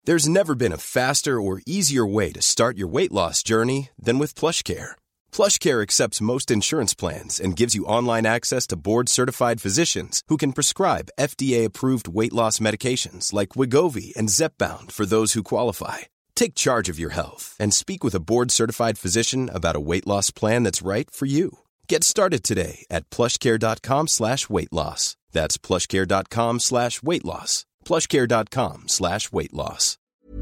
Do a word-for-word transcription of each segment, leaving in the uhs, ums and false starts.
There's never been a faster or easier way to start your weight loss journey than with PlushCare. PlushCare accepts most insurance plans and gives you online access to board-certified physicians who can prescribe F D A-approved weight loss medications like Wegovy and Zepbound for those who qualify. Take charge of your health and speak with a board-certified physician about a weight loss plan that's right for you. Get started today at plushcare.com slash weight loss. That's plushcare.com slash weight loss. plushcare.com slash weight loss.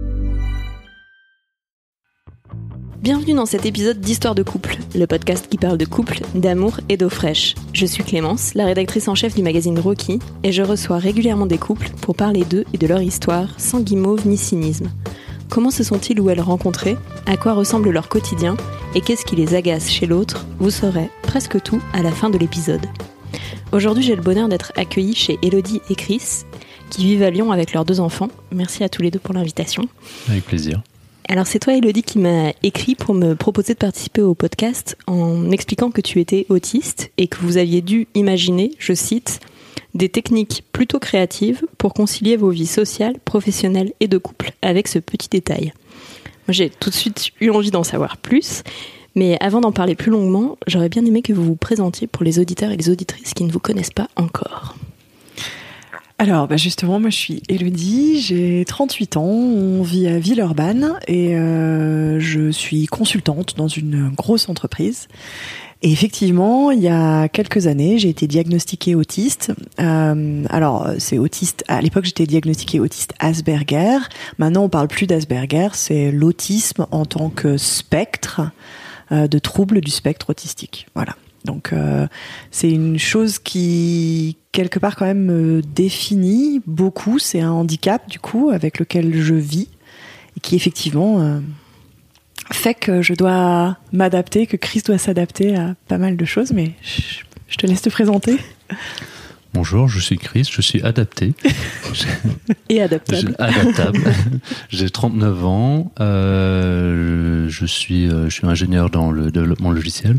Bienvenue dans cet épisode d'Histoire de couple, le podcast qui parle de couple, d'amour et d'eau fraîche. Je suis Clémence, la rédactrice en chef du magazine Rocky, et je reçois régulièrement des couples pour parler d'eux et de leur histoire, sans guimauve ni cynisme. Comment se sont-ils ou elles rencontrés ? À quoi ressemble leur quotidien ? Et qu'est-ce qui les agace chez l'autre ? Vous saurez presque tout à la fin de l'épisode. Aujourd'hui, j'ai le bonheur d'être accueillie chez Élodie et Chris, qui vivent à Lyon avec leurs deux enfants. Merci à tous les deux pour l'invitation. Avec plaisir. Alors c'est toi, Élodie, qui m'a écrit pour me proposer de participer au podcast en expliquant que tu étais autiste et que vous aviez dû imaginer, je cite, des techniques plutôt créatives pour concilier vos vies sociales, professionnelles et de couple avec ce petit détail. Moi, j'ai tout de suite eu envie d'en savoir plus, mais avant d'en parler plus longuement, j'aurais bien aimé que vous vous présentiez pour les auditeurs et les auditrices qui ne vous connaissent pas encore. Alors, bah justement, moi je suis Élodie, j'ai trente-huit ans, on vit à Villeurbanne et euh, je suis consultante dans une grosse entreprise. Et effectivement, il y a quelques années, j'ai été diagnostiquée autiste. Euh, alors, c'est autiste. À l'époque, j'étais diagnostiquée autiste Asperger. Maintenant, on parle plus d'Asperger, c'est l'autisme en tant que spectre euh, de troubles du spectre autistique. Voilà. Donc, euh, c'est une chose qui, quelque part, quand même, me définit beaucoup. C'est un handicap, du coup, avec lequel je vis et qui, effectivement, euh, fait que je dois m'adapter, que Chris doit s'adapter à pas mal de choses. Mais je, je te laisse te présenter. Bonjour, je suis Chris, je suis adapté. Et adaptable. Adaptable. J'ai trente-neuf ans. Euh, je, suis, je suis ingénieur dans le développement logiciel.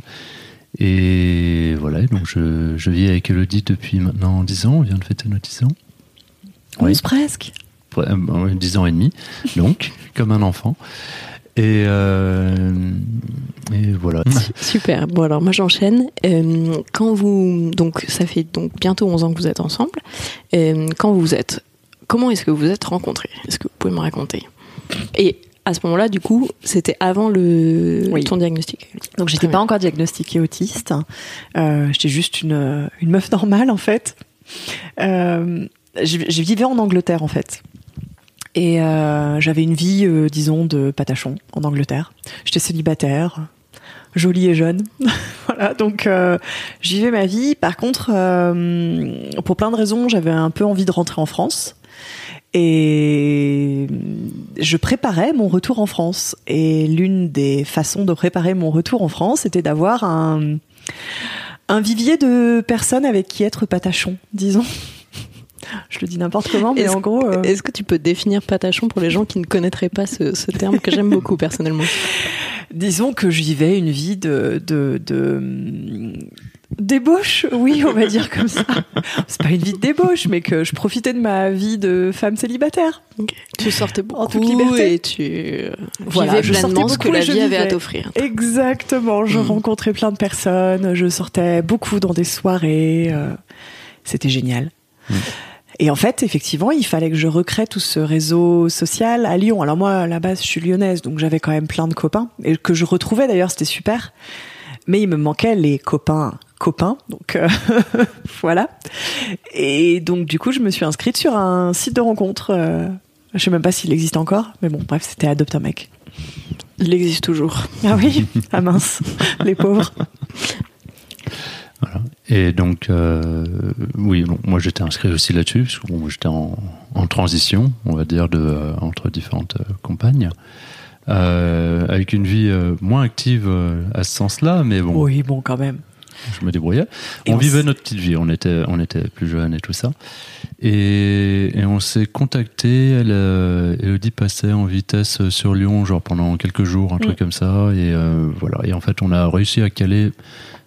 Et voilà, donc je, je vis avec Élodie depuis maintenant dix ans, on vient de fêter nos dix ans. onze oui. Presque. Ouais, dix ans et demi, donc, comme un enfant. Et, euh, et voilà. Super, bon alors moi j'enchaîne. Euh, quand vous, donc ça fait donc bientôt onze ans que vous êtes ensemble, euh, quand vous êtes, comment est-ce que vous vous êtes rencontrés ? Est-ce que vous pouvez me raconter ? Et à ce moment-là, du coup, c'était avant le oui. ton diagnostic. Donc, j'étais pas encore diagnostiquée autiste. Euh, j'étais juste une, une meuf normale, en fait. Euh, je, je vivais en Angleterre, en fait. Et euh, j'avais une vie, euh, disons, de patachon en Angleterre. J'étais célibataire, jolie et jeune. Voilà, donc euh, je vivais ma vie. Par contre, euh, pour plein de raisons, j'avais un peu envie de rentrer en France. Et je préparais mon retour en France. Et l'une des façons de préparer mon retour en France, c'était d'avoir un, un vivier de personnes avec qui être patachon, disons. Je le dis n'importe comment, mais est-ce, en gros... Euh... Est-ce que tu peux définir patachon pour les gens qui ne connaîtraient pas ce, ce terme que j'aime beaucoup, personnellement ? Disons que je vivais une vie de... de, de... débauche, oui, on va dire comme ça. C'est pas une vie de débauche, mais que je profitais de ma vie de femme célibataire. Okay. Tu sortais beaucoup en toute liberté et tu voilà, vivais pleinement ce que la vie avait à t'offrir. Exactement, je mmh. rencontrais plein de personnes, je sortais beaucoup dans des soirées, euh, c'était génial. Mmh. Et en fait, effectivement, il fallait que je recrée tout ce réseau social à Lyon. Alors moi, à la base, je suis lyonnaise, donc j'avais quand même plein de copains, et que je retrouvais d'ailleurs, c'était super. Mais il me manquait les copains copains, donc euh, voilà. Et donc du coup, je me suis inscrite sur un site de rencontre. Euh, je sais même pas s'il existe encore, mais bon, bref, c'était Adopte un mec. Il existe toujours. Ah oui, ah mince, les pauvres. Voilà. Et donc, euh, oui, bon, moi j'étais inscrit aussi là-dessus, parce que bon, j'étais en, en transition, on va dire, de, euh, entre différentes euh, compagnes. Euh, avec une vie euh, moins active euh, à ce sens-là, mais bon. Oui, bon, quand même. Je me débrouillais. Et on, on vivait s... notre petite vie, on était, on était plus jeunes et tout ça. Et, et on s'est contacté. Elle, euh, Élodie passait en vitesse sur Lyon, genre pendant quelques jours, un mmh. truc comme ça. Et euh, voilà. Et en fait, on a réussi à caler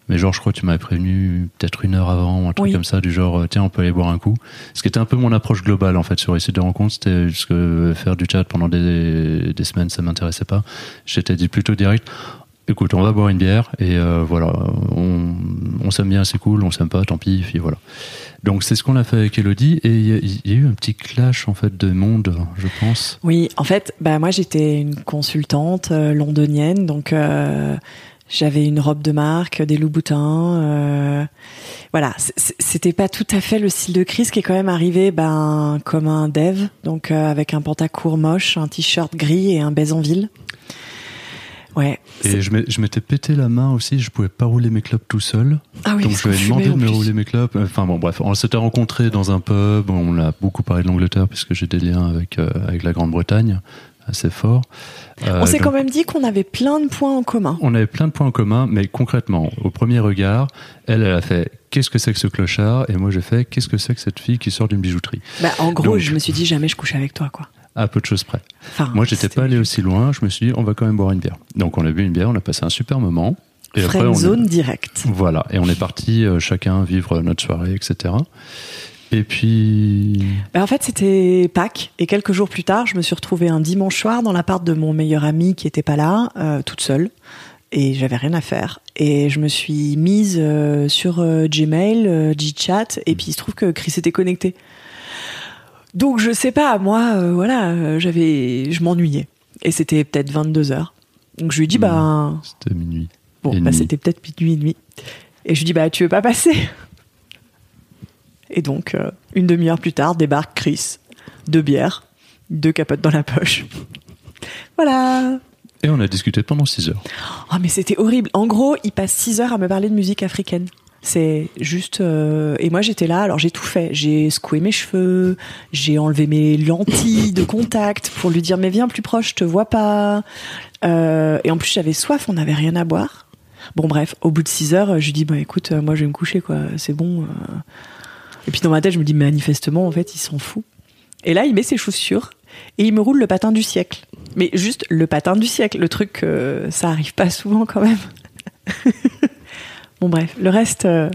Mais genre, je crois que tu m'avais prévenu peut-être une heure avant, ou un truc oui. comme ça, du genre, tiens, on peut aller boire un coup. Ce qui était un peu mon approche globale, en fait, sur les sites de rencontres, c'était juste que faire du chat pendant des, des semaines, ça m'intéressait pas. J'étais dit plutôt direct, écoute, on va boire une bière, et euh, voilà, on, on s'aime bien, c'est cool, on s'aime pas, tant pis, et voilà. Donc c'est ce qu'on a fait avec Elodie, et il y, y a eu un petit clash en fait de monde, je pense. Oui, en fait, bah moi j'étais une consultante euh, londonienne, donc euh, j'avais une robe de marque, des Louboutins, euh, voilà, c'était pas tout à fait le style de Chris qui est quand même arrivé, ben comme un dev, donc euh, avec un pantacourt moche, un t-shirt gris et un baise en ville. Ouais. Et je, je m'étais pété la main aussi, je pouvais pas rouler mes clopes tout seul. Ah oui, donc je lui ai demandé de me rouler mes clopes. Enfin bon, bref, on s'était rencontrés dans un pub, on a beaucoup parlé de l'Angleterre puisque j'ai des liens avec, euh, avec la Grande-Bretagne assez forts. Euh, on s'est donc, quand même dit qu'on avait plein de points en commun. On avait plein de points en commun, mais concrètement, au premier regard, elle, elle a fait qu'est-ce que c'est que ce clochard, et moi j'ai fait qu'est-ce que c'est que cette fille qui sort d'une bijouterie. Bah, en gros, donc, je me suis dit jamais je couche avec toi, quoi. À peu de choses près. Enfin, moi, j'étais pas allé aussi loin. Je me suis dit, on va quand même boire une bière. Donc, on a bu une bière, on a passé un super moment. Et après, on zone est... direct. Voilà. Et on est parti euh, chacun vivre notre soirée, et cetera. Et puis. Ben, en fait, c'était Pâques. Et quelques jours plus tard, je me suis retrouvée un dimanche soir dans l'appart de mon meilleur ami qui était pas là, euh, toute seule. Et j'avais rien à faire. Et je me suis mise euh, sur euh, Gmail, euh, Gchat. Et puis, il se trouve que Chris était connecté. Donc je sais pas, moi, euh, voilà, euh, j'avais, je m'ennuyais. Et c'était peut-être vingt-deux heures. Donc je lui dis, mmh, bah... C'était minuit. Bon, bah, c'était peut-être minuit et demi. Et je lui dis, bah tu veux pas passer ? Et donc, euh, une demi-heure plus tard, débarque Chris. Deux bières, deux capotes dans la poche. Voilà. Et on a discuté pendant six heures. Oh mais c'était horrible. En gros, il passe six heures à me parler de musique africaine. C'est juste... Euh, et moi, j'étais là, alors j'ai tout fait. J'ai secoué mes cheveux, j'ai enlevé mes lentilles de contact pour lui dire « Mais viens plus proche, je te vois pas. Euh, » Et en plus, j'avais soif, on n'avait rien à boire. Bon, bref, au bout de six heures, je lui dis bah, « Écoute, moi, je vais me coucher, quoi. C'est bon. » Et puis, dans ma tête, je me dis « Manifestement, en fait, il s'en fout. » Et là, il met ses chaussures et il me roule le patin du siècle. Mais juste le patin du siècle. Le truc, euh, ça arrive pas souvent, quand même. Bon bref, le reste, euh...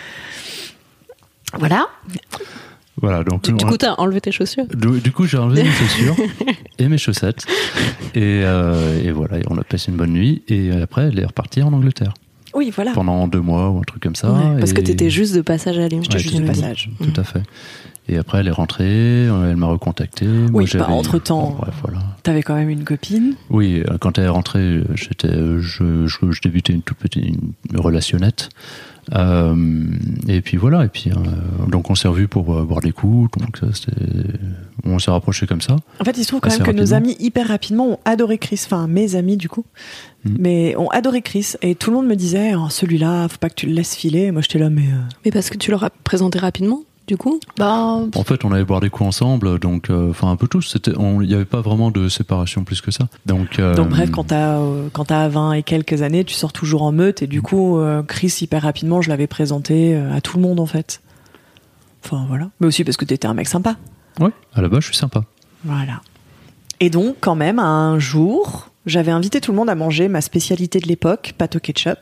voilà. Voilà, donc du, du coup, t'as enlevé tes chaussures. Du, du coup, j'ai enlevé mes chaussures et mes chaussettes, et, euh, et voilà, et on a passé une bonne nuit. Et après, elle est repartie en Angleterre. Oui, voilà. Pendant deux mois ou un truc comme ça. Ouais, parce et... que t'étais juste de passage à Lyon. J'étais ouais, juste de passage. Tout mmh. à fait. Et après, elle est rentrée, elle m'a recontacté. Oui, Moi, bah, entre-temps, bon, bref, voilà. T'avais quand même une copine. Oui, quand elle est rentrée, j'étais, je, je, je débutais une toute petite une relationnette. Euh, et puis voilà, et puis euh, donc on s'est revus pour euh, boire des coups, donc ça, c'était, on s'est rapprochés comme ça. En fait, il se trouve quand même que rapidement. Nos amis hyper rapidement ont adoré Chris, enfin mes amis du coup, mmh. mais ont adoré Chris et tout le monde me disait oh, celui-là, faut pas que tu le laisses filer. Et moi j'étais là, mais euh... mais parce que tu leur as présenté rapidement. Du coup, bah... En fait, on allait boire des coups ensemble, donc, enfin, euh, un peu tous. Il n'y avait pas vraiment de séparation plus que ça. Donc, euh... donc bref, quand t'as euh, quand t'as vingt et quelques années, tu sors toujours en meute, et du coup, euh, Chris, hyper rapidement, je l'avais présenté euh, à tout le monde, en fait. Enfin, voilà. Mais aussi parce que t'étais un mec sympa. Ouais, à la base, je suis sympa. Voilà. Et donc, quand même, un jour, j'avais invité tout le monde à manger ma spécialité de l'époque, pâte au ketchup.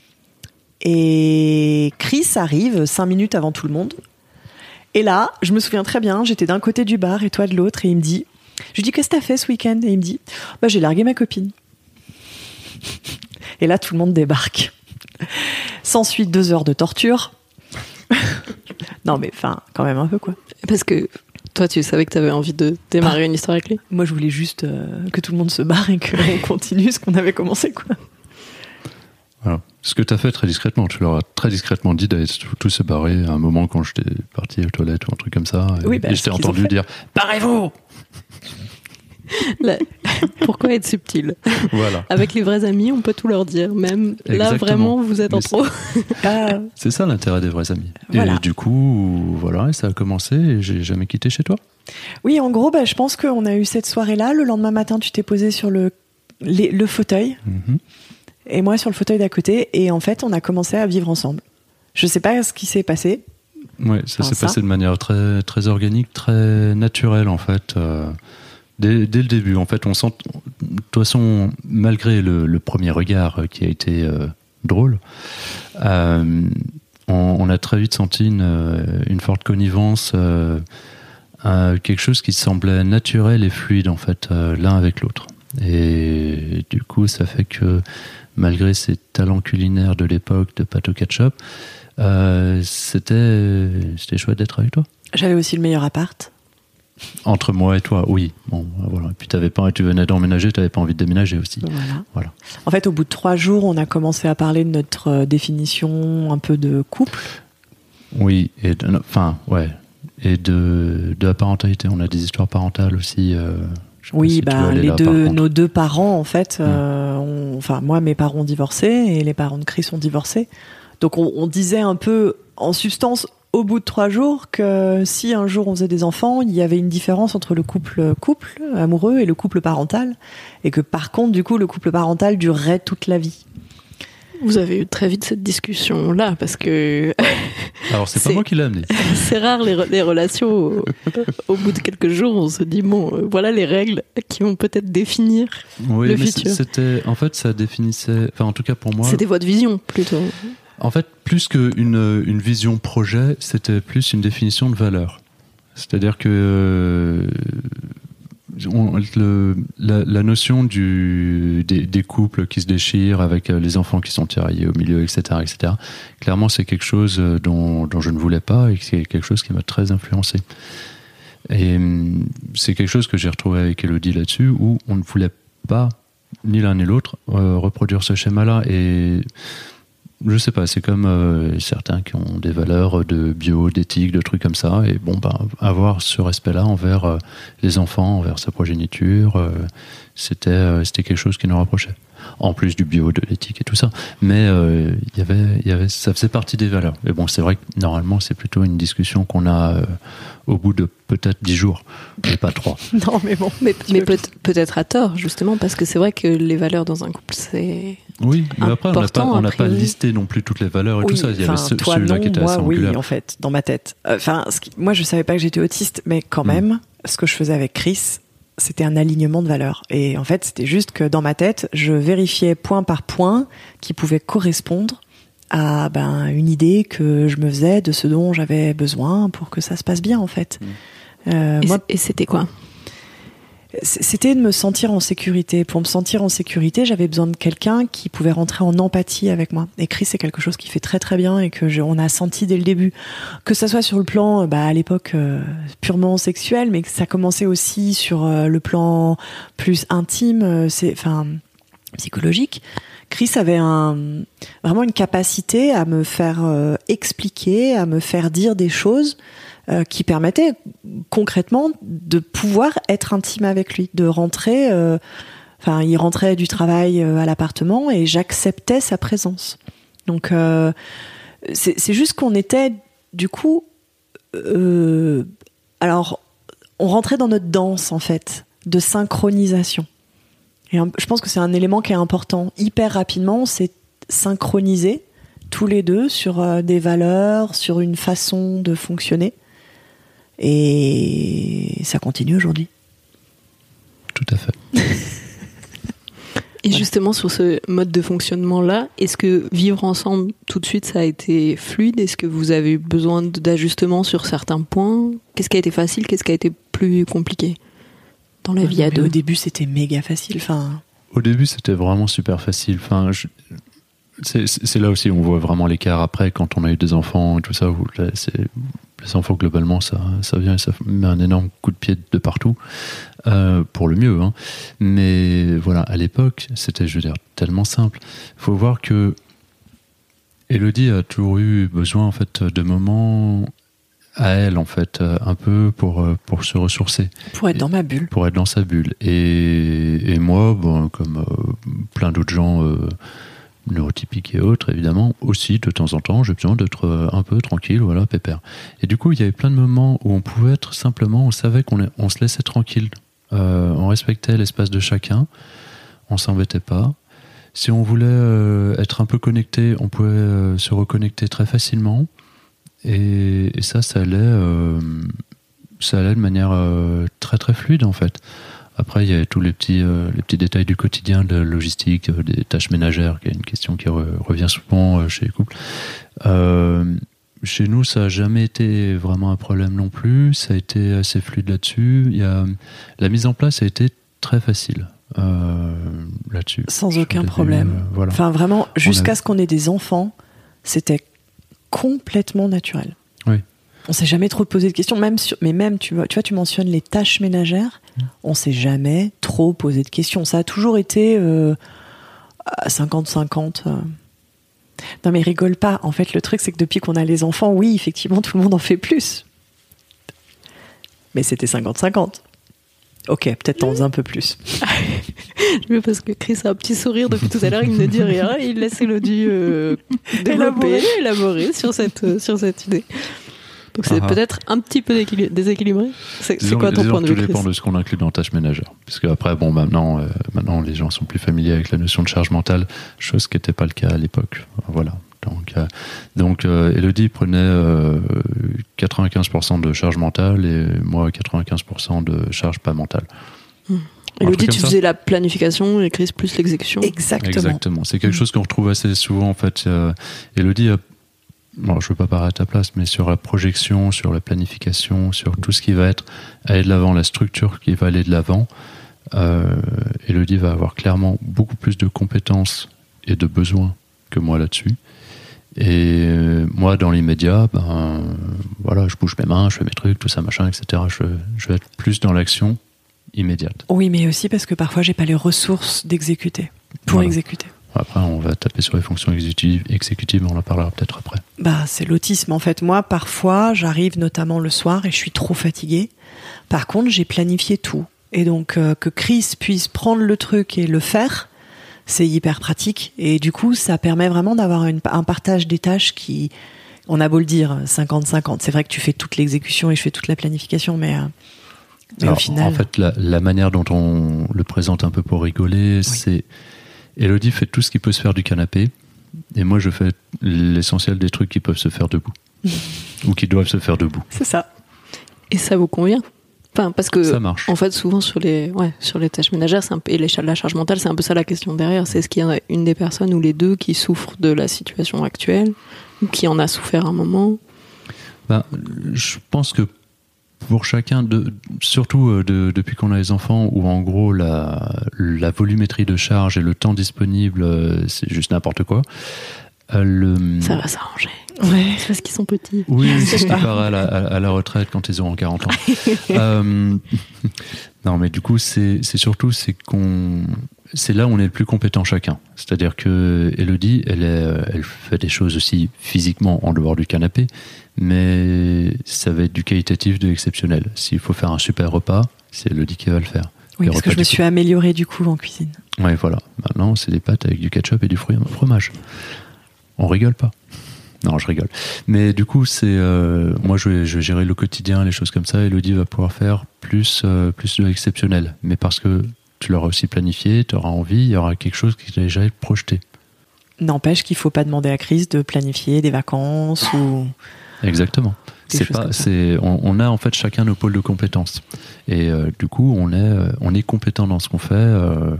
Et Chris arrive cinq minutes avant tout le monde. Et là, je me souviens très bien, j'étais d'un côté du bar et toi de l'autre, et il me dit, je lui dis, qu'est-ce que t'as fait ce week-end ? Et il me dit, bah j'ai largué ma copine. Et là, tout le monde débarque. S'ensuit deux heures de torture. Non mais, enfin, quand même un peu quoi. Parce que toi, tu savais que t'avais envie de démarrer ah. une histoire avec lui ? Moi, je voulais juste euh, que tout le monde se barre et qu'on continue ce qu'on avait commencé, quoi. Voilà. Ce que tu as fait très discrètement, tu leur as très discrètement dit d'aller tous se barrer à un moment quand j'étais parti aux toilettes ou un truc comme ça. Et, oui, bah, et je t'ai entendu dire « Barrez-vous !» Là, pourquoi être subtil ? Voilà. Avec les vrais amis, on peut tout leur dire. Même Exactement. Là, vraiment, vous êtes Mais en trop. C'est, c'est ça l'intérêt des vrais amis. Voilà. Et du coup, voilà, et ça a commencé et j'ai jamais quitté chez toi. Oui, en gros, bah, je pense qu'on a eu cette soirée-là. Le lendemain matin, tu t'es posé sur le, les, le fauteuil. Mm-hmm. Et moi sur le fauteuil d'à côté, et en fait on a commencé à vivre ensemble. Je sais pas ce qui s'est passé. Ouais, ça enfin, s'est ça. passé de manière très très organique, très naturelle en fait. Euh, dès, dès le début, en fait, on sent. De toute façon, malgré le, le premier regard qui a été euh, drôle. Euh, on, on a très vite senti une, une forte connivence, euh, euh, quelque chose qui semblait naturel et fluide en fait, euh, l'un avec l'autre. Et du coup, ça fait que malgré ses talents culinaires de l'époque de pâte au ketchup, euh, c'était, c'était chouette d'être avec toi. J'avais aussi le meilleur appart. Entre moi et toi, oui. Bon, voilà. Et puis t'avais pas, tu venais d'emménager, tu n'avais pas envie de déménager aussi. Voilà. Voilà. En fait, au bout de trois jours, on a commencé à parler de notre définition un peu de couple. Oui, et de, enfin, ouais, et de, de la parentalité. On a des histoires parentales aussi. Euh, oui, si bah les là, deux, nos deux parents, en fait, mmh. euh, ont, enfin moi, mes parents ont divorcé et les parents de Chris ont divorcé. Donc on, on disait un peu, en substance, au bout de trois jours, que si un jour on faisait des enfants, il y avait une différence entre le couple couple amoureux et le couple parental, et que par contre, du coup, le couple parental durerait toute la vie. Vous avez eu très vite cette discussion-là, parce que... Alors, c'est, c'est pas moi qui l'ai amené. C'est rare, les, re- les relations, au, au bout de quelques jours, on se dit, bon, euh, voilà les règles qui vont peut-être définir oui, le mais futur. C'était, en fait, ça définissait... Enfin, en tout cas, pour moi... C'était votre vision, plutôt. En fait, plus qu'une une vision projet, c'était plus une définition de valeur. C'est-à-dire que... Euh, On, le, la, la notion du, des, des couples qui se déchirent avec les enfants qui sont tiraillés au milieu, et cetera, et cetera. Clairement, c'est quelque chose dont, dont je ne voulais pas et c'est quelque chose qui m'a très influencé. Et c'est quelque chose que j'ai retrouvé avec Elodie là-dessus, où on ne voulait pas, ni l'un ni l'autre, euh, reproduire ce schéma-là. Et je sais pas, c'est comme euh, certains qui ont des valeurs de bio, d'éthique, de trucs comme ça, et bon, bah, avoir ce respect-là envers euh, les enfants, envers sa progéniture, euh, c'était, euh, c'était quelque chose qui nous rapprochait. En plus du bio, de l'éthique et tout ça. Mais euh, y avait, y avait, ça faisait partie des valeurs. Et bon, c'est vrai que normalement, c'est plutôt une discussion qu'on a euh, au bout de peut-être dix jours, et pas trois. Non, mais bon. Mais, mais peut, peut-être à tort, justement, parce que c'est vrai que les valeurs dans un couple, c'est... Oui, mais après, on n'a pas, on n'a pas priori. listé non plus toutes les valeurs et oui, tout ça. Il y avait ce, toi, celui-là non, qui était moi, assez oui, angulaire. en fait, dans ma tête. Enfin, euh, moi, je savais pas que j'étais autiste, mais quand mmh. même, ce que je faisais avec Chris, c'était un alignement de valeurs. Et en fait, c'était juste que dans ma tête, je vérifiais point par point qui pouvait correspondre à ben, une idée que je me faisais de ce dont j'avais besoin pour que ça se passe bien, en fait. Mmh. Euh, et, moi, et c'était quoi ? C'était de me sentir en sécurité. Pour me sentir en sécurité, j'avais besoin de quelqu'un qui pouvait rentrer en empathie avec moi. Et Chris, c'est quelque chose qui fait très très bien et que je, on a senti dès le début. Que ça soit sur le plan, bah, à l'époque, euh, purement sexuel, mais que ça commençait aussi sur euh, le plan plus intime, euh, c'est, enfin, psychologique. Chris avait un, vraiment une capacité à me faire euh, expliquer, à me faire dire des choses Euh, qui permettait concrètement de pouvoir être intime avec lui, de rentrer. Enfin, euh, il rentrait du travail euh, à l'appartement et j'acceptais sa présence. Donc, euh, c'est, c'est juste qu'on était du coup. Euh, alors, on rentrait dans notre danse en fait de synchronisation. Et un, je pense que c'est un élément qui est important. Hyper rapidement, c'est synchroniser tous les deux sur euh, des valeurs, sur une façon de fonctionner. Et ça continue aujourd'hui. Tout à fait. Et justement, sur ce mode de fonctionnement-là, est-ce que vivre ensemble, tout de suite, ça a été fluide ? Est-ce que vous avez eu besoin d'ajustements sur certains points ? Qu'est-ce qui a été facile ? Qu'est-ce qui a été plus compliqué dans la vie à deux ? Au début, c'était méga facile. Enfin... Au début, c'était vraiment super facile. Enfin, je... c'est, c'est là aussi où on voit vraiment l'écart après, quand on a eu des enfants et tout ça, où là, c'est... les enfants, globalement, ça, ça vient et ça met un énorme coup de pied de partout, euh, pour le mieux. Hein. Mais voilà, à l'époque, c'était, je veux dire, tellement simple. Il faut voir que Elodie a toujours eu besoin, en fait, de moments à elle, en fait, un peu pour, pour se ressourcer. Pour être et, dans ma bulle. Pour être dans sa bulle. Et, et moi, bon, comme euh, plein d'autres gens... Euh, neurotypiques et autres, évidemment, aussi, de temps en temps, j'ai besoin d'être un peu tranquille, voilà, pépère. Et du coup, il y avait plein de moments où on pouvait être simplement, on savait qu'on est, on se laissait tranquille, euh, on respectait l'espace de chacun, on s'embêtait pas. Si on voulait euh, être un peu connecté, on pouvait euh, se reconnecter très facilement, et, et ça, ça allait, euh, ça allait de manière euh, très très fluide, en fait. Après, il y a tous les petits, euh, les petits détails du quotidien, de la logistique, euh, des tâches ménagères, qui est une question qui re- revient souvent euh, chez les couples. Euh, chez nous, ça n'a jamais été vraiment un problème non plus. Ça a été assez fluide là-dessus. Il y a, la mise en place a été très facile euh, là-dessus. Sans aucun problème. Euh, voilà. Enfin, vraiment, jusqu'à a... ce qu'on ait des enfants, c'était complètement naturel. Oui. On s'est jamais trop posé de questions, même sur, mais même, tu vois, tu vois, tu mentionnes les tâches ménagères, mmh. on s'est jamais trop posé de questions. Ça a toujours été euh, cinquante cinquante. Euh. Non mais rigole pas. En fait, le truc, c'est que depuis qu'on a les enfants, oui, effectivement, tout le monde en fait plus. Mais c'était cinquante cinquante. Ok, peut-être t'en faisais un peu plus. Mais parce que Chris a un petit sourire depuis tout à l'heure, il ne dit rien, et il laisse Elodie euh, développer, élaborer sur cette, euh, sur cette idée. Donc c'est ah peut-être un petit peu déséquilibré. C'est, c'est quoi ton point de vue, Chris ? Tout dépend de ce qu'on inclut dans tâches ménagères. Parce qu'après, bon, maintenant, euh, maintenant, les gens sont plus familiers avec la notion de charge mentale, chose qui n'était pas le cas à l'époque. Voilà. Donc, euh, donc euh, Elodie prenait euh, quatre-vingt-quinze pour cent de charge mentale et moi quatre-vingt-quinze pour cent de charge pas mentale. Mmh. Elodie, tu faisais la planification et Chris plus l'exécution. Exactement. Exactement. C'est quelque mmh. chose qu'on retrouve assez souvent en fait. Euh, Elodie a Bon, je ne veux pas parler à ta place, mais sur la projection, sur la planification, sur tout ce qui va être aller de l'avant, la structure qui va aller de l'avant, euh, Elodie va avoir clairement beaucoup plus de compétences et de besoins que moi là-dessus. Et euh, moi, dans l'immédiat, ben, voilà, je bouge mes mains, je fais mes trucs, tout ça, machin, et cetera. Je, je vais être plus dans l'action immédiate. Oui, mais aussi parce que parfois, j'ai pas les ressources d'exécuter, pour voilà. exécuter. Après, on va taper sur les fonctions exécutives, exécutives, mais on en parlera peut-être après. Bah, c'est l'autisme. En fait, moi, parfois, j'arrive notamment le soir et je suis trop fatiguée. Par contre, j'ai planifié tout. Et donc, euh, que Chris puisse prendre le truc et le faire, c'est hyper pratique. Et du coup, ça permet vraiment d'avoir une, un partage des tâches qui, on a beau le dire, cinquante cinquante. C'est vrai que tu fais toute l'exécution et je fais toute la planification, mais, euh, mais Alors, au final... En fait, la, la manière dont on le présente un peu pour rigoler, oui. c'est... Elodie fait tout ce qui peut se faire du canapé, et moi je fais l'essentiel des trucs qui peuvent se faire debout, ou qui doivent se faire debout. C'est ça. Et ça vous convient ? Enfin, parce que ça marche. En fait, souvent sur les, ouais, sur les tâches ménagères, c'est un peu, et les, la charge mentale, c'est un peu ça la question derrière. C'est est-ce qu'il y en a une des personnes ou les deux qui souffrent de la situation actuelle, ou qui en a souffert un moment ? Ben, je pense que pour chacun, de, surtout de, depuis qu'on a les enfants, où en gros la, la volumétrie de charge et le temps disponible, c'est juste n'importe quoi. Le... Ça va s'arranger. Ouais. C'est parce qu'ils sont petits. Oui, c'est ce qui part à la, à la retraite quand ils auront quarante ans. euh, non, mais du coup, c'est, c'est surtout c'est qu'on, c'est là où on est le plus compétent chacun. C'est-à-dire que Elodie, elle, est, elle fait des choses aussi physiquement en dehors du canapé, mais ça va être du qualitatif, de l'exceptionnel. S'il faut faire un super repas, c'est Elodie qui va le faire. Oui, les parce que je me suis améliorée du coup en cuisine. Oui, voilà. Maintenant, c'est des pâtes avec du ketchup et du fruit et fromage. On rigole pas. Non, je rigole. Mais du coup, c'est euh, moi, je vais, je vais gérer le quotidien, les choses comme ça. Elodie va pouvoir faire plus, euh, plus de l'exceptionnel. Mais parce que tu l'auras aussi planifié, tu auras envie, il y aura quelque chose qui t'a déjà été projeté. N'empêche qu'il ne faut pas demander à Chris de planifier des vacances ou... Exactement. C'est pas, c'est, on, on a en fait chacun nos pôles de compétences. Et euh, du coup, on est, on est compétent dans ce qu'on fait, euh,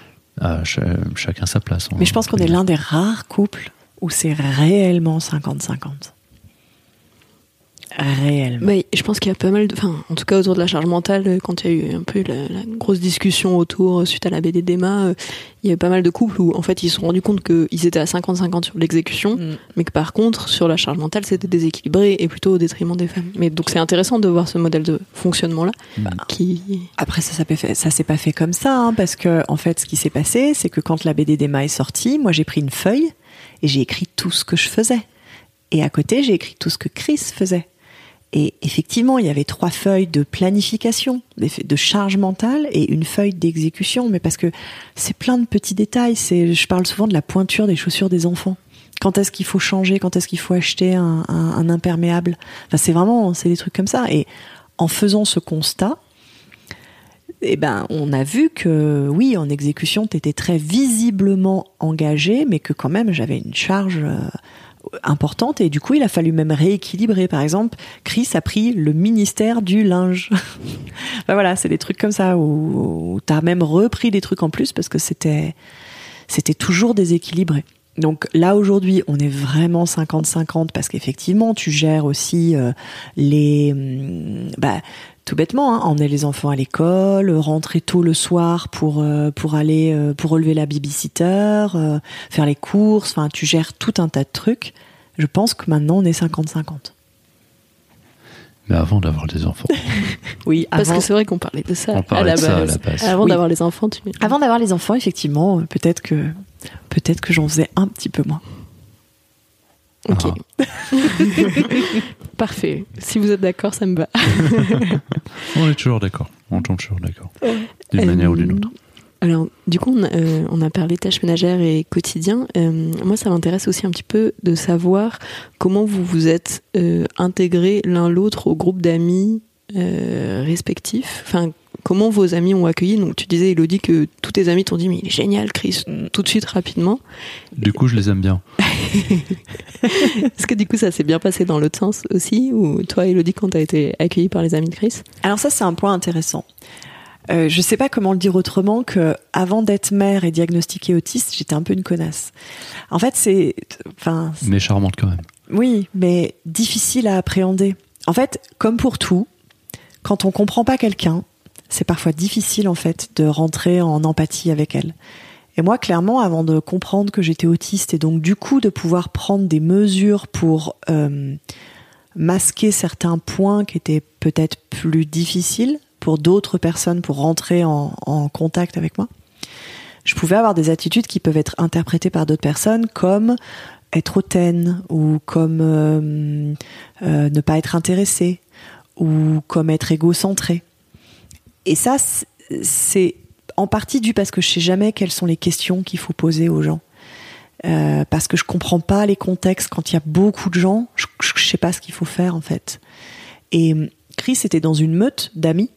à ch- chacun sa place. Mais je pense qu'on est l'un des rares couples où c'est réellement cinquante cinquante. Réellement. Mais je pense qu'il y a pas mal de... Enfin, en tout cas, autour de la charge mentale, quand il y a eu un peu la, la grosse discussion autour, suite à la B D d'Emma, euh, il y a eu pas mal de couples où, en fait, ils se sont rendus compte qu'ils étaient à cinquante cinquante sur l'exécution, mm. mais que par contre, sur la charge mentale, c'était déséquilibré et plutôt au détriment des femmes. Mais donc, c'est intéressant de voir ce modèle de fonctionnement-là. Bah, qui... Après, ça, ça, fait, ça s'est pas fait comme ça, hein, parce que, en fait, ce qui s'est passé, c'est que quand la B D d'Emma est sortie, moi, j'ai pris une feuille et j'ai écrit tout ce que je faisais. Et à côté, j'ai écrit tout ce que Chris faisait. Et effectivement, il y avait trois feuilles de planification, de charge mentale et une feuille d'exécution. Mais parce que c'est plein de petits détails. C'est, je parle souvent de la pointure des chaussures des enfants. Quand est-ce qu'il faut changer? Quand est-ce qu'il faut acheter un, un, un imperméable? Enfin, c'est vraiment, c'est des trucs comme ça. Et en faisant ce constat, eh ben, on a vu que oui, en exécution, t'étais très visiblement engagé, mais que quand même, j'avais une charge importante, et du coup il a fallu même rééquilibrer. Par exemple, Chris a pris le ministère du linge. Ben voilà, c'est des trucs comme ça où, où t'as même repris des trucs en plus parce que c'était c'était toujours déséquilibré. Donc là aujourd'hui on est vraiment cinquante cinquante parce qu'effectivement tu gères aussi euh, les bah tout bêtement, hein, emmener les enfants à l'école, rentrer tôt le soir pour euh, pour aller euh, pour relever la babysitter, euh, faire les courses. Enfin, tu gères tout un tas de trucs. Je pense que maintenant on est cinquante cinquante. Mais avant d'avoir des enfants. Oui, avant... parce que c'est vrai qu'on parlait de ça, on parlait à, la de base. ça à la base. Avant oui. d'avoir les enfants, tu. Avant d'avoir les enfants, effectivement, peut-être que peut-être que j'en faisais un petit peu moins. Ok. Ah. Parfait. Si vous êtes d'accord, ça me va. On est toujours d'accord. On tombe toujours d'accord. D'une euh, manière ou d'une autre. Alors, du coup, on a, euh, on a parlé tâches ménagères et quotidien. Euh, moi, ça m'intéresse aussi un petit peu de savoir comment vous vous êtes euh, intégrés l'un l'autre au groupe d'amis euh, respectifs. Enfin, comment vos amis ont accueilli. Donc, tu disais, Élodie, que tous tes amis t'ont dit « Mais il est génial, Chris !» tout de suite, rapidement. Du coup, je les aime bien. Est-ce que du coup, ça s'est bien passé dans l'autre sens aussi? Ou toi, Élodie, quand t'as été accueillie par les amis de Chris? Alors ça, c'est un point intéressant. Euh, je sais pas comment le dire autrement que avant d'être mère et diagnostiquée autiste, j'étais un peu une connasse. En fait, c'est, enfin. Mais charmante quand même. Oui, mais difficile à appréhender. En fait, comme pour tout, quand on comprend pas quelqu'un, c'est parfois difficile en fait de rentrer en empathie avec elle. Et moi, clairement, avant de comprendre que j'étais autiste et donc du coup de pouvoir prendre des mesures pour euh, masquer certains points qui étaient peut-être plus difficiles pour d'autres personnes, pour rentrer en, en contact avec moi, je pouvais avoir des attitudes qui peuvent être interprétées par d'autres personnes comme être hautaine ou comme euh, euh, ne pas être intéressée ou comme être égocentrée. Et ça, c'est en partie dû parce que je sais jamais quelles sont les questions qu'il faut poser aux gens. Euh, parce que je comprends pas les contextes. Quand il y a beaucoup de gens, je, je sais pas ce qu'il faut faire en fait. Et Chris était dans une meute d'amis.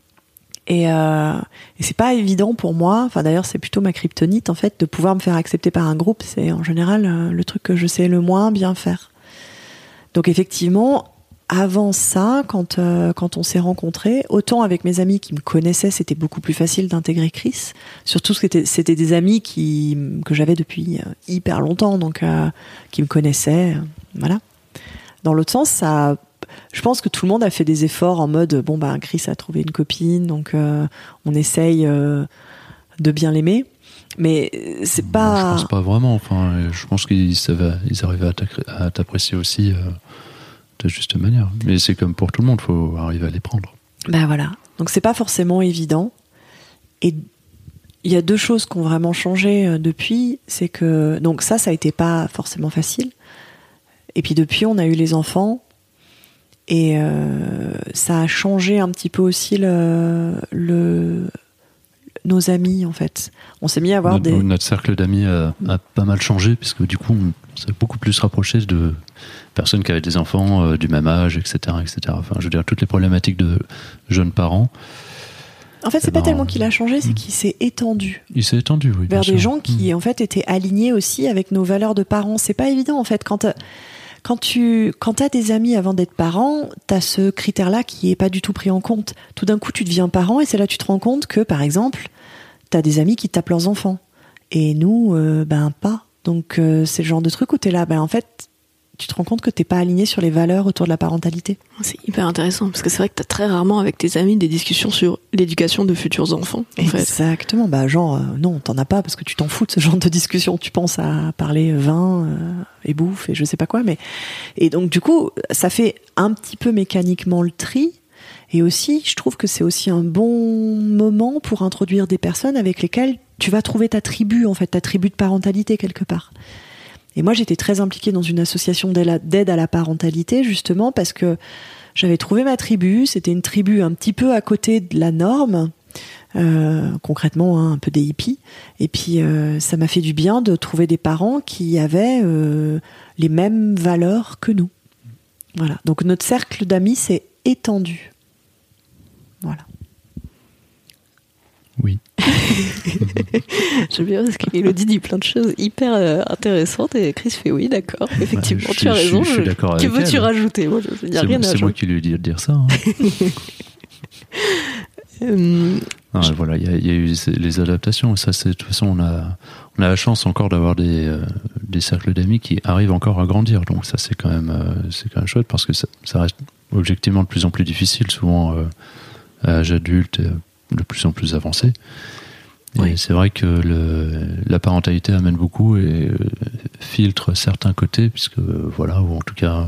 Et, euh, et c'est pas évident pour moi, enfin d'ailleurs c'est plutôt ma kryptonite en fait, de pouvoir me faire accepter par un groupe. C'est en général euh, le truc que je sais le moins bien faire. Donc effectivement, avant ça, quand, euh, quand on s'est rencontrés, autant avec mes amis qui me connaissaient, c'était beaucoup plus facile d'intégrer Chris. Surtout que c'était, c'était des amis qui, que j'avais depuis euh, hyper longtemps, donc euh, qui me connaissaient, euh, voilà. Dans l'autre sens, ça... Je pense que tout le monde a fait des efforts en mode bon bah Chris a trouvé une copine donc euh, on essaye euh, de bien l'aimer, mais c'est pas. Je pense pas vraiment. Enfin, je pense qu'ils savaient, ils arrivaient à, à t'apprécier aussi euh, de juste manière. Mais c'est comme pour tout le monde, faut arriver à les prendre. Bah voilà. Donc c'est pas forcément évident. Et il y a deux choses qui ont vraiment changé euh, depuis, c'est que donc ça ça a été pas forcément facile. Et puis depuis on a eu les enfants. Et euh, ça a changé un petit peu aussi le, le, nos amis, en fait. On s'est mis à avoir notre, des... Notre cercle d'amis a, a pas mal changé, puisque du coup, on s'est beaucoup plus rapproché de personnes qui avaient des enfants euh, du même âge, et cetera, et cetera. Enfin, je veux dire, toutes les problématiques de jeunes parents. En fait, c'est eh pas ben, tellement qu'il a changé, c'est qu'il s'est étendu. Il s'est étendu, oui. Vers des sûr. gens qui, mmh. en fait, étaient alignés aussi avec nos valeurs de parents. C'est pas évident, en fait, quand... Quand tu quand t'as des amis avant d'être parent, t'as ce critère-là qui est pas du tout pris en compte. Tout d'un coup, tu deviens parent et c'est là que tu te rends compte que, par exemple, t'as des amis qui tapent leurs enfants. Et nous, euh, ben pas. Donc euh, c'est le genre de truc où t'es là, ben en fait, tu te rends compte que t'es pas aligné sur les valeurs autour de la parentalité. C'est hyper intéressant, parce que c'est vrai que t'as très rarement avec tes amis des discussions sur l'éducation de futurs enfants. En Exactement, fait. bah genre, euh, non, t'en as pas, parce que tu t'en fous de ce genre de discussion. Tu penses à parler vin euh, et bouffe et je sais pas quoi. Mais... Et donc du coup, ça fait un petit peu mécaniquement le tri. Et aussi, je trouve que c'est aussi un bon moment pour introduire des personnes avec lesquelles tu vas trouver ta tribu, en fait, ta tribu de parentalité quelque part. Et moi, j'étais très impliquée dans une association d'aide à la parentalité, justement, parce que j'avais trouvé ma tribu. C'était une tribu un petit peu à côté de la norme, euh, concrètement, hein, un peu des hippies. Et puis, euh, ça m'a fait du bien de trouver des parents qui avaient euh, les mêmes valeurs que nous. Voilà. Donc, notre cercle d'amis s'est étendu. Voilà. Oui. J'aime bien parce qu'Élodie dit plein de choses hyper euh, intéressantes et Chris fait oui, d'accord. Effectivement, ouais, tu as raison. Je, je suis d'accord avec elle. Que veux-tu rajouter? Moi, je, y a c'est rien à c'est moi qui lui ai dit de dire ça. Hein. euh... ah, voilà, il y, y a eu les adaptations. Ça, c'est, de toute façon, on a, on a la chance encore d'avoir des, euh, des cercles d'amis qui arrivent encore à grandir. Donc ça, c'est quand même, euh, c'est quand même chouette parce que ça, ça reste objectivement de plus en plus difficile, souvent euh, à l'âge adulte, et de plus en plus avancé. Et oui. C'est vrai que le, la parentalité amène beaucoup et euh, filtre certains côtés, puisque voilà, ou en tout cas,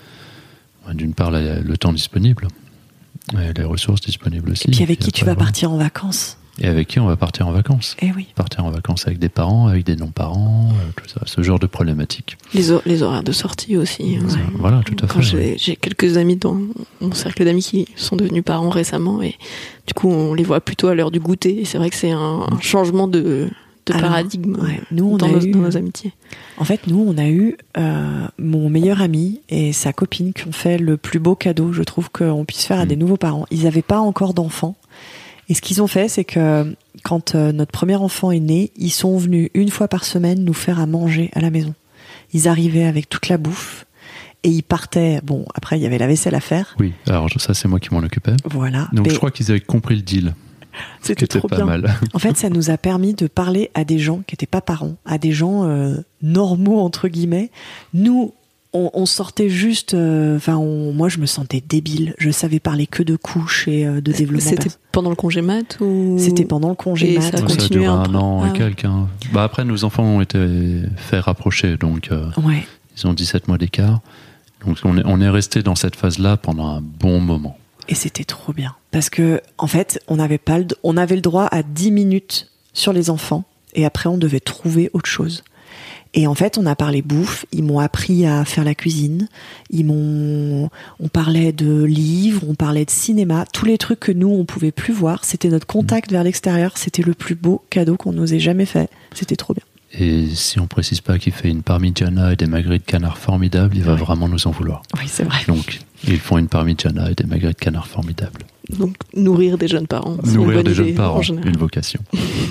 euh, d'une part, la, le temps disponible, et les ressources disponibles aussi. Et puis avec et qui après, tu vas voilà. partir en vacances. Et avec qui on va partir en vacances. Et oui. Partir en vacances avec des parents, avec des non-parents, euh, tout ça, ce genre de problématiques. Les, ho- les horaires de sortie aussi. Ouais. Ouais. Voilà, tout à Quand fait. J'ai, ouais. j'ai quelques amis dans mon cercle d'amis qui sont devenus parents récemment et du coup on les voit plutôt à l'heure du goûter. Et c'est vrai que c'est un, un changement de, de Alors, paradigme ouais, nous, on dans, a nos, eu, dans nos amitiés. En fait, nous, on a eu euh, mon meilleur ami et sa copine qui ont fait le plus beau cadeau, je trouve, qu'on puisse faire à des nouveaux parents. Ils n'avaient pas encore d'enfants. Et ce qu'ils ont fait, c'est que quand euh, notre premier enfant est né, ils sont venus une fois par semaine nous faire à manger à la maison. Ils arrivaient avec toute la bouffe et ils partaient. Bon, après, il y avait la vaisselle à faire. Oui, alors ça, c'est moi qui m'en occupais. Voilà. Donc mais je crois qu'ils avaient compris le deal. C'était trop pas bien. Mal. En fait, ça nous a permis de parler à des gens qui n'étaient pas parents, à des gens euh, normaux, entre guillemets. Nous, on, on sortait juste... Enfin, euh, moi, je me sentais débile. Je savais parler que de couches et euh, de développement. C'était personnel. pendant le congé mat ou... C'était pendant le congé et mat. ça a Ouais, continué ça a un duré un peu. an Ah, et ouais. quelques. Hein. Bah, après, nos enfants ont été fait rapprocher, donc euh, Ouais. ils ont dix-sept mois d'écart. Donc on est, on est resté dans cette phase-là pendant un bon moment. Et c'était trop bien. Parce que, en fait, on avait pas le, on avait le droit à dix minutes sur les enfants. Et après, on devait trouver autre chose. Et en fait, on a parlé bouffe. Ils m'ont appris à faire la cuisine. Ils m'ont, on parlait de livres, on parlait de cinéma. Tous les trucs que nous, on pouvait plus voir. C'était notre contact mmh. vers l'extérieur. C'était le plus beau cadeau qu'on nous ait jamais fait. C'était trop bien. Et si on précise pas qu'il fait une parmigiana et des magrets de canard formidables, il va ouais. vraiment nous en vouloir. Oui, c'est vrai. Donc, ils font une parmigiana et des magrets de canard formidables. Donc, nourrir des jeunes parents. C'est nourrir une bonne des idée, jeunes parents, une vocation.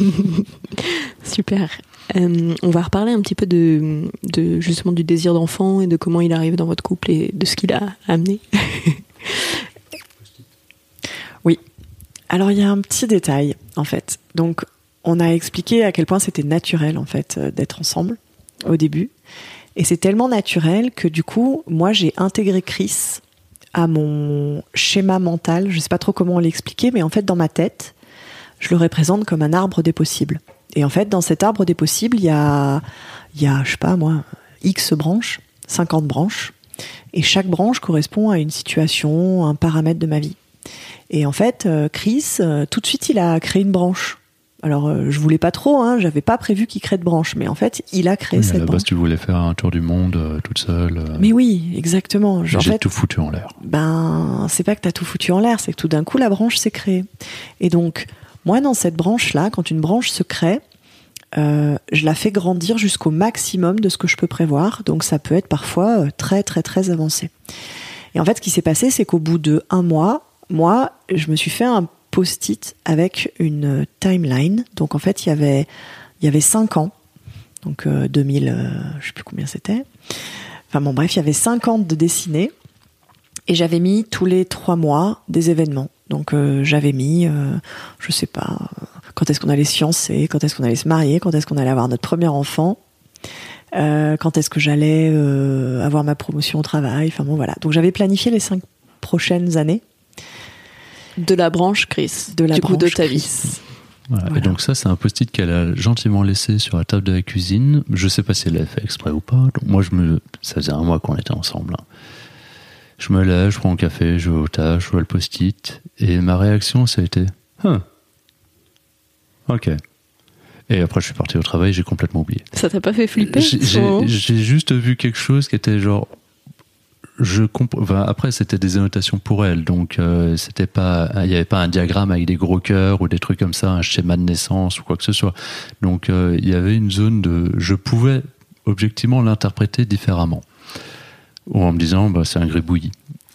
Super. Euh, on va reparler un petit peu de, de justement du désir d'enfant et de comment il arrive dans votre couple et de ce qu'il a amené. Oui. Alors, il y a un petit détail, en fait. Donc, on a expliqué à quel point c'était naturel, en fait, d'être ensemble au début. Et c'est tellement naturel que, du coup, moi, j'ai intégré Chris à mon schéma mental. Je ne sais pas trop comment on l'expliquer, mais en fait, dans ma tête, je le représente comme un arbre des possibles. Et en fait, dans cet arbre des possibles, il y a, il y a, je sais pas moi, X branches, cinquante branches. Et chaque branche correspond à une situation, un paramètre de ma vie. Et en fait, Chris, tout de suite, il a créé une branche. Alors, euh, je voulais pas trop, hein, j'avais pas prévu qu'il crée de branche, mais en fait, il a créé oui, cette à la branche. base, tu voulais faire un tour du monde euh, toute seule. Euh, mais oui, exactement. J'ai en fait, tout foutu en l'air. Ben, c'est pas que t'as tout foutu en l'air, c'est que tout d'un coup, la branche s'est créée. Et donc, moi, dans cette branche-là, quand une branche se crée, euh, je la fais grandir jusqu'au maximum de ce que je peux prévoir. Donc, ça peut être parfois euh, très, très, très avancé. Et en fait, ce qui s'est passé, c'est qu'au bout de un mois, moi, je me suis fait un post-it avec une timeline. Donc en fait, il y avait il y avait cinq ans. Donc euh, deux mille, euh, je sais plus combien c'était. Enfin bon, bref, il y avait cinq ans de dessinée. Et j'avais mis tous les trois mois des événements. Donc euh, j'avais mis, euh, je sais pas, quand est-ce qu'on allait se fiancer, quand est-ce qu'on allait se marier, quand est-ce qu'on allait avoir notre premier enfant, euh, quand est-ce que j'allais euh, avoir ma promotion au travail. Enfin bon, voilà. Donc j'avais planifié les cinq prochaines années. De la branche Chris, de la du branche coup de ta Chris. vie. Voilà. Voilà. Et donc ça, c'est un post-it qu'elle a gentiment laissé sur la table de la cuisine. Je sais pas si elle l'a fait exprès ou pas. Donc moi, je me, ça faisait un mois qu'on était ensemble. Hein. Je me lève, je prends un café, je vais au tâche, je vois le post-it, et ma réaction, ça a été, huh. Ok. Et après, je suis parti au travail, j'ai complètement oublié. Ça t'a pas fait flipper? J'ai, j'ai, j'ai juste vu quelque chose qui était genre. Je comp... enfin, après, c'était des annotations pour elle, donc euh, c'était pas, il n'y avait pas un diagramme avec des gros cœurs ou des trucs comme ça, un schéma de naissance ou quoi que ce soit. Donc, euh, il y avait une zone de, je pouvais objectivement l'interpréter différemment, ou en me disant, bah, c'est un gribouillis.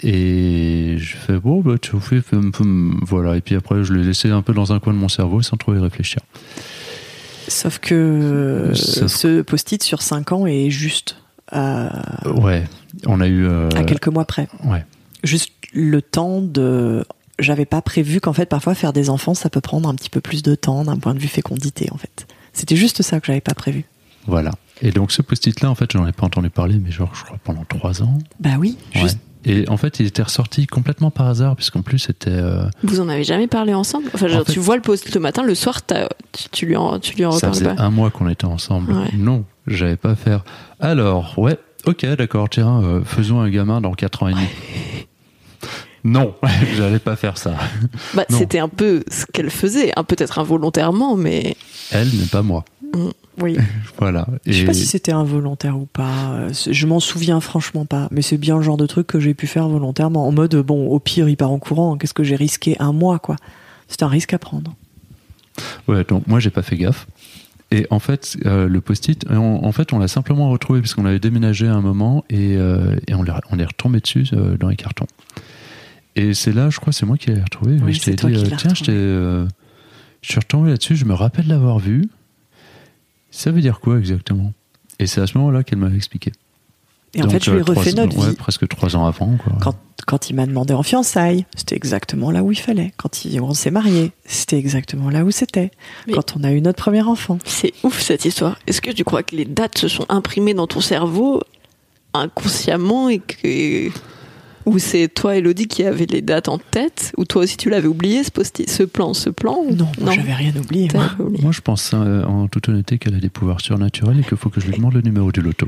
Et je fais bon, bah, tu fais, voilà. Et puis après, je l'ai laissé un peu dans un coin de mon cerveau sans trop y réfléchir. Sauf que Sauf... ce post-it sur cinq ans est juste. Euh... Ouais, on a eu. Euh... À quelques mois près. Ouais. Juste le temps de. J'avais pas prévu qu'en fait, parfois, faire des enfants, ça peut prendre un petit peu plus de temps d'un point de vue fécondité, en fait. C'était juste ça que j'avais pas prévu. Voilà. Et donc, ce post-it-là, en fait, j'en ai pas entendu parler, mais genre, je crois, pendant trois ans. Bah oui, ouais. juste. Et en fait, il était ressorti complètement par hasard, puisqu'en plus, c'était. Euh... Vous en avez jamais parlé ensemble ? Enfin, genre, en fait, tu vois le post-it le matin, le soir, tu, tu lui en, tu lui en reparles pas. Ça faisait un mois qu'on était ensemble. Ouais. Non, j'avais pas à faire. Alors, ouais, ok, d'accord, tiens, euh, faisons un gamin dans quatre ans et demi. Non, j'allais pas faire ça. Bah, c'était un peu ce qu'elle faisait, hein, peut-être involontairement, mais. Elle n'est pas moi. Mmh. Oui. Voilà. Et... Je sais pas si c'était involontaire ou pas. Je m'en souviens franchement pas. Mais c'est bien le genre de truc que j'ai pu faire volontairement. En mode, bon, au pire, il part en courant. Qu'est-ce que j'ai risqué un mois, quoi. C'est un risque à prendre. Ouais, donc moi, j'ai pas fait gaffe. Et en fait, euh, le post-it, on, en fait, on l'a simplement retrouvé parce qu'on avait déménagé à un moment et, euh, et on, on est retombé dessus euh, dans les cartons. Et c'est là, je crois, c'est moi qui l'ai retrouvé. Oui, je c'est t'ai toi dit, qui euh, l'as tiens, je, t'ai, euh, je suis retombé là-dessus, je me rappelle l'avoir vu. Ça veut dire quoi exactement ? Et c'est à ce moment-là qu'elle m'avait expliqué. Et Donc, en fait, je lui ai euh, refait trois, notre ouais, vie. Presque trois ans avant. Quoi. Quand, quand il m'a demandé en fiançailles, c'était exactement là où il fallait. Quand il, on s'est mariés, c'était exactement là où c'était. Mais quand on a eu notre premier enfant. C'est ouf cette histoire. Est-ce que tu crois que les dates se sont imprimées dans ton cerveau inconsciemment et que... Ou c'est toi, Elodie, qui avait les dates en tête ? Ou toi aussi, tu l'avais oublié, ce, post- ce plan, ce plan ou... Non, moi, non, j'avais rien oublié. Moi, moi je pense euh, en toute honnêteté qu'elle a des pouvoirs surnaturels et qu'il faut que je lui demande le numéro du loto.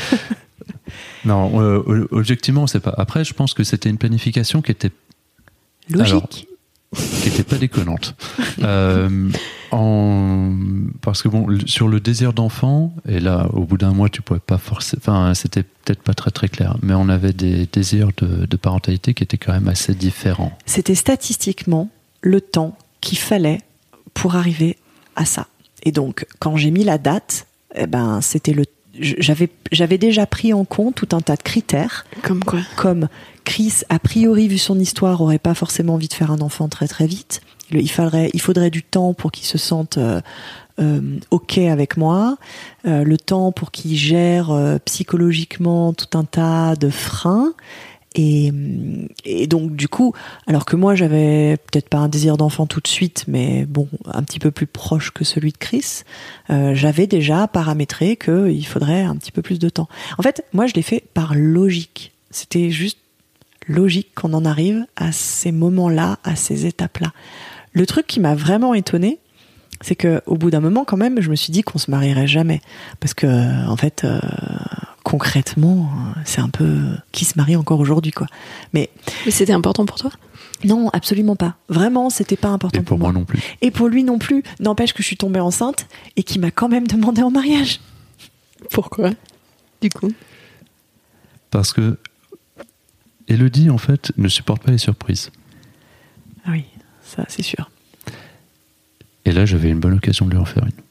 Non, euh, objectivement, c'est pas. Après, je pense que c'était une planification qui était... Logique. Alors, qui n'était pas déconnante. euh, en... Parce que bon, sur le désir d'enfant, et là, au bout d'un mois, tu pouvais pas forcer. Enfin, c'était peut-être pas très très clair, mais on avait des désirs de, de parentalité qui étaient quand même assez différents. C'était statistiquement le temps qu'il fallait pour arriver à ça. Et donc, quand j'ai mis la date, eh ben, c'était le. J'avais, j'avais déjà pris en compte tout un tas de critères. Comme quoi ? Comme Chris, a priori, vu son histoire, aurait pas forcément envie de faire un enfant très très vite. Il faudrait, il faudrait du temps pour qu'il se sente euh, euh, ok avec moi, euh, le temps pour qu'il gère euh, psychologiquement tout un tas de freins. Et, et donc du coup, alors que moi j'avais peut-être pas un désir d'enfant tout de suite, mais bon, un petit peu plus proche que celui de Chris, euh, j'avais déjà paramétré qu'il faudrait un petit peu plus de temps. En fait, moi je l'ai fait par logique. C'était juste logique qu'on en arrive à ces moments-là, à ces étapes-là. Le truc qui m'a vraiment étonnée, c'est que au bout d'un moment, quand même, je me suis dit qu'on se marierait jamais, parce que en fait, euh, concrètement, c'est un peu qui se marie encore aujourd'hui, quoi. Mais mais c'était important pour toi ? Non, absolument pas. Vraiment, c'était pas important et pour, pour moi. moi non plus. Et pour lui non plus. N'empêche que je suis tombée enceinte et qu'il m'a quand même demandé en mariage. Pourquoi ? Du coup ? Parce que Elodie, en fait, ne supporte pas les surprises. Ah oui, ça, c'est sûr. Et là, j'avais une bonne occasion de lui en faire une.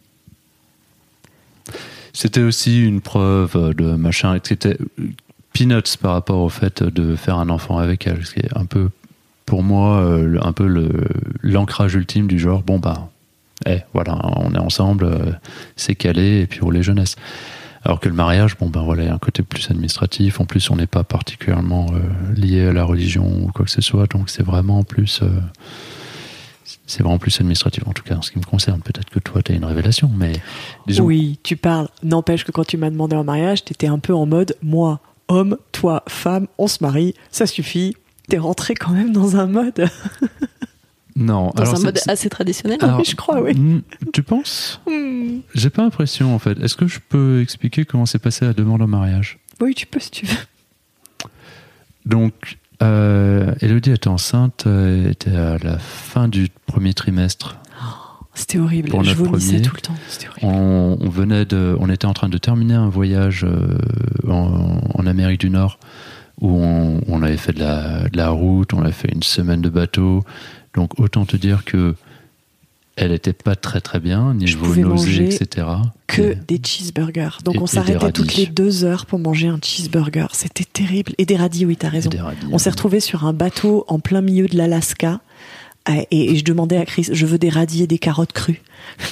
C'était aussi une preuve de machin, c'était peanuts par rapport au fait de faire un enfant avec elle, ce qui est un peu, pour moi, un peu le, l'ancrage ultime du genre, bon bah, eh, voilà, on est ensemble, c'est calé, et puis roule les jeunesses. Alors que le mariage, bon ben voilà, il y a un côté plus administratif, en plus on n'est pas particulièrement euh, lié à la religion ou quoi que ce soit, donc c'est vraiment plus... Euh, c'est vraiment plus administratif, en tout cas en ce qui me concerne. Peut-être que toi, tu as une révélation, mais disons... Oui, tu parles. N'empêche que quand tu m'as demandé en mariage, t'étais un peu en mode, moi, homme, toi, femme, on se marie, ça suffit. T'es rentré quand même dans un mode... Non. Dans alors un c'est, mode c'est... assez traditionnel. Alors, oui, je crois, oui. Tu penses mm. J'ai pas l'impression, en fait. Est-ce que je peux expliquer comment s'est passée la demande en mariage ? Oui, tu peux, si tu veux. Donc... Euh, Elodie était enceinte, euh, était à la fin du premier trimestre. Oh, c'était horrible. Je vomissais premier. tout le temps. C'était horrible. On, on venait de, on était en train de terminer un voyage euh, en, en Amérique du Nord où on, on avait fait de la, de la route, on avait fait une semaine de bateau. Donc autant te dire que elle était pas très très bien, niveau pouvais nausée, manger et cetera. Que Et- des cheeseburgers. Donc et- on et des s'arrêtait radis. toutes les deux heures pour manger un cheeseburger. C'était terrible. Et des radis, oui, t'as et raison. des radis, On s'est hein. retrouvés sur un bateau en plein milieu de l'Alaska. euh, Et, et je demandais à Chris, je veux des radis et des carottes crues.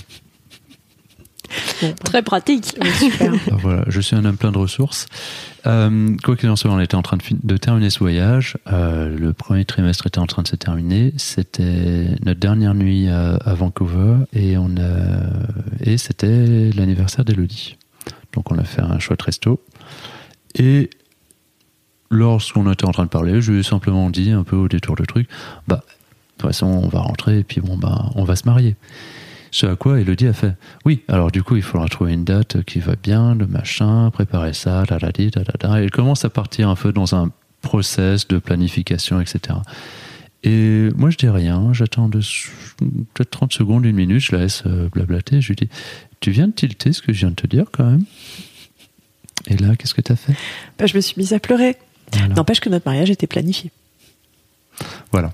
Bon, Très pratique. ouais, super. Ah, voilà, je suis un homme plein de ressources. Euh, quoi qu'il en soit, on était en train de, fin- de terminer ce voyage. Euh, le premier trimestre était en train de se terminer. C'était notre dernière nuit à, à Vancouver et, on a, et c'était l'anniversaire d'Elodie. Donc on a fait un chouette resto. Et lorsqu'on était en train de parler, je lui ai simplement dit, un peu au détour de truc, bah, de toute façon, on va rentrer et puis bon, bah, on va se marier. Ce à quoi Elodie a fait oui, alors du coup il faudra trouver une date qui va bien, le machin, préparer ça, da da da da da. Elle commence à partir un peu dans un process de planification, et cetera. Et moi je dis rien, j'attends de, peut-être trente secondes, une minute, je la laisse blablater, je lui dis tu viens de tilter ce que je viens de te dire quand même. Et là qu'est-ce que t'as fait? Bah, je me suis mise à pleurer. Voilà. N'empêche que notre mariage était planifié. Voilà.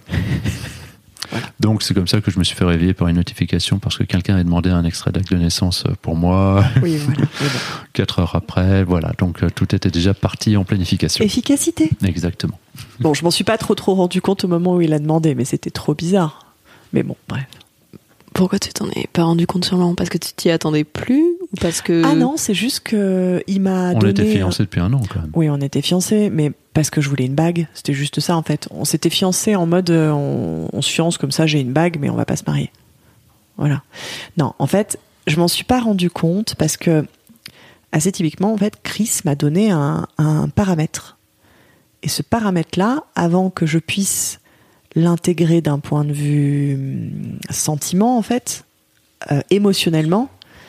Voilà. Donc c'est comme ça que je me suis fait réveiller par une notification parce que quelqu'un avait demandé un extrait d'acte de naissance pour moi. Oui, voilà. Mais bon. Quatre heures après, voilà. Donc euh, tout était déjà parti en planification. Efficacité. Exactement. Bon, je m'en suis pas trop trop rendu compte au moment où il a demandé, mais c'était trop bizarre. Mais bon, bref. Pourquoi tu t'en es pas rendu compte sur le moment? Parce que tu t'y attendais plus ou parce que... Ah non, c'est juste que il m'a On donné... était fiancés depuis un an quand même. Oui, on était fiancés, mais parce que je voulais une bague. C'était juste ça, en fait. On s'était fiancés en mode, euh, on, on se fiance comme ça, j'ai une bague, mais on va pas se marier. Voilà. Non, en fait, je m'en suis pas rendu compte parce que, assez typiquement, en fait, Chris m'a donné un, un paramètre. Et ce paramètre-là, avant que je puisse l'intégrer d'un point de vue hum, sentiment, en fait, euh, émotionnellement,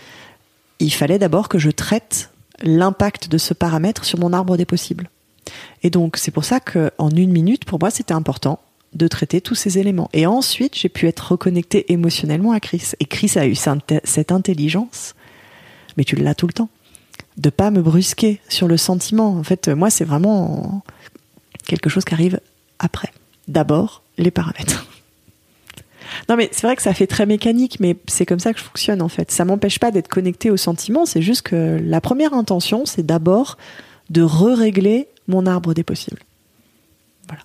il fallait d'abord que je traite l'impact de ce paramètre sur mon arbre des possibles. Et donc, c'est pour ça qu'en une minute, pour moi, c'était important de traiter tous ces éléments. Et ensuite, j'ai pu être reconnectée émotionnellement à Chris. Et Chris a eu cette intelligence, mais tu l'as tout le temps, de pas me brusquer sur le sentiment. En fait, moi, c'est vraiment quelque chose qui arrive après. D'abord, les paramètres. Non, mais c'est vrai que ça fait très mécanique, mais c'est comme ça que je fonctionne, en fait. Ça m'empêche pas d'être connectée au sentiment, c'est juste que la première intention, c'est d'abord de re-régler mon arbre des possibles. Voilà.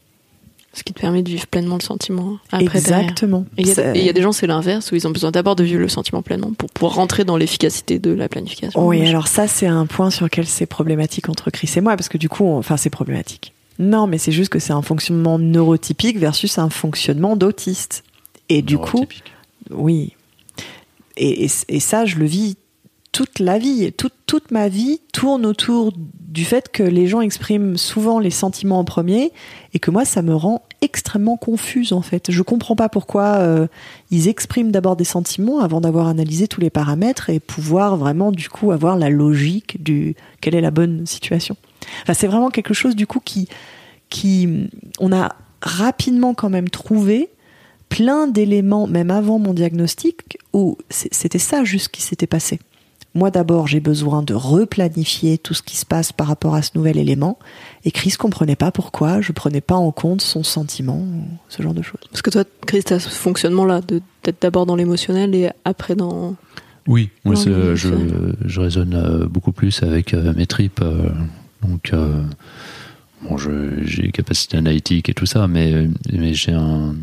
Ce qui te permet de vivre pleinement le sentiment après. Exactement. Et il y a des gens, c'est l'inverse, où ils ont besoin d'abord de vivre le sentiment pleinement pour pouvoir rentrer dans l'efficacité de la planification. Oui, alors ça, c'est un point sur lequel c'est problématique entre Chris et moi, parce que du coup, on... enfin, c'est problématique. Non, mais c'est juste que c'est un fonctionnement neurotypique versus un fonctionnement d'autiste. Et du coup, oui. Et, et, et ça, je le vis toute la vie. Toute, toute ma vie tourne autour du fait que les gens expriment souvent les sentiments en premier et que moi, ça me rend extrêmement confuse, en fait. Je comprends pas pourquoi euh, ils expriment d'abord des sentiments avant d'avoir analysé tous les paramètres et pouvoir vraiment, du coup, avoir la logique du quelle est la bonne situation. Enfin, c'est vraiment quelque chose, du coup, qui, qui, on a rapidement quand même trouvé plein d'éléments, même avant mon diagnostic, où c'était ça juste qui s'était passé. Moi, d'abord, j'ai besoin de replanifier tout ce qui se passe par rapport à ce nouvel élément. Et Chris comprenait pas pourquoi je prenais pas en compte son sentiment, ce genre de choses. Parce que toi, Chris, tu as ce fonctionnement-là, de, d'être d'abord dans l'émotionnel et après dans... Oui, moi, dans c'est, je, je raisonne beaucoup plus avec euh, mes tripes. Euh, donc, euh, bon, je, j'ai une capacité analytique et tout ça, mais, mais j'ai un...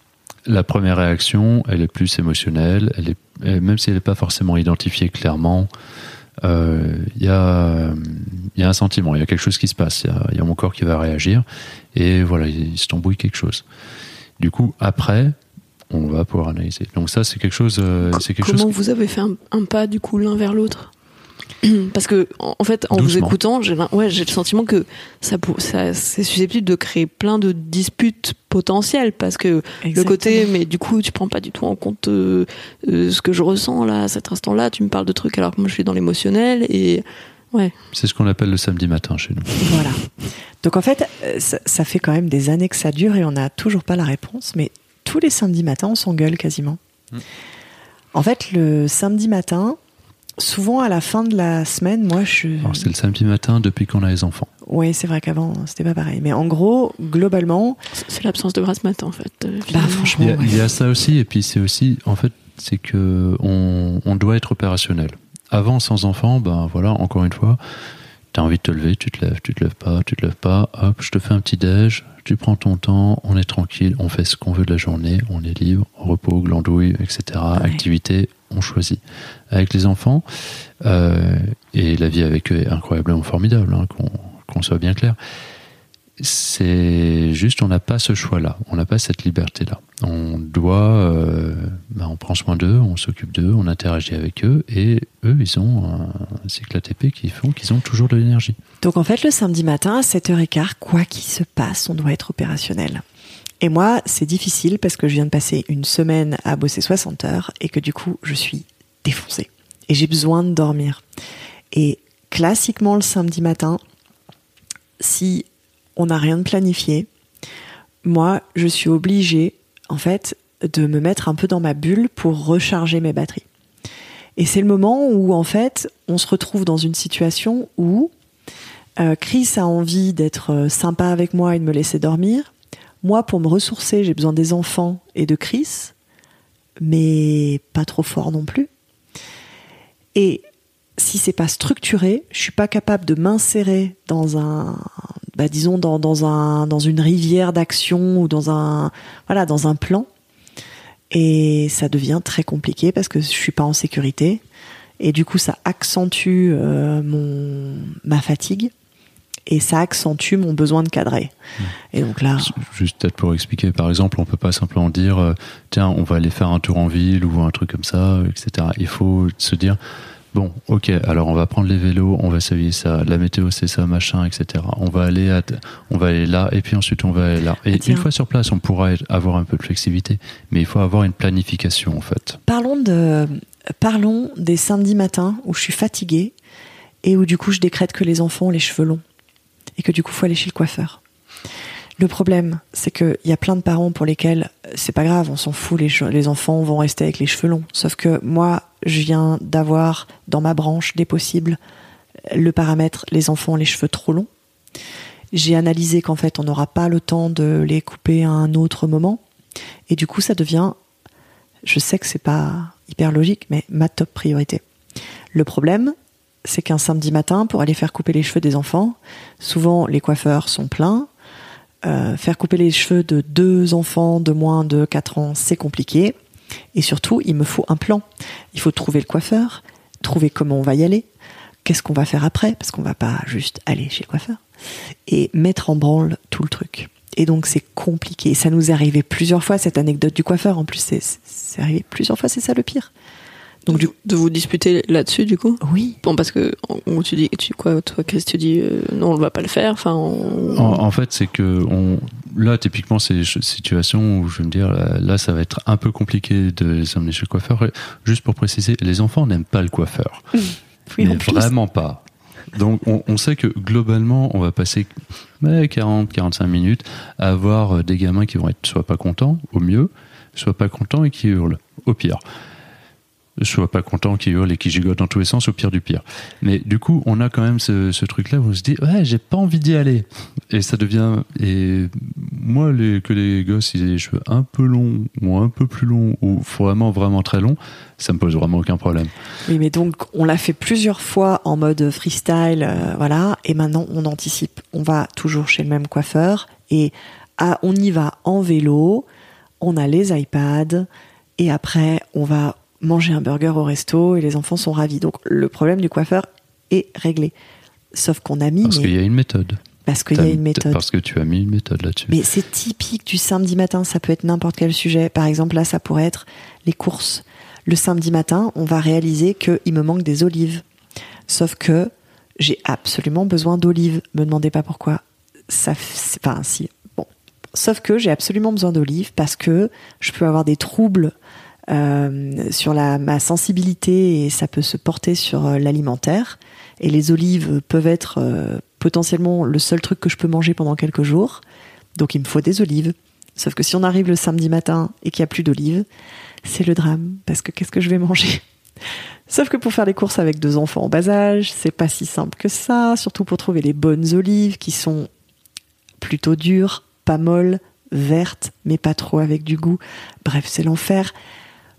La première réaction, elle est plus émotionnelle, elle est, même si elle n'est pas forcément identifiée clairement, il euh, y, y a un sentiment, il y a quelque chose qui se passe, il y, y a mon corps qui va réagir, et voilà, il, il se tambouille quelque chose. Du coup, après, on va pouvoir analyser. Donc ça, c'est quelque chose... Euh, c'est quelque Comment chose vous avez fait un, un pas, du coup, l'un vers l'autre ? Parce que, en fait, en Doucement. vous écoutant, j'ai, ouais, j'ai le sentiment que ça, ça, c'est susceptible de créer plein de disputes potentielles. Parce que Exactement. le côté, mais du coup, tu prends pas du tout en compte euh, euh, ce que je ressens là, à cet instant-là. Tu me parles de trucs alors que moi je suis dans l'émotionnel. Et ouais. C'est ce qu'on appelle le samedi matin chez nous. Voilà. Donc en fait, ça, ça fait quand même des années que ça dure et on n'a toujours pas la réponse. Mais tous les samedis matins, on s'engueule quasiment. Mmh. En fait, le samedi matin... Souvent, à la fin de la semaine, moi, je... Alors, c'est le samedi matin depuis qu'on a les enfants. Oui, c'est vrai qu'avant, c'était pas pareil. Mais en gros, globalement... C'est l'absence de grasse mat, en fait. Bah, franchement, il y, a, ouais. il y a ça aussi, et puis c'est aussi, en fait, c'est que on, on doit être opérationnel. Avant, sans enfant, ben voilà, encore une fois, t'as envie de te lever, tu te lèves, tu te lèves pas, tu te lèves pas, hop, je te fais un petit déj, tu prends ton temps, on est tranquille, on fait ce qu'on veut de la journée, on est libre, repos, glandouille, et cetera. Ouais. Activité, on choisit. Avec les enfants, euh, et la vie avec eux est incroyablement formidable, hein, qu'on, qu'on soit bien clair. C'est juste, on n'a pas ce choix-là, on n'a pas cette liberté-là. On doit, euh, ben on prend soin d'eux, on s'occupe d'eux, on interagit avec eux, et eux, ils ont un cycle A T P qui font qu'ils ont toujours de l'énergie. Donc en fait, le samedi matin, à sept heures quinze, quoi qu'il se passe, on doit être opérationnel. Et moi, c'est difficile parce que je viens de passer une semaine à bosser soixante heures, et que du coup, je suis défoncée. Et j'ai besoin de dormir. Et classiquement, le samedi matin, si on n'a rien de planifié, moi, je suis obligée, en fait, de me mettre un peu dans ma bulle pour recharger mes batteries. Et c'est le moment où, en fait, on se retrouve dans une situation où euh, Chris a envie d'être sympa avec moi et de me laisser dormir. Moi, pour me ressourcer, j'ai besoin des enfants et de Chris, mais pas trop fort non plus. Et si c'est pas structuré, je suis pas capable de m'insérer dans un, bah disons dans dans un dans une rivière d'action ou dans un voilà dans un plan. Et ça devient très compliqué parce que je suis pas en sécurité. Et du coup, ça accentue euh, mon ma fatigue et ça accentue mon besoin de cadrer. Mmh. Et donc là, juste peut-être pour expliquer, par exemple, on peut pas simplement dire euh, tiens, on va aller faire un tour en ville ou un truc comme ça, et cetera. Il faut se dire bon, ok, alors on va prendre les vélos, on va s'habiller ça, la météo c'est ça, machin, et cetera. On va aller, à, on va aller là, et puis ensuite on va aller là. Et Tiens. Une fois sur place, on pourra avoir un peu de flexibilité, mais il faut avoir une planification en fait. Parlons de, parlons des samedis matins où je suis fatiguée et où du coup je décrète que les enfants ont les cheveux longs et que du coup il faut aller chez le coiffeur. Le problème, c'est qu'il y a plein de parents pour lesquels c'est pas grave, on s'en fout, les, che- les enfants vont rester avec les cheveux longs. Sauf que moi, je viens d'avoir dans ma branche des possibles le paramètre les enfants ont les cheveux trop longs. J'ai analysé qu'en fait, on n'aura pas le temps de les couper à un autre moment. Et du coup, ça devient, je sais que c'est pas hyper logique, mais ma top priorité. Le problème, c'est qu'un samedi matin, pour aller faire couper les cheveux des enfants, souvent les coiffeurs sont pleins. Euh, faire couper les cheveux de deux enfants de moins de quatre ans, c'est compliqué. Et surtout, il me faut un plan. Il faut trouver le coiffeur, trouver comment on va y aller, qu'est-ce qu'on va faire après, parce qu'on va pas juste aller chez le coiffeur, et mettre en branle tout le truc. Et donc, c'est compliqué. Ça nous est arrivé plusieurs fois, cette anecdote du coiffeur. En plus, c'est, c'est arrivé plusieurs fois, c'est ça le pire. Donc, du... de vous disputer là-dessus, du coup? Oui. Bon, parce que, on, tu dis, tu, quoi, toi, Chris, tu dis, euh, non, on ne va pas le faire, enfin, on... en, en fait, c'est que, on, là, typiquement, c'est des situations où, je veux me dire, là, là, ça va être un peu compliqué de les emmener chez le coiffeur. Juste pour préciser, les enfants n'aiment pas le coiffeur. Oui, mais vraiment pas. Donc, on, on sait que, globalement, on va passer ouais, quarante à quarante-cinq minutes à avoir des gamins qui vont être soit pas contents, au mieux, soit pas contents et qui hurlent, au pire. Je sois pas content, qui hurle et qui gigote dans tous les sens, au pire du pire. Mais du coup, on a quand même ce, ce truc-là où on se dit, ouais, j'ai pas envie d'y aller. Et ça devient, et moi, les, que les gosses, ils aient les cheveux un peu longs, ou un peu plus longs, ou vraiment, vraiment très longs, ça me pose vraiment aucun problème. Oui, mais donc, on l'a fait plusieurs fois en mode freestyle, euh, voilà, et maintenant, on anticipe. On va toujours chez le même coiffeur, et ah, on y va en vélo, on a les iPads, et après, on va manger un burger au resto et les enfants sont ravis. Donc le problème du coiffeur est réglé. Sauf qu'on a mis... Parce mais... qu'il y a une méthode. Parce qu'il y a une méthode. Parce que tu as mis une méthode là-dessus. Mais c'est typique du samedi matin, ça peut être n'importe quel sujet. Par exemple, là, ça pourrait être les courses. Le samedi matin, on va réaliser qu'il me manque des olives. Sauf que j'ai absolument besoin d'olives. Me demandez pas pourquoi. Ça, c'est, enfin, si. Bon. Sauf que j'ai absolument besoin d'olives parce que je peux avoir des troubles Euh, sur la, ma sensibilité et ça peut se porter sur euh, l'alimentaire et les olives peuvent être euh, potentiellement le seul truc que je peux manger pendant quelques jours, donc il me faut des olives. Sauf que si on arrive le samedi matin et qu'il n'y a plus d'olives, c'est le drame, parce que qu'est-ce que je vais manger? Sauf que pour faire les courses avec deux enfants en bas âge, c'est pas si simple que ça, surtout pour trouver les bonnes olives qui sont plutôt dures, pas molles, vertes, mais pas trop avec du goût. Bref, c'est l'enfer.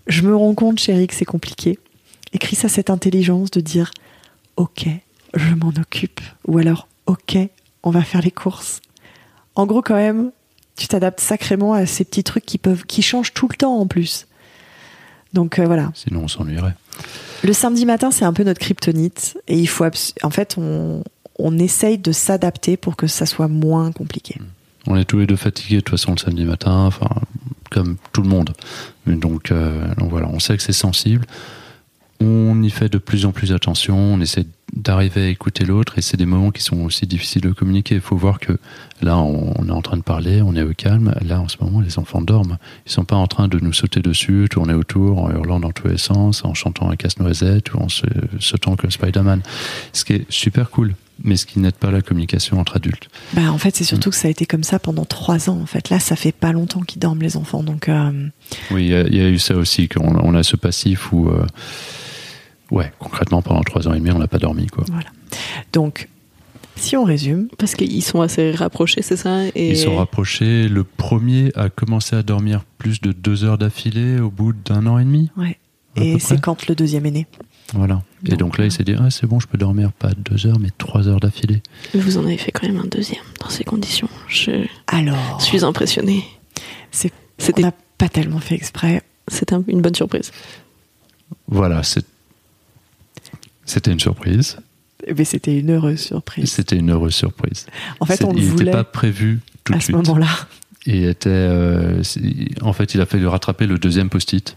je me rends compte, chérie, que c'est compliqué. Et Chris a cette intelligence de dire « Ok, je m'en occupe ». Ou alors « Ok, on va faire les courses ». En gros, quand même, tu t'adaptes sacrément à ces petits trucs qui peuvent, qui changent tout le temps en plus. Donc euh, voilà. Sinon, on s'ennuierait. Le samedi matin, c'est un peu notre kryptonite. Et il faut, abs- en fait, on, on essaye de s'adapter pour que ça soit moins compliqué. On est tous les deux fatigués de toute façon le samedi matin, enfin, comme tout le monde. Mais donc, euh, donc voilà, on sait que c'est sensible. On y fait de plus en plus attention, on essaie d'arriver à écouter l'autre et c'est des moments qui sont aussi difficiles de communiquer. Il faut voir que là, on est en train de parler, on est au calme. Là, en ce moment, les enfants dorment. Ils sont pas en train de nous sauter dessus, tourner autour, en hurlant dans tous les sens, en chantant un casse-noisette ou en se, sautant comme Spider-Man. Ce qui est super cool, mais ce qui n'aide pas la communication entre adultes. Bah, en fait, c'est surtout mmh. que ça a été comme ça pendant trois ans. En fait, là, ça fait pas longtemps qu'ils dorment, les enfants. Donc, euh... oui, il y, y a eu ça aussi, qu'on on a ce passif où... Euh, Ouais, concrètement, pendant trois ans et demi, on n'a pas dormi, quoi. Voilà. Donc, si on résume... Parce qu'ils sont assez rapprochés, c'est ça et... Ils sont rapprochés. Le premier a commencé à dormir plus de deux heures d'affilée au bout d'un an et demi. Ouais. Et c'est quand le deuxième est né. Voilà. Et donc, donc là, il s'est dit, ah, c'est bon, je peux dormir pas deux heures, mais trois heures d'affilée. Vous en avez fait quand même un deuxième dans ces conditions. Je Alors, suis impressionnée. C'est... C'était... On n'a pas tellement fait exprès. C'était une bonne surprise. Voilà, c'est C'était une surprise. Mais c'était une heureuse surprise. C'était une heureuse surprise. En fait, c'est, on le il voulait. Il n'était pas prévu tout de à suite. À ce moment-là. Il était, euh, en fait, il a fallu rattraper le deuxième post-it.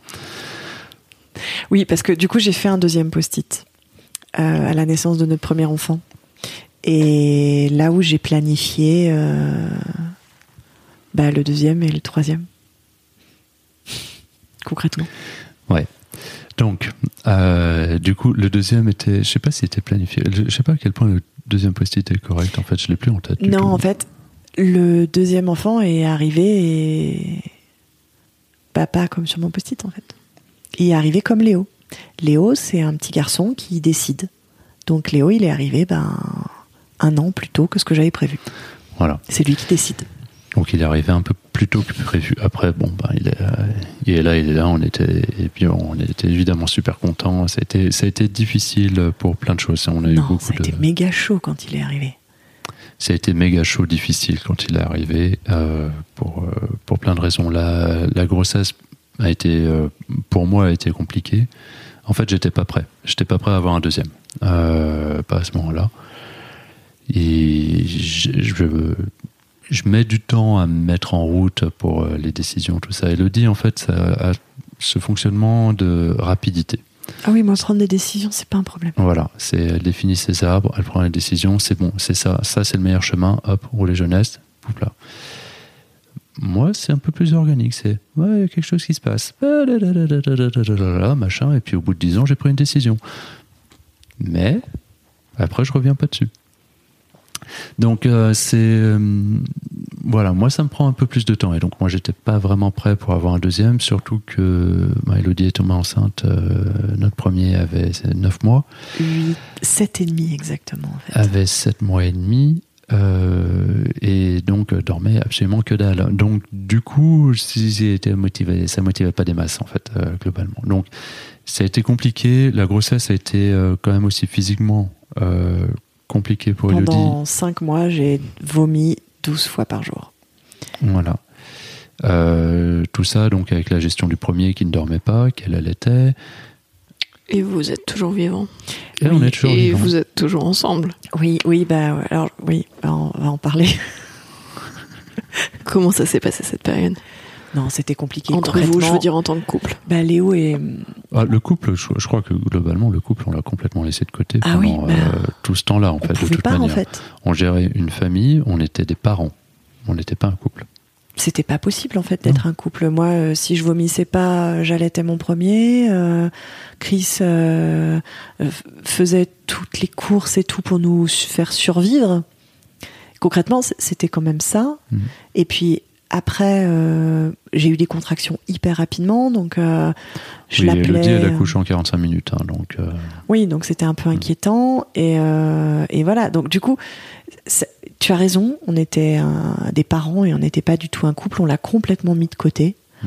Oui, parce que du coup, j'ai fait un deuxième post-it euh, à la naissance de notre premier enfant. Et là où j'ai planifié euh, bah, le deuxième et le troisième. Concrètement. Ouais. Donc, euh, du coup, le deuxième était, je sais pas s'il était planifié. Je sais pas à quel point le deuxième post-it est correct. En fait, je l'ai plus en tête. Non, tout. en fait, le deuxième enfant est arrivé et bah, pas comme sur mon post-it en fait. Il est arrivé comme Léo. Léo, c'est un petit garçon qui décide. Donc Léo, il est arrivé ben un an plus tôt que ce que j'avais prévu. Voilà. C'est lui qui décide. Donc il est arrivé un peu plus tôt que prévu. Après, bon, ben, il, est, il est là, il est là. On était, et puis on était évidemment super contents. Ça a été, ça a été difficile pour plein de choses. On a non, eu beaucoup ça a de... été méga chaud quand il est arrivé. Ça a été méga chaud, difficile quand il est arrivé, euh, pour, euh, pour plein de raisons. La, la grossesse a été, euh, pour moi, a été compliquée. En fait, j'étais pas prêt. J'étais pas prêt à avoir un deuxième. Euh, pas à ce moment-là. Et je, je, je mets du temps à me mettre en route pour les décisions, tout ça. Elodie, en fait, ça a ce fonctionnement de rapidité. Ah oui, moi, prendre des décisions, c'est pas un problème. Voilà, c'est, elle définit ses arbres, elle prend les décisions, c'est bon, c'est ça, ça c'est le meilleur chemin, hop, rouler jeunesse, poup là. Moi, c'est un peu plus organique, c'est, ouais, il y a quelque chose qui se passe, machin, et puis au bout de dix ans, j'ai pris une décision. Mais, après, je reviens pas dessus. Donc, euh, c'est... Euh, voilà, moi, ça me prend un peu plus de temps. Et donc, moi, j'étais pas vraiment prêt pour avoir un deuxième, surtout que bah, Elodie est tombée enceinte. Euh, notre premier avait neuf mois. huit, sept et demi exactement, en fait. Avait sept mois et demi. Euh, et donc, euh, dormait absolument que dalle. Donc, du coup, si j'ai été motivé, ça motivait pas des masses, en fait, euh, globalement. Donc, ça a été compliqué. La grossesse a été euh, quand même aussi physiquement euh, compliquée pour Elodie. Pendant cinq mois, j'ai vomi douze fois par jour. Voilà. Euh, tout ça, donc, avec la gestion du premier qui ne dormait pas, qu'elle allaitait. Et vous êtes toujours vivants. Et oui, on est toujours et vivants. vous êtes toujours ensemble. Oui, oui, bah, alors, oui, bah, on va en parler. Comment ça s'est passé cette période ? Non, c'était compliqué. Entre vous, je veux dire en tant que couple. Bah, Léo et... Ah, le couple, je, je crois que globalement, le couple, on l'a complètement laissé de côté ah pendant oui, bah, euh, tout ce temps-là, en fait, de toute pas, manière. En fait. On gérait une famille, on était des parents. On n'était pas un couple. C'était pas possible, en fait, d'être non. un couple. Moi, euh, si je vomissais pas, j'allaitais mon premier. Euh, Chris euh, faisait toutes les courses et tout pour nous faire survivre. Concrètement, c'était quand même ça. Mmh. Et puis, après, euh, j'ai eu des contractions hyper rapidement, donc euh, je oui, l'appelais... Elodie, elle a couché en quarante-cinq minutes, hein, donc... Euh... Oui, donc c'était un peu inquiétant, et, euh, et voilà. Donc du coup, tu as raison, on était un, des parents et on n'était pas du tout un couple, on l'a complètement mis de côté. Mm.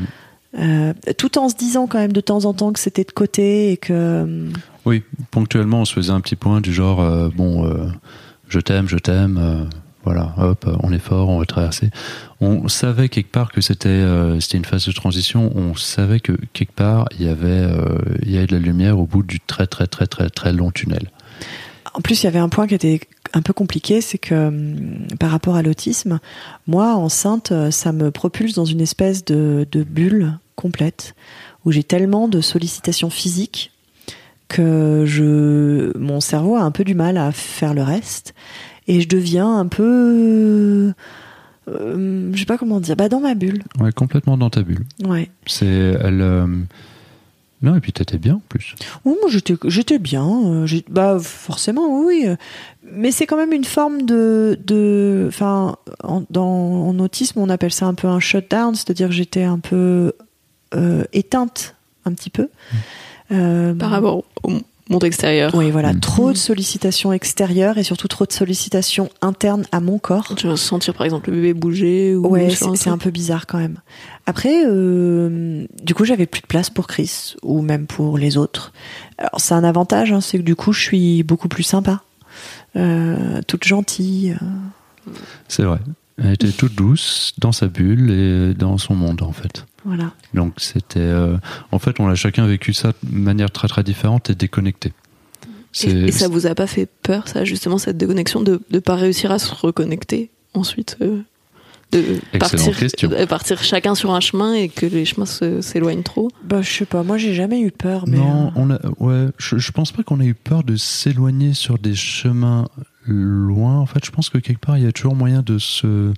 Euh, tout en se disant quand même de temps en temps que c'était de côté et que... Oui, ponctuellement, on se faisait un petit point du genre, euh, bon, euh, je t'aime, je t'aime, euh, voilà, hop, on est fort, on va traverser. On savait quelque part que c'était, euh, c'était une phase de transition, on savait que quelque part, il y avait, euh, il y avait de la lumière au bout du très très très très très long tunnel. En plus, il y avait un point qui était un peu compliqué, c'est que hum, par rapport à l'autisme, moi, enceinte, ça me propulse dans une espèce de, de bulle complète, où j'ai tellement de sollicitations physiques que je, mon cerveau a un peu du mal à faire le reste, et je deviens un peu... Euh, je sais pas comment dire, bah dans ma bulle. Ouais, complètement dans ta bulle. Ouais. C'est, elle... Euh... Non, et puis t'étais bien en plus. Oui, moi j'étais, j'étais bien. Euh, j'ai, bah forcément, oui. Mais c'est quand même une forme de, de, enfin, en, dans, en autisme, on appelle ça un peu un shutdown, c'est-à-dire que j'étais un peu euh, éteinte, un petit peu. Mmh. Euh, Par rapport au monde extérieur. Oui, voilà, Mmh. trop de sollicitations extérieures et surtout trop de sollicitations internes à mon corps. Tu vas sentir par exemple le bébé bouger ou Ouais, c'est, c'est un peu bizarre quand même. Après, euh, du coup, j'avais plus de place pour Chris ou même pour les autres. Alors, c'est un avantage, hein, c'est que du coup, je suis beaucoup plus sympa, euh, toute gentille. Euh. C'est vrai. Elle était toute douce dans sa bulle et dans son monde en fait. Voilà. Donc c'était, euh, en fait, on a chacun vécu ça de manière très très différente et déconnectée. C'est... Et, et ça vous a pas fait peur, ça, justement, cette déconnexion de ne pas réussir à se reconnecter ensuite, euh, de partir, de partir chacun sur un chemin et que les chemins se, s'éloignent trop? Bah, je sais pas, moi j'ai jamais eu peur. Mais non, euh... on a, ouais, je, je pense pas qu'on ait eu peur de s'éloigner sur des chemins loin. En fait, je pense que quelque part il y a toujours moyen de se.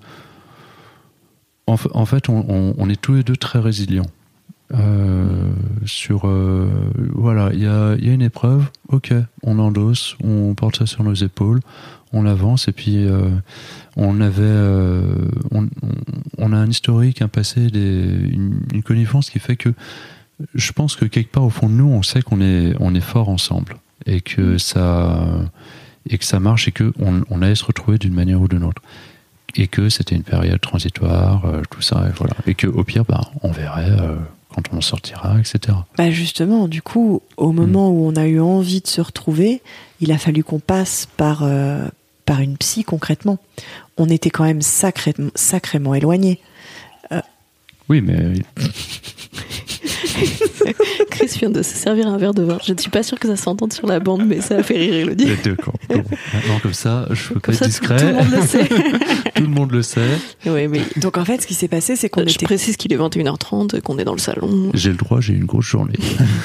En, en fait, on, on, on est tous les deux très résilients. Euh, sur euh, voilà, il y a, y a une épreuve, ok, on endosse, on porte ça sur nos épaules, on avance et puis euh, on avait, euh, on, on a un historique, un passé, des, une, une connivence qui fait que je pense que quelque part au fond de nous, on sait qu'on est, on est fort ensemble et que ça, et que ça marche et que on, on allait se retrouver d'une manière ou d'une autre. Et que c'était une période transitoire, euh, tout ça, et voilà. Et qu'au pire, bah, on verrait euh, quand on sortira, et cetera. Bah justement, du coup, au moment mmh. où on a eu envie de se retrouver, il a fallu qu'on passe par, euh, par une psy concrètement. On était quand même sacré, sacrément éloignés. Euh... Oui, mais... Chris vient de se servir un verre de vin. Je ne suis pas sûre que ça s'entende sur la bande, mais ça a fait rire Elodie. D'accord. Bon. Maintenant, comme ça, je peux comme pas ça, être discret. Tout, tout le monde le sait. Tout le monde le sait. Oui, mais... Donc en fait, ce qui s'est passé, c'est qu'on je était... précise qu'il est vingt et une heures trente, qu'on est dans le salon. J'ai le droit, j'ai une grosse journée.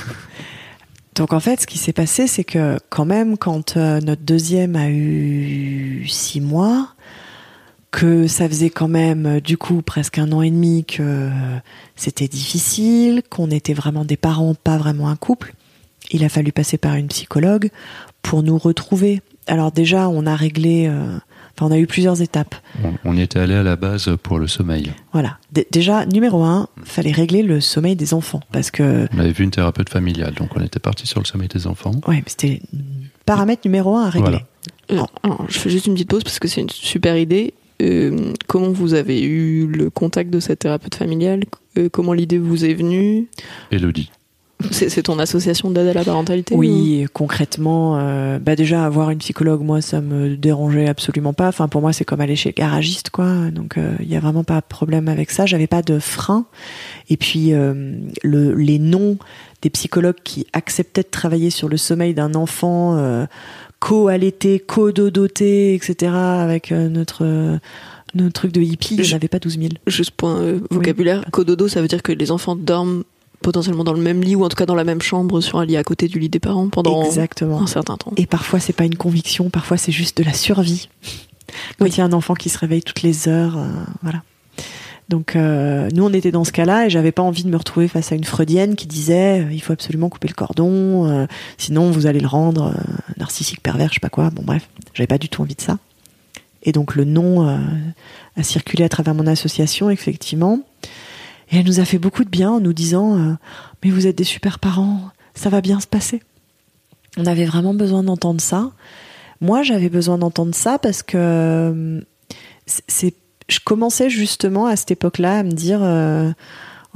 Donc en fait, ce qui s'est passé, c'est que quand même, quand euh, notre deuxième a eu six mois, que ça faisait quand même du coup presque un an et demi que c'était difficile, qu'on était vraiment des parents, pas vraiment un couple, il a fallu passer par une psychologue pour nous retrouver. Alors déjà, on a réglé... Euh, enfin, on a eu plusieurs étapes. On, on y était allé à la base pour le sommeil. Voilà. D- déjà, numéro un, fallait régler le sommeil des enfants, parce que... On avait vu une thérapeute familiale, donc on était parti sur le sommeil des enfants. Ouais, mais c'était paramètre numéro un à régler. Voilà. Euh, alors, je fais juste une petite pause parce que c'est une super idée. Euh, comment vous avez eu le contact de cette thérapeute familiale? euh, Comment l'idée vous est venue? Élodie. C'est, c'est ton association d'aide à la parentalité? Oui, ou... concrètement, euh, bah déjà avoir une psychologue, moi ça me dérangeait absolument pas. Enfin pour moi c'est comme aller chez le garagiste quoi. Donc il euh, y a vraiment pas de problème avec ça. J'avais pas de frein. Et puis euh, le, les noms des psychologues qui acceptaient de travailler sur le sommeil d'un enfant euh, co-allaité, co-dodoté, et cetera avec euh, notre euh, notre truc de hippie, il n'y en avait pas douze mille. Juste point euh, vocabulaire. Oui. Cododo, ça veut dire que les enfants dorment potentiellement dans le même lit ou en tout cas dans la même chambre sur un lit à côté du lit des parents pendant Exactement. un certain temps. Et parfois c'est pas une conviction, parfois c'est juste de la survie. Quand oui. il y a un enfant qui se réveille toutes les heures, euh, voilà. Donc euh, nous on était dans ce cas-là et j'avais pas envie de me retrouver face à une freudienne qui disait euh, il faut absolument couper le cordon, euh, sinon vous allez le rendre euh, narcissique, pervers, je sais pas quoi. Bon bref, j'avais pas du tout envie de ça. Et donc le nom euh, a circulé à travers mon association effectivement. Et elle nous a fait beaucoup de bien en nous disant euh, « Mais vous êtes des super parents, ça va bien se passer. » On avait vraiment besoin d'entendre ça. Moi, j'avais besoin d'entendre ça parce que euh, c'est, je commençais justement à cette époque-là à me dire euh, «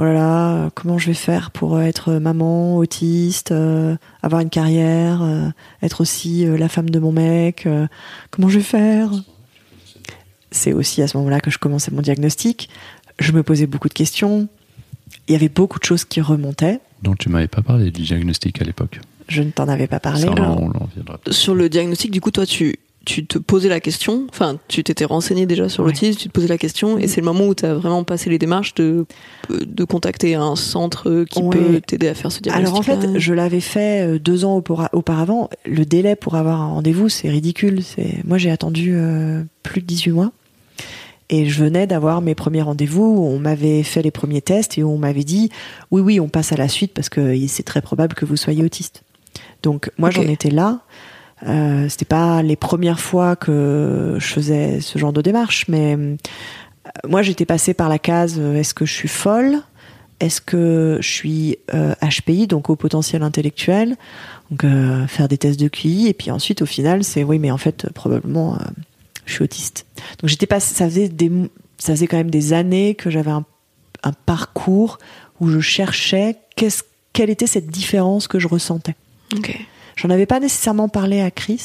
oh là là, comment je vais faire pour être maman, autiste, euh, avoir une carrière, euh, être aussi euh, la femme de mon mec, euh, comment je vais faire ? C'est aussi à ce moment-là que je commençais mon diagnostic. Je me posais beaucoup de questions. Il y avait beaucoup de choses qui remontaient. Donc tu m'avais pas parlé du diagnostic à l'époque. Je ne t'en avais pas parlé. Ça, Alors, on, on viendra. Sur le diagnostic, du coup, toi, tu, tu te posais la question, enfin, tu t'étais renseigné déjà sur Ouais. l'autisme, tu te posais la question, et c'est le moment où tu as vraiment passé les démarches de, de contacter un centre qui Ouais. peut t'aider à faire ce diagnostic. Alors en fait, je l'avais fait deux ans aupara- auparavant. Le délai pour avoir un rendez-vous, c'est ridicule. C'est... Moi, j'ai attendu euh, plus de dix-huit mois. Et je venais d'avoir mes premiers rendez-vous où on m'avait fait les premiers tests et où on m'avait dit « Oui, oui, on passe à la suite parce que c'est très probable que vous soyez autiste. » Donc moi, Ok. j'en étais là. Euh, c'était pas les premières fois que je faisais ce genre de démarche, mais euh, moi, j'étais passée par la case euh, « Est-ce que je suis folle ? Est-ce que je suis euh, H P I, donc au potentiel intellectuel ?» Donc euh, faire des tests de Q I. Et puis ensuite, au final, c'est « Oui, mais en fait, euh, probablement... Euh, je suis autiste. » Donc j'étais pas, ça faisait des, ça faisait quand même des années que j'avais un, un parcours où je cherchais qu'est-ce, quelle était cette différence que je ressentais. Ok. J'en avais pas nécessairement parlé à Chris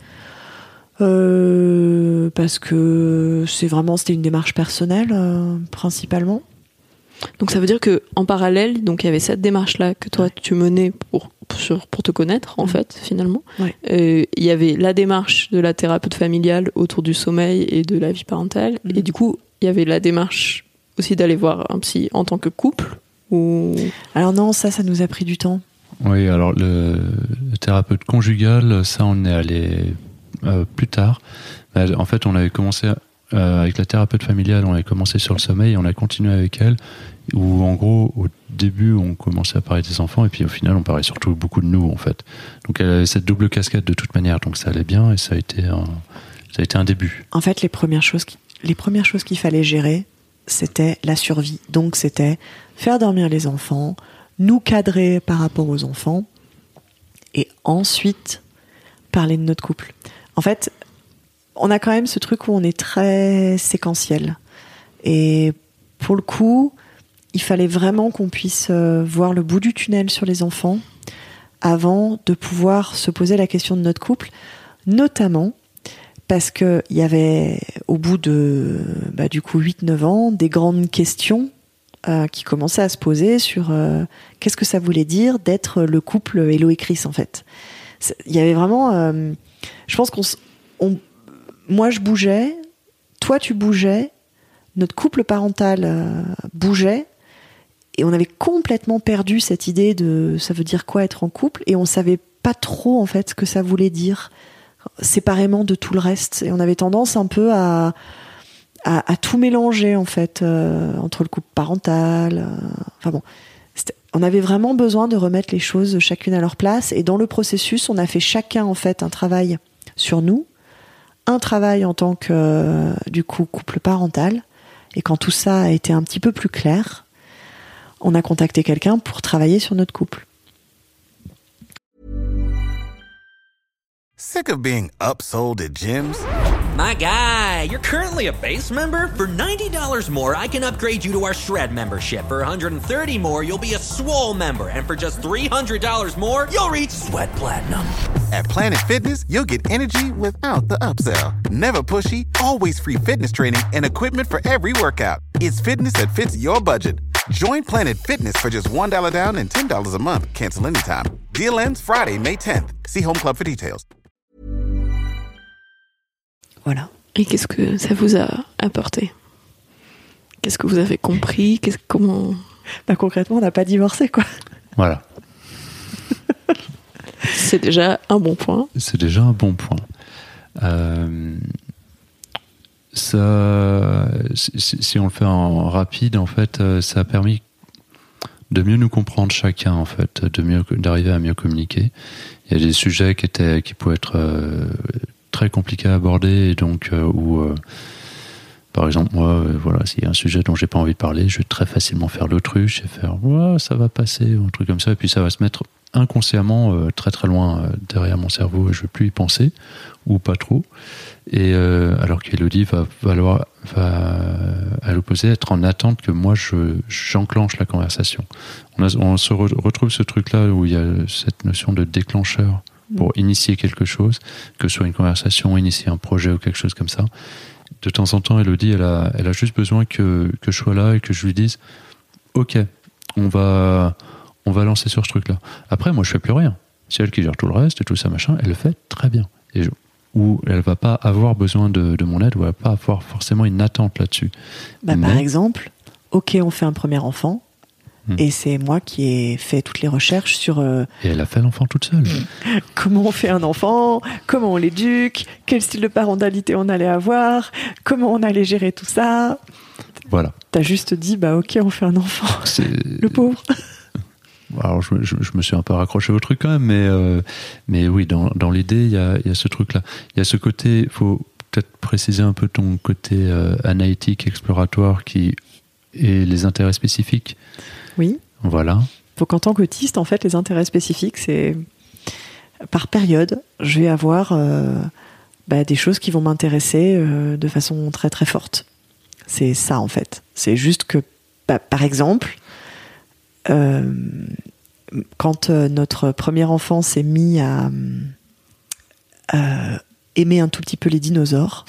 euh, parce que c'est vraiment, c'était une démarche personnelle euh, principalement. Donc ça veut dire que en parallèle, donc il y avait cette démarche-là que toi tu menais pour sur, pour te connaître en Mmh. fait finalement. Ouais. Euh, il y avait la démarche de la thérapeute familiale autour du sommeil et de la vie parentale, Mmh. et du coup il y avait la démarche aussi d'aller voir un psy en tant que couple. Ou Alors non, ça, ça nous a pris du temps. Oui, alors le, le thérapeute conjugal, ça on est allé euh, plus tard. En fait, on avait commencé euh, avec la thérapeute familiale, on avait commencé sur le sommeil, et on a continué avec elle, où en gros, au début, on commençait à parler des enfants, et puis au final, on parlait surtout beaucoup de nous, en fait. Donc elle avait cette double casquette de toute manière, donc ça allait bien, et ça a été un, ça a été un début. En fait, les premières choses, qui, les premières choses qu'il fallait gérer, c'était la survie. Donc c'était faire dormir les enfants, nous cadrer par rapport aux enfants, et ensuite parler de notre couple. En fait, on a quand même ce truc où on est très séquentiel. Et pour le coup, il fallait vraiment qu'on puisse voir le bout du tunnel sur les enfants avant de pouvoir se poser la question de notre couple, notamment parce qu'il y avait, au bout de bah, du coup huit neuf ans, des grandes questions euh, qui commençaient à se poser sur euh, qu'est-ce que ça voulait dire d'être le couple Hello et Chris, en fait. Il y avait vraiment... Euh, je pense qu'on... On, moi, je bougeais, toi, tu bougeais, notre couple parental euh, bougeait, et on avait complètement perdu cette idée de ça veut dire quoi être en couple, et on savait pas trop, en fait, ce que ça voulait dire séparément de tout le reste, et on avait tendance un peu à à, à tout mélanger, en fait, euh, entre le couple parental, euh, enfin bon, on avait vraiment besoin de remettre les choses chacune à leur place, et dans le processus, on a fait chacun, en fait, un travail sur nous, un travail en tant que euh, du coup couple parental, et quand tout ça a été un petit peu plus clair, on a contacté quelqu'un pour travailler sur notre couple. Sick of being upsold at gyms? My guy, you're currently a base member. For ninety dollars more, I can upgrade you to our Shred membership. For one hundred thirty dollars more, you'll be a Swole member. And for just three hundred dollars more, you'll reach Sweat Platinum. At Planet Fitness, you'll get energy without the upsell. Never pushy, always free fitness training and equipment for every workout. It's fitness that fits your budget. Join Planet Fitness for just one dollar down and ten dollars a month. Cancel anytime. Deal ends Friday, May tenth. See Home Club for details. Voilà. Et qu'est-ce que ça vous a apporté ? Qu'est-ce que vous avez compris ? Qu'est-ce, comment... Bah, concrètement, on n'a pas divorcé, quoi. Voilà. C'est déjà un bon point. C'est déjà un bon point. Euh, ça, si, si on le fait en rapide, en fait, ça a permis de mieux nous comprendre chacun, en fait, de mieux, d'arriver à mieux communiquer. Il y a des sujets qui étaient, qui pouvaient être euh, très compliqués à aborder, et donc euh, où, euh, par exemple, moi, euh, voilà, s'il y a un sujet dont j'ai pas envie de parler, je vais très facilement faire l'autruche et faire ouais, ça va passer, ou un truc comme ça, et puis ça va se mettre inconsciemment euh, très très loin euh, derrière mon cerveau et je ne veux plus y penser, ou pas trop. Et euh, alors qu'Élodie va, va, va, va à l'opposé être en attente que moi je, j'enclenche la conversation. On, a, on se re, retrouve ce truc-là où il y a cette notion de déclencheur pour mmh. initier quelque chose, que ce soit une conversation, initier un projet ou quelque chose comme ça. De temps en temps, Élodie, elle a, elle a juste besoin que, que je sois là et que je lui dise « Ok, on va, on va lancer sur ce truc-là. » Après, moi, je fais plus rien. C'est elle qui gère tout le reste et tout ça, machin. Elle le fait très bien. Et je, où elle va pas avoir besoin de, de mon aide, ou elle va pas avoir forcément une attente là-dessus. Bah, Mais... Par exemple, ok, on fait un premier enfant, hmm. et c'est moi qui ai fait toutes les recherches sur... Euh, et elle a fait l'enfant toute seule. Comment on fait un enfant, comment on l'éduque, quel style de parentalité on allait avoir, comment on allait gérer tout ça. Voilà. T'as juste dit, bah ok, on fait un enfant. C'est... Le pauvre. Alors, je, je, je me suis un peu raccroché au truc quand même, mais, euh, mais oui, dans, dans l'idée, il y a, y a ce truc-là. Il y a ce côté, il faut peut-être préciser un peu ton côté euh, analytique, exploratoire, qui et les intérêts spécifiques. Oui. Voilà. Donc, en tant qu'autiste, en fait, les intérêts spécifiques, c'est par période, je vais avoir euh, bah, des choses qui vont m'intéresser euh, de façon très très forte. C'est ça, en fait. C'est juste que, bah, par exemple, Euh, quand euh, notre premier enfant s'est mis à euh, aimer un tout petit peu les dinosaures,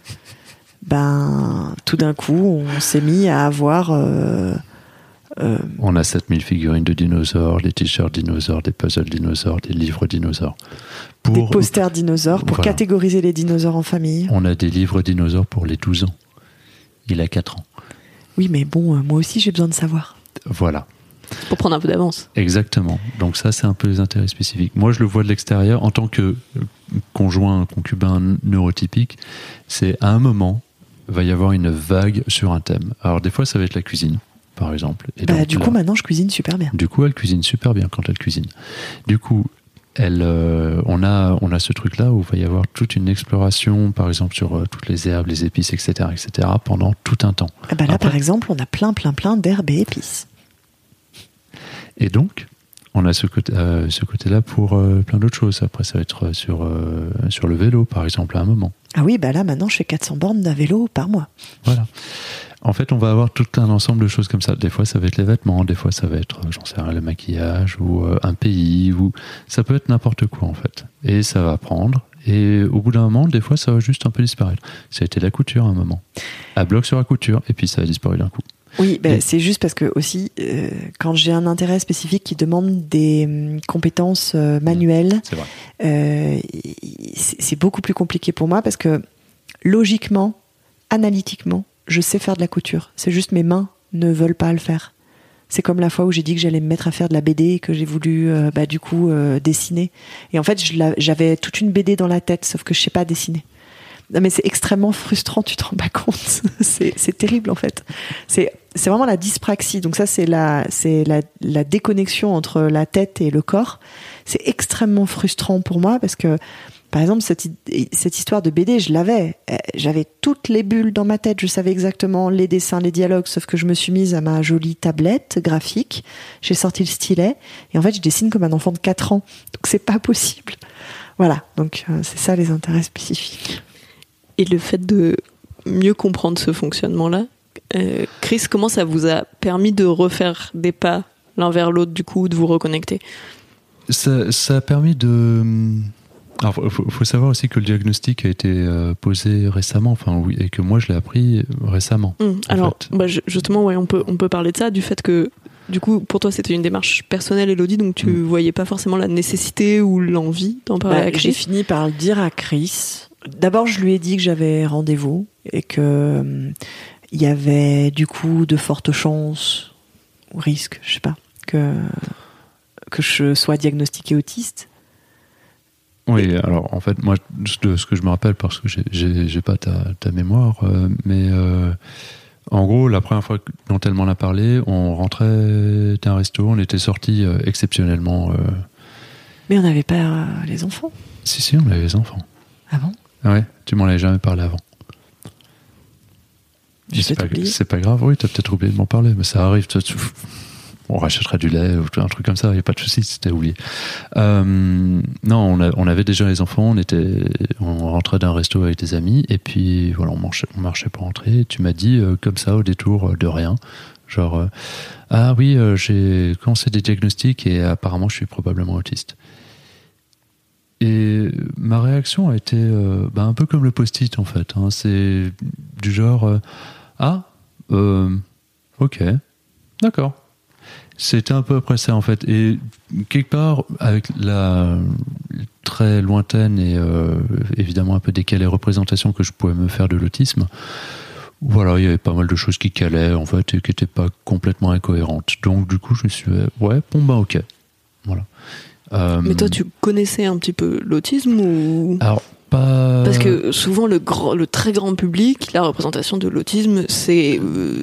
ben tout d'un coup on s'est mis à avoir euh, euh, on a sept mille figurines de dinosaures, des t-shirts dinosaures, des puzzles dinosaures, des livres dinosaures, pour, des posters dinosaures pour voilà. catégoriser les dinosaures en famille. On a des livres dinosaures pour les douze ans. Il a quatre ans. Oui, mais bon, euh, moi aussi j'ai besoin de savoir. Voilà. Pour prendre un peu d'avance. Exactement. Donc ça, c'est un peu les intérêts spécifiques. Moi, je le vois de l'extérieur en tant que conjoint, concubin neurotypique. C'est à un moment, il va y avoir une vague sur un thème. Alors des fois, ça va être la cuisine, par exemple. Et bah, donc, du coup, là, maintenant, je cuisine super bien. Du coup, elle cuisine super bien quand elle cuisine. Du coup, elle, euh, on a, on a ce truc-là où il va y avoir toute une exploration, par exemple, sur euh, toutes les herbes, les épices, et cetera, et cetera, pendant tout un temps. Ah bah là, Après, par exemple, on a plein, plein, plein d'herbes et épices. Et donc, on a ce, côté, euh, ce côté-là pour euh, plein d'autres choses. Après, ça va être sur, euh, sur le vélo, par exemple, à un moment. Ah oui, bah là, maintenant, je fais quatre cents bornes d'un vélo par mois. Voilà. En fait, on va avoir tout un ensemble de choses comme ça. Des fois, ça va être les vêtements, des fois, ça va être, j'en sais rien, le maquillage, ou euh, un pays, ou ça peut être n'importe quoi, en fait. Et ça va prendre. Et au bout d'un moment, des fois, ça va juste un peu disparaître. Ça a été la couture à un moment. À bloc sur la couture, et puis ça a disparu d'un coup. Oui, bah, c'est juste parce que aussi, euh, quand j'ai un intérêt spécifique qui demande des euh, compétences euh, manuelles, c'est, vrai. Euh, c'est, c'est beaucoup plus compliqué pour moi parce que logiquement, analytiquement, je sais faire de la couture. C'est juste mes mains ne veulent pas le faire. C'est comme la fois où j'ai dit que j'allais me mettre à faire de la B D et que j'ai voulu euh, bah, du coup euh, dessiner. Et en fait, je j'avais toute une B D dans la tête, sauf que je sais pas dessiner. Non mais c'est extrêmement frustrant, tu te rends pas compte. c'est, c'est terrible en fait. C'est, c'est vraiment la dyspraxie. Donc ça c'est la, c'est la, la déconnexion entre la tête et le corps. C'est extrêmement frustrant pour moi parce que, par exemple, cette, cette histoire de B D, je l'avais. J'avais toutes les bulles dans ma tête. Je savais exactement les dessins, les dialogues, sauf que je me suis mise à ma jolie tablette graphique. J'ai sorti le stylet et en fait je dessine comme un enfant de quatre ans. Donc c'est pas possible. Voilà. Donc euh, c'est ça les intérêts spécifiques. Et le fait de mieux comprendre ce fonctionnement-là, euh, Chris, comment ça vous a permis de refaire des pas l'un vers l'autre, du coup, de vous reconnecter ? ça, ça a permis de... Alors, il faut, faut savoir aussi que le diagnostic a été euh, posé récemment, enfin, oui, et que moi, je l'ai appris récemment. Mmh. Alors, bah, justement, ouais, on peut, on peut parler de ça, du fait que, du coup, pour toi, c'était une démarche personnelle, Élodie, donc tu mmh. voyais pas forcément la nécessité ou l'envie d'en parler bah, à Chris. J'ai fini par le dire à Chris. D'abord, je lui ai dit que j'avais rendez-vous et que euh, il y avait du coup de fortes chances ou risques, je sais pas, que que je sois diagnostiquée autiste. Oui, et... alors en fait, moi, de ce que je me rappelle, parce que j'ai, j'ai, j'ai pas ta, ta mémoire, euh, mais euh, en gros, la première fois dont elle m'en a parlé, on rentrait d'un resto, on était sortis euh, exceptionnellement. Euh... Mais on n'avait pas euh, les enfants. Si, si, on avait les enfants. Ah bon ? Ouais, tu m'en avais jamais parlé avant. Je c'est, pas, oublié. c'est pas grave, oui, t'as peut-être oublié de m'en parler, mais ça arrive. Ça, tu... on rachètera du lait ou un truc comme ça, il n'y a pas de souci, c'était oublié. Euh, non, on, a, on avait déjà les enfants, on était, on rentrait d'un resto avec des amis, et puis voilà, on marchait, on marchait pour rentrer, et tu m'as dit euh, comme ça au détour de rien, genre euh, ah oui, euh, j'ai commencé des diagnostics et apparemment je suis probablement autiste. Et ma réaction a été euh, bah, un peu comme le post-it en fait, hein. C'est du genre euh, ah euh, ok, d'accord. C'était un peu après ça en fait, et quelque part avec la très lointaine et euh, évidemment un peu décalée représentation que je pouvais me faire de l'autisme, voilà, il y avait pas mal de choses qui calaient en fait et qui n'étaient pas complètement incohérentes. Donc du coup je me suis dit, ouais, bon bah ok, voilà. Euh, Mais toi, tu connaissais un petit peu l'autisme ou... Alors, pas... Parce que souvent, le, grand, le très grand public, la représentation de l'autisme, c'est...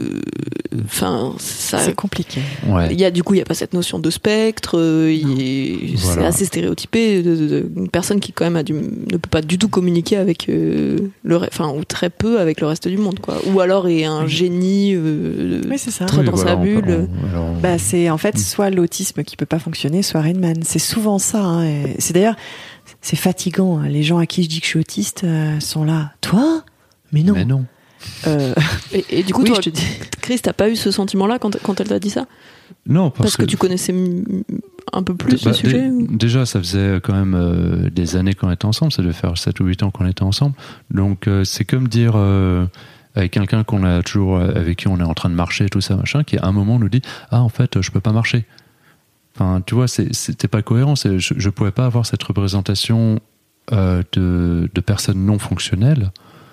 Enfin, euh, ça... C'est compliqué. Ouais. Il y a, du coup, il n'y a pas cette notion de spectre. Euh, il, voilà. C'est assez stéréotypé. De, de, de, une personne qui, quand même, a du, ne peut pas du tout communiquer avec euh, le... Enfin, ou très peu avec le reste du monde, quoi. Ou alors est un génie euh, oui, c'est ça. très Oui, dans voilà, sa bulle. peut, on, alors... Bah, c'est en fait soit l'autisme qui peut pas fonctionner, soit Rainman. C'est souvent ça. Hein, et c'est d'ailleurs... C'est fatigant. Hein. Les gens à qui je dis que je suis autiste euh, sont là. Toi ? Mais non. Mais non. Euh... Et, et du coup, oui, toi, je te dis... Chris, t'as pas eu ce sentiment-là quand, quand elle t'a dit ça ? Non, parce, parce que, que tu connaissais un peu plus bah, le sujet dé- ou... Déjà, ça faisait quand même euh, des années qu'on était ensemble. Ça devait faire sept ou huit ans qu'on était ensemble. Donc, euh, c'est comme dire euh, avec quelqu'un qu'on a toujours, avec qui on est en train de marcher, tout ça, machin, qui à un moment nous dit « Ah, en fait, je peux pas marcher ». Enfin, tu vois, c'est, c'était pas cohérent. C'est, je, je pouvais pas avoir cette représentation euh, de, de personnes non fonctionnelles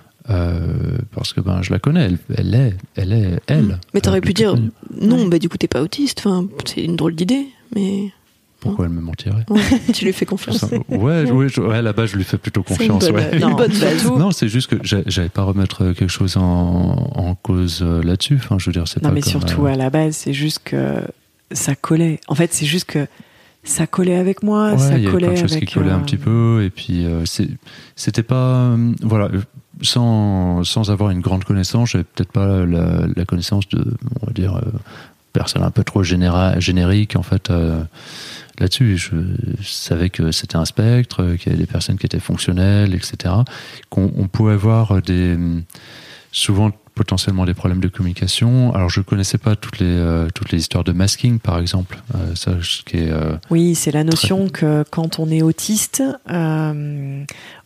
euh, parce que ben je la connais. Elle, elle est, elle est, elle. Mais t'aurais euh, pu dire connue. non, bah du coup t'es pas autiste. Enfin, c'est une drôle d'idée, mais. Pourquoi elle me mentirait ? Ouais, tu lui fais confiance. ouais, ouais, je, ouais, là-bas je lui fais plutôt confiance. C'est une bonne, ouais. non, bonne base. Non, c'est juste que j'avais pas remettre quelque chose en, en cause là-dessus. Enfin, je veux dire, c'est non, pas mais comme, surtout euh... à la base, c'est juste que ça collait. En fait, c'est juste que ça collait avec moi, ouais, ça il y collait avait plein de choses avec. qui collaient euh... un petit peu, et puis euh, c'est, c'était pas, euh, voilà, sans sans avoir une grande connaissance, j'avais peut-être pas la, la connaissance de, on va dire, euh, personne un peu trop généra, générique en fait euh, là-dessus. Je, je savais que c'était un spectre, qu'il y avait des personnes qui étaient fonctionnelles, et cetera. Qu'on on pouvait avoir des souvent potentiellement des problèmes de communication. Alors je connaissais pas toutes les euh, toutes les histoires de masking par exemple. Euh, ça, ce qui est, euh, oui, c'est la notion très... que quand on est autiste, euh,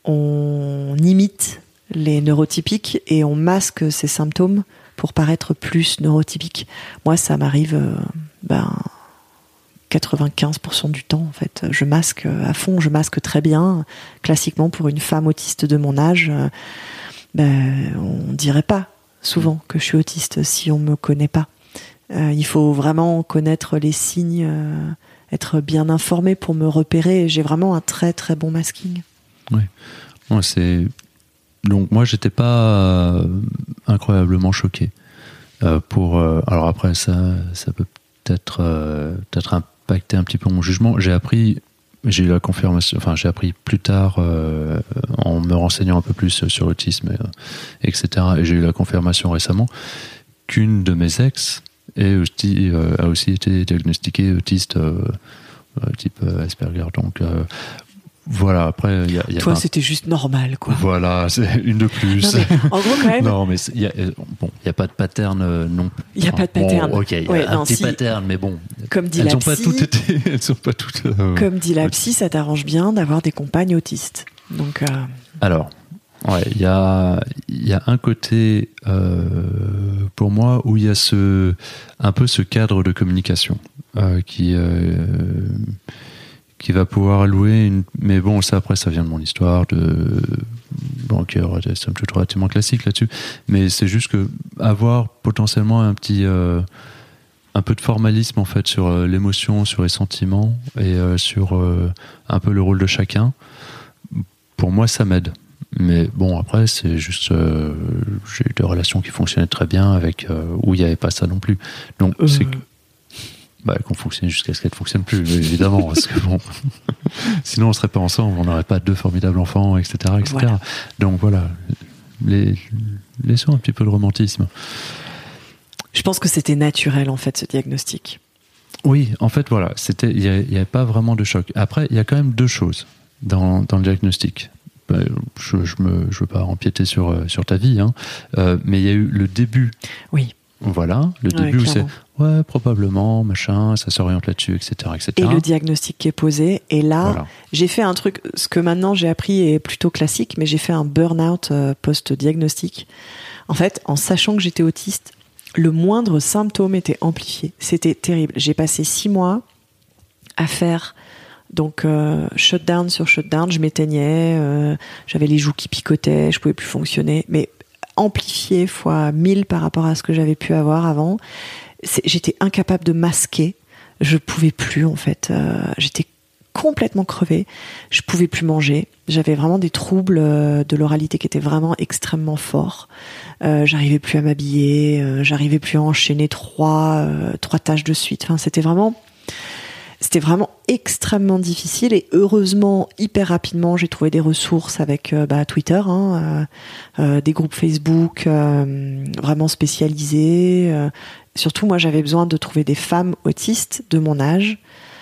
on imite les neurotypiques et on masque ses symptômes pour paraître plus neurotypique. Moi, ça m'arrive euh, ben, quatre-vingt-quinze pour cent du temps en fait. Je masque à fond, je masque très bien. Classiquement pour une femme autiste de mon âge, euh, ben, on dirait pas souvent que je suis autiste si on me connaît pas. Euh, il faut vraiment connaître les signes, euh, être bien informé pour me repérer. J'ai vraiment un très très bon masking. Oui, moi c'est donc moi j'étais pas euh, incroyablement choqué. Euh, pour euh, alors après ça ça peut peut-être euh, peut-être impacter un petit peu mon jugement. J'ai appris J'ai eu la confirmation, enfin j'ai appris plus tard euh, en me renseignant un peu plus sur l'autisme, euh, et cetera. Et j'ai eu la confirmation récemment qu'une de mes ex est aussi, euh, a aussi été diagnostiquée autiste euh, euh, type euh, Asperger. Donc euh, voilà. Après, y a, y a toi, un... c'était juste normal, quoi. Voilà, c'est une de plus. Non, mais, en gros, quand même. Non, mais il y a bon, il y a pas de pattern euh, non. Il n'y a pas de pattern. Bon, ok, il y a ouais, un non, petit si, pattern, mais bon. Comme dit elles la ont pas psy, toutes été, elles sont pas toutes. Euh, comme dit la psy, ça t'arrange bien d'avoir des compagnes autistes. Donc. Euh... Alors, ouais, il y a il y a un côté euh, pour moi où il y a ce un peu ce cadre de communication euh, qui euh, qui va pouvoir allouer une... Mais bon, ça après, ça vient de mon histoire, de banqueur, somme toute relativement classique là-dessus. Mais c'est juste que avoir potentiellement un petit... Euh, un peu de formalisme, en fait, sur euh, l'émotion, sur les sentiments, et euh, sur euh, un peu le rôle de chacun, pour moi, ça m'aide. Mais bon, après, c'est juste... Euh, j'ai eu des relations qui fonctionnaient très bien, avec euh, où il n'y avait pas ça non plus. Donc, euh... c'est... Bah, qu'on fonctionne jusqu'à ce qu'elle ne fonctionne plus, évidemment, parce que bon, sinon on ne serait pas ensemble, on n'aurait pas deux formidables enfants, et cetera, et cetera. Voilà. Donc voilà, les, laissons un petit peu de romantisme. Je pense que c'était naturel, en fait, ce diagnostic. Oui, en fait, voilà, c'était, il n'y avait pas vraiment de choc. Après, il y a quand même deux choses dans, dans le diagnostic. Je ne je me, je veux pas empiéter sur, sur ta vie, hein, euh, mais il y a eu le début. Oui. Voilà, le Ouais, début où c'est clairement. ouais, probablement, machin, ça s'oriente là-dessus, et cetera, et cetera. Et le diagnostic qui est posé. Et là, Voilà. j'ai fait un truc, ce que maintenant j'ai appris est plutôt classique, mais j'ai fait un burn-out euh, post-diagnostic. En fait, en sachant que j'étais autiste, le moindre symptôme était amplifié. C'était terrible. J'ai passé six mois à faire donc euh, shutdown sur shutdown. Je m'éteignais, euh, j'avais les joues qui picotaient, je pouvais plus fonctionner, mais amplifié fois mille par rapport à ce que j'avais pu avoir avant. C'est, j'étais incapable de masquer. Je pouvais plus en fait. Euh, j'étais complètement crevée. Je pouvais plus manger. J'avais vraiment des troubles euh, de l'oralité qui étaient vraiment extrêmement forts. Euh, j'arrivais plus à m'habiller. Euh, j'arrivais plus à enchaîner trois euh, trois tâches de suite. Enfin, c'était vraiment C'était vraiment extrêmement difficile et heureusement, hyper rapidement, j'ai trouvé des ressources avec euh, bah, Twitter, hein, euh, euh, des groupes Facebook euh, vraiment spécialisés. Euh, surtout, moi, j'avais besoin de trouver des femmes autistes de mon âge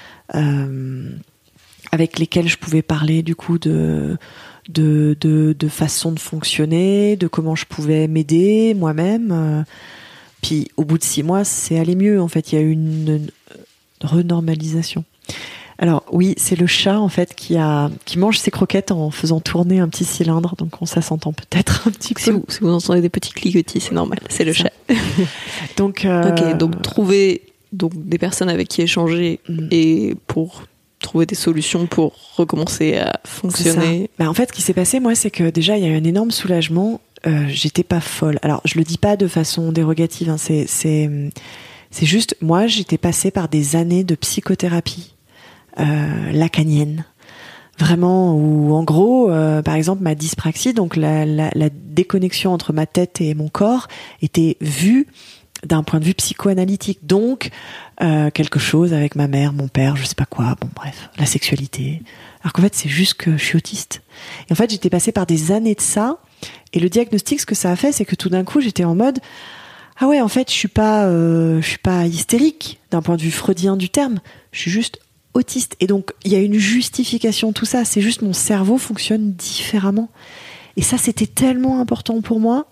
euh, avec lesquelles je pouvais parler du coup de, de, de, de façon de fonctionner, de comment je pouvais m'aider moi-même. Euh, puis, au bout de six mois, c'est allé mieux. En fait, il y a eu une... une renormalisation. Alors oui, c'est le chat en fait qui a qui mange ses croquettes en faisant tourner un petit cylindre, donc on ça s'entend peut-être un petit peu. Si vous, si vous entendez des petits cliquetis, c'est normal, c'est le Ça. chat. Donc euh... Ok, donc trouver donc des personnes avec qui échanger Mm. et pour trouver des solutions pour recommencer à fonctionner. Bah, en fait, ce qui s'est passé, moi, c'est que déjà il y a eu un énorme soulagement. Euh, j'étais pas folle. Alors je le dis pas de façon dérogative, hein, c'est c'est C'est juste, moi, j'étais passée par des années de psychothérapie euh, lacanienne. Vraiment, où en gros, euh, par exemple, ma dyspraxie, donc la, la, la déconnexion entre ma tête et mon corps, était vue d'un point de vue psychoanalytique. Donc, euh, quelque chose avec ma mère, mon père, je sais pas quoi, bon bref, la sexualité. Alors qu'en fait, c'est juste que je suis autiste. Et en fait, j'étais passée par des années de ça. Et le diagnostic, ce que ça a fait, c'est que tout d'un coup, j'étais en mode... Ah ouais, en fait, je suis pas, euh, je suis pas hystérique d'un point de vue freudien du terme. Je suis juste autiste. Et donc, il y a une justification de tout ça. C'est juste mon cerveau fonctionne différemment. Et ça, c'était tellement important pour moi.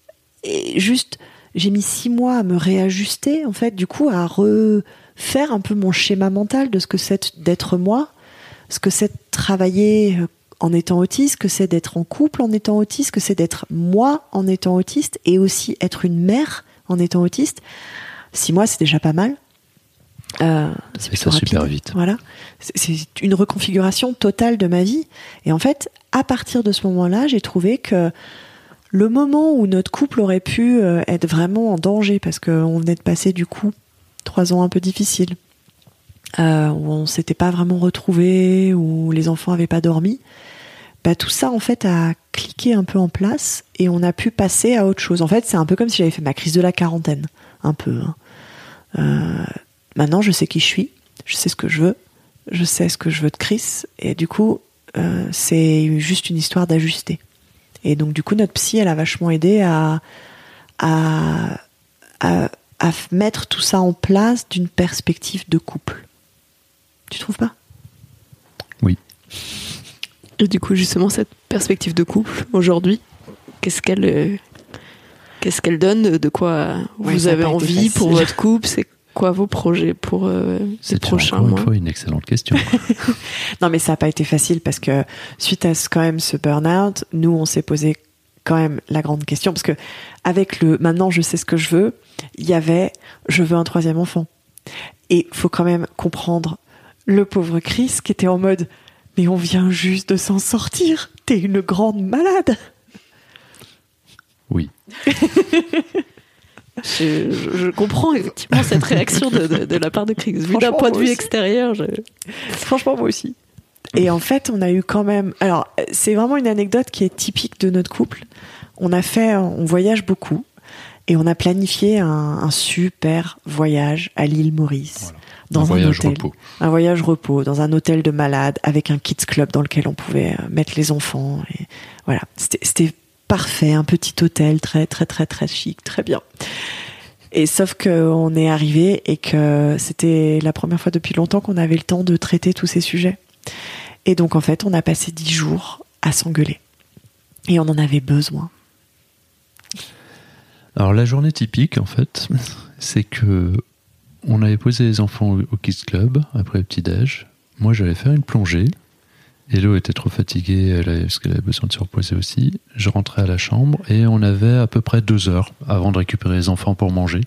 Et juste, j'ai mis six mois à me réajuster, en fait, du coup, à refaire un peu mon schéma mental de ce que c'est d'être moi, ce que c'est de travailler en étant autiste, que c'est d'être en couple en étant autiste, que c'est d'être moi en étant autiste, et aussi être une mère en étant autiste. Six mois, c'est déjà pas mal. Euh, c'est Et ça rapide. super vite. Voilà. C'est, c'est une reconfiguration totale de ma vie. Et en fait, à partir de ce moment-là, j'ai trouvé que le moment où notre couple aurait pu euh, être vraiment en danger, parce qu'on venait de passer du coup trois ans un peu difficiles, euh, où on s'était pas vraiment retrouvés, où les enfants avaient pas dormi, bah, tout ça en fait a cliqué un peu en place et on a pu passer à autre chose. En fait, c'est un peu comme si j'avais fait ma crise de la quarantaine, un peu. Hein. Euh, maintenant, je sais qui je suis, je sais ce que je veux, je sais ce que je veux de Chris, et du coup, euh, c'est juste une histoire d'ajuster. Et donc, du coup, notre psy, elle a vachement aidé à, à, à, à mettre tout ça en place d'une perspective de couple. Tu trouves pas ? Oui. Et du coup, justement, cette perspective de couple, aujourd'hui, qu'est-ce qu'elle, euh, qu'est-ce qu'elle donne ? De quoi Ouais, vous ça a avez pas été envie pour facile. votre couple ? C'est quoi vos projets pour euh, les C'est prochains encore mois ? une fois une excellente question. Non, mais ça n'a pas été facile parce que suite à ce, quand même ce burn-out, nous, on s'est posé quand même la grande question parce que avec le maintenant je sais ce que je veux, il y avait je veux un troisième enfant. Et faut quand même comprendre le pauvre Chris qui était en mode mais on vient juste de s'en sortir, t'es une grande malade. Oui. Je, je, je comprends effectivement cette réaction de, de, de la part de Chris. Vu d'un point de vue aussi. extérieur, je... Franchement, moi aussi. Et en fait, on a eu quand même... Alors, c'est vraiment une anecdote qui est typique de notre couple. On a fait... On voyage beaucoup. Et on a planifié un, un super voyage à l'île Maurice. Voilà. Dans un un, voyage hôtel. repos. Un voyage repos, dans un hôtel de malades, avec un kids club dans lequel on pouvait mettre les enfants. Et voilà. C'était, c'était parfait. Un petit hôtel très, très, très, très chic. Très bien. Et sauf qu'on est arrivé et que c'était la première fois depuis longtemps qu'on avait le temps de traiter tous ces sujets. Et donc, en fait, on a passé dix jours à s'engueuler. Et on en avait besoin. Alors, la journée typique, en fait, c'est que on avait posé les enfants au Kids Club après le petit-déj. Moi, j'allais faire une plongée. Hello était trop fatiguée elle avait, parce qu'elle avait besoin de se reposer aussi. Je rentrais à la chambre et on avait à peu près deux heures avant de récupérer les enfants pour manger.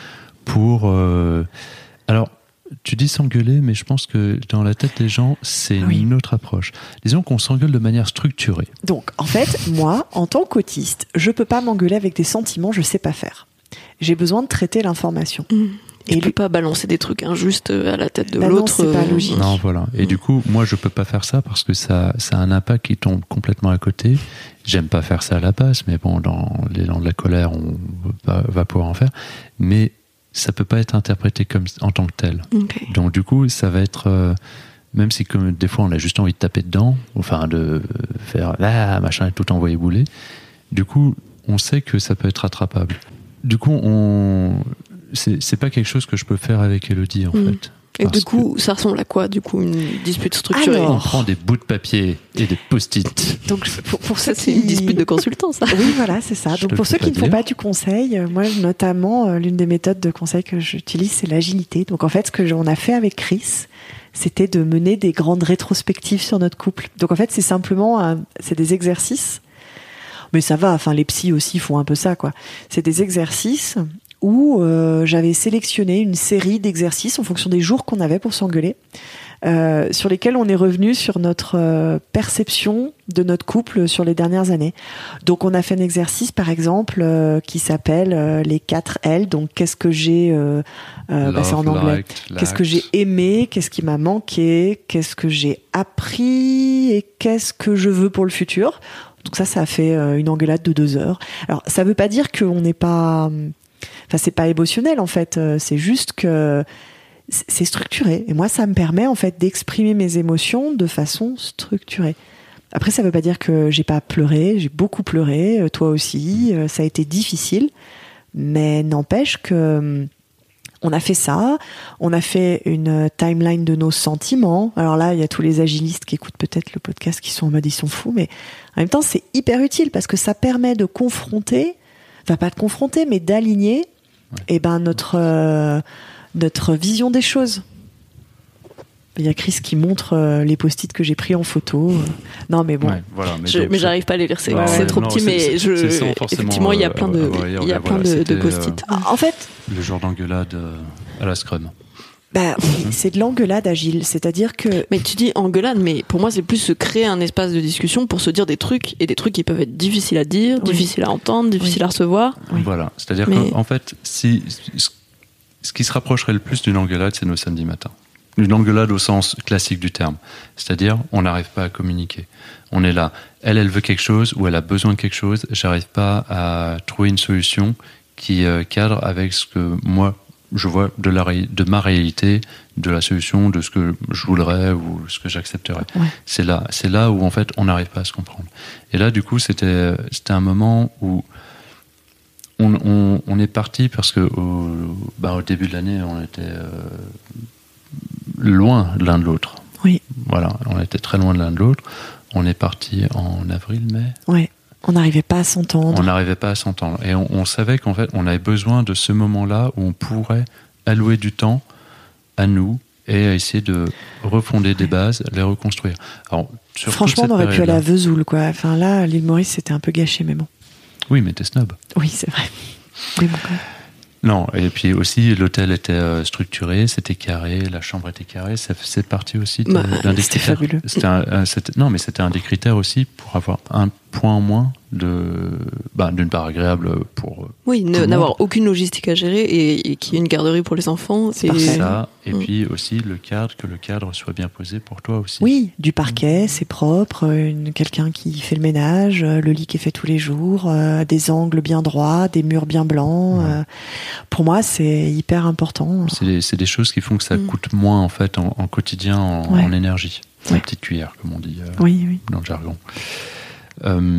Pour euh... alors, tu dis s'engueuler, mais je pense que dans la tête des gens, c'est oui. une autre approche. Disons qu'on s'engueule de manière structurée. Donc, en fait, moi, en tant qu'autiste, je peux pas m'engueuler avec des sentiments, je sais pas faire. J'ai besoin de traiter l'information. Mmh. Et tu lui... peux pas balancer des trucs injustes à la tête de bah l'autre. Non, c'est pas logique. Non, voilà. Et mmh. du coup, moi, je peux pas faire ça parce que ça, ça a un impact qui tombe complètement à côté. J'aime pas faire ça à la base, mais bon, dans l'élan de la colère, on va, va pouvoir en faire. Mais ça peut pas être interprété comme en tant que tel. Okay. Donc, du coup, ça va être, euh, même si comme des fois on a juste envie de taper dedans, enfin de faire ah machin et tout envoyer bouler. Du coup, on sait que ça peut être rattrapable. Du coup, on c'est, c'est pas quelque chose que je peux faire avec Elodie en mmh. fait. Et du coup, que... ça ressemble à quoi, du coup, une dispute structurée? Alors, on prend des bouts de papier et des post-it. Donc, pour, pour ceux ça, c'est qui... une dispute de consultant, ça. Oui, voilà, c'est ça. Je Donc, pour ceux qui ne font pas du conseil, moi, notamment, l'une des méthodes de conseil que j'utilise, c'est l'agilité. Donc, en fait, ce que on a fait avec Chris, c'était de mener des grandes rétrospectives sur notre couple. Donc, en fait, c'est simplement, un... c'est des exercices. Mais ça va, enfin, les psys aussi font un peu ça, quoi. C'est des exercices où euh, j'avais sélectionné une série d'exercices en fonction des jours qu'on avait pour s'engueuler, euh, sur lesquels on est revenu sur notre euh, perception de notre couple sur les dernières années. Donc on a fait un exercice par exemple euh, qui s'appelle euh, les quatre L. Donc qu'est-ce que j'ai euh, euh, bah, c'est en anglais. Like, qu'est-ce que j'ai aimé, qu'est-ce qui m'a manqué, qu'est-ce que j'ai appris et qu'est-ce que je veux pour le futur. Donc ça, ça a fait euh, une engueulade de deux heures. Alors ça veut pas dire qu'on n'est pas Enfin, c'est pas émotionnel en fait, c'est juste que c'est structuré. Et moi, ça me permet en fait d'exprimer mes émotions de façon structurée. Après, ça veut pas dire que j'ai pas pleuré, j'ai beaucoup pleuré, toi aussi, ça a été difficile, mais n'empêche que on a fait ça, on a fait une timeline de nos sentiments. Alors là, il y a tous les agilistes qui écoutent peut-être le podcast qui sont en mode ils sont fous, mais en même temps, c'est hyper utile parce que ça permet de confronter, enfin pas de confronter, mais d'aligner ouais. eh ben, notre, euh, notre vision des choses. Il y a Chris qui montre euh, les post-it que j'ai pris en photo. Non, mais bon. Ouais, voilà, mais, je, donc, mais j'arrive pas à les lire, c'est, ouais, c'est ouais, trop non, petit, c'est, mais c'est, je, c'est effectivement, il y a plein de, euh, il y a plein voilà, de, de post-it. Euh, en fait. Le genre d'engueulade euh, à la Scrum. Bah oui, c'est de l'engueulade agile, c'est-à-dire que... Mais tu dis engueulade, mais pour moi c'est plus se créer un espace de discussion pour se dire des trucs, et des trucs qui peuvent être difficiles à dire, oui. difficiles à entendre, difficiles oui. à recevoir. Oui. Voilà, c'est-à-dire mais... qu'en fait, si, ce qui se rapprocherait le plus d'une engueulade, c'est nos samedis matins. Une engueulade au sens classique du terme, c'est-à-dire on n'arrive pas à communiquer. On est là, elle, elle veut quelque chose, ou elle a besoin de quelque chose, j'arrive pas à trouver une solution qui euh, cadre avec ce que moi... je vois de, la ré... de ma réalité, de la solution, de ce que je voudrais ou ce que j'accepterais. Ouais. C'est là, c'est là où en fait on n'arrive pas à se comprendre. Et là, du coup, c'était, c'était un moment où on, on, on est parti parce que au, bah, au début de l'année, on était euh, loin l'un de l'autre. Oui. Voilà, on était très loin de l'un de l'autre. On est parti en avril, mai. Ouais. On n'arrivait pas à s'entendre. On n'arrivait pas à s'entendre. Et on, on savait qu'en fait, on avait besoin de ce moment-là où on pourrait allouer du temps à nous et à essayer de refonder ouais. des bases, les reconstruire. Alors, sur franchement, on aurait pu aller à Vesoul, quoi. Enfin là, l'île Maurice, c'était un peu gâché, mais bon. Oui, mais t'es snob. Oui, c'est vrai. Mais bon, quand même. Non, et puis aussi, l'hôtel était euh, structuré, c'était carré, la chambre était carrée, ça faisait partie aussi de, bah, d'un des c'était critères. Fabuleux. C'était un, un, c'était, non, mais c'était un des critères aussi pour avoir un point en moins de, bah, d'une part agréable pour. Oui, ne, n'avoir aucune logistique à gérer et, et qu'il y ait une garderie pour les enfants. C'est et... ça, et mmh. puis aussi le cadre, que le cadre soit bien posé pour toi aussi. Oui, du parquet, c'est propre, une, quelqu'un qui fait le ménage, le lit qui est fait tous les jours, euh, des angles bien droits, des murs bien blancs. Mmh. Euh, pour moi, c'est hyper important. C'est des, c'est des choses qui font que ça mmh. coûte moins en fait en, en quotidien, en, ouais. en énergie. Ouais. La petite cuillère, comme on dit euh, oui, oui. dans le jargon. Euh,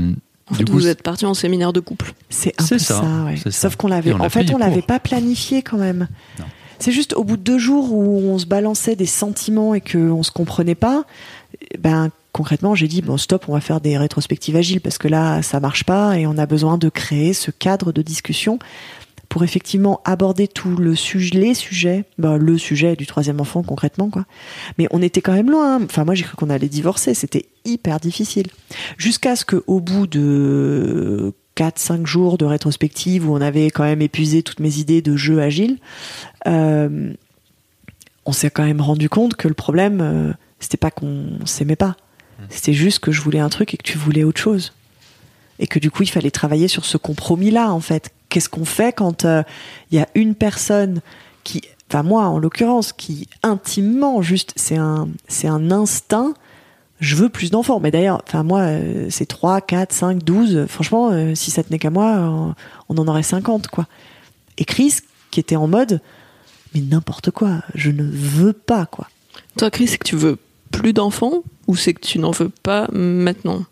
En fait, Du vous coup, êtes parti en séminaire de couple. C'est un C'est peu ça, ça, ouais. c'est ça. Sauf qu'on l'avait, Et on a en fait, payé on l'avait pour. pas planifié quand même. Non. C'est juste au bout de deux jours où on se balançait des sentiments et qu'on se comprenait pas, ben, concrètement, j'ai dit, bon, stop, on va faire des rétrospectives agiles parce que là, ça marche pas et on a besoin de créer ce cadre de discussion pour effectivement aborder tout le sujet, les sujets, ben, le sujet du troisième enfant concrètement, quoi. Mais on était quand même loin. Enfin, moi, j'ai cru qu'on allait divorcer. C'était hyper difficile. Jusqu'à ce qu'au bout de quatre cinq jours de rétrospective où on avait quand même épuisé toutes mes idées de jeu agile, euh, on s'est quand même rendu compte que le problème, euh, c'était pas qu'on s'aimait pas. C'était juste que je voulais un truc et que tu voulais autre chose. Et que du coup, il fallait travailler sur ce compromis-là, en fait. Qu'est-ce qu'on fait quand il euh, y a une personne qui, enfin moi en l'occurrence, qui intimement, juste, c'est un, c'est un instinct, je veux plus d'enfants. Mais d'ailleurs, enfin moi, euh, c'est trois, quatre, cinq, douze. Franchement, euh, si ça tenait qu'à moi, euh, on en aurait cinquante, quoi. Et Chris, qui était en mode, mais n'importe quoi, je ne veux pas, quoi. Toi, Chris, c'est que tu veux plus d'enfants ou c'est que tu n'en veux pas maintenant?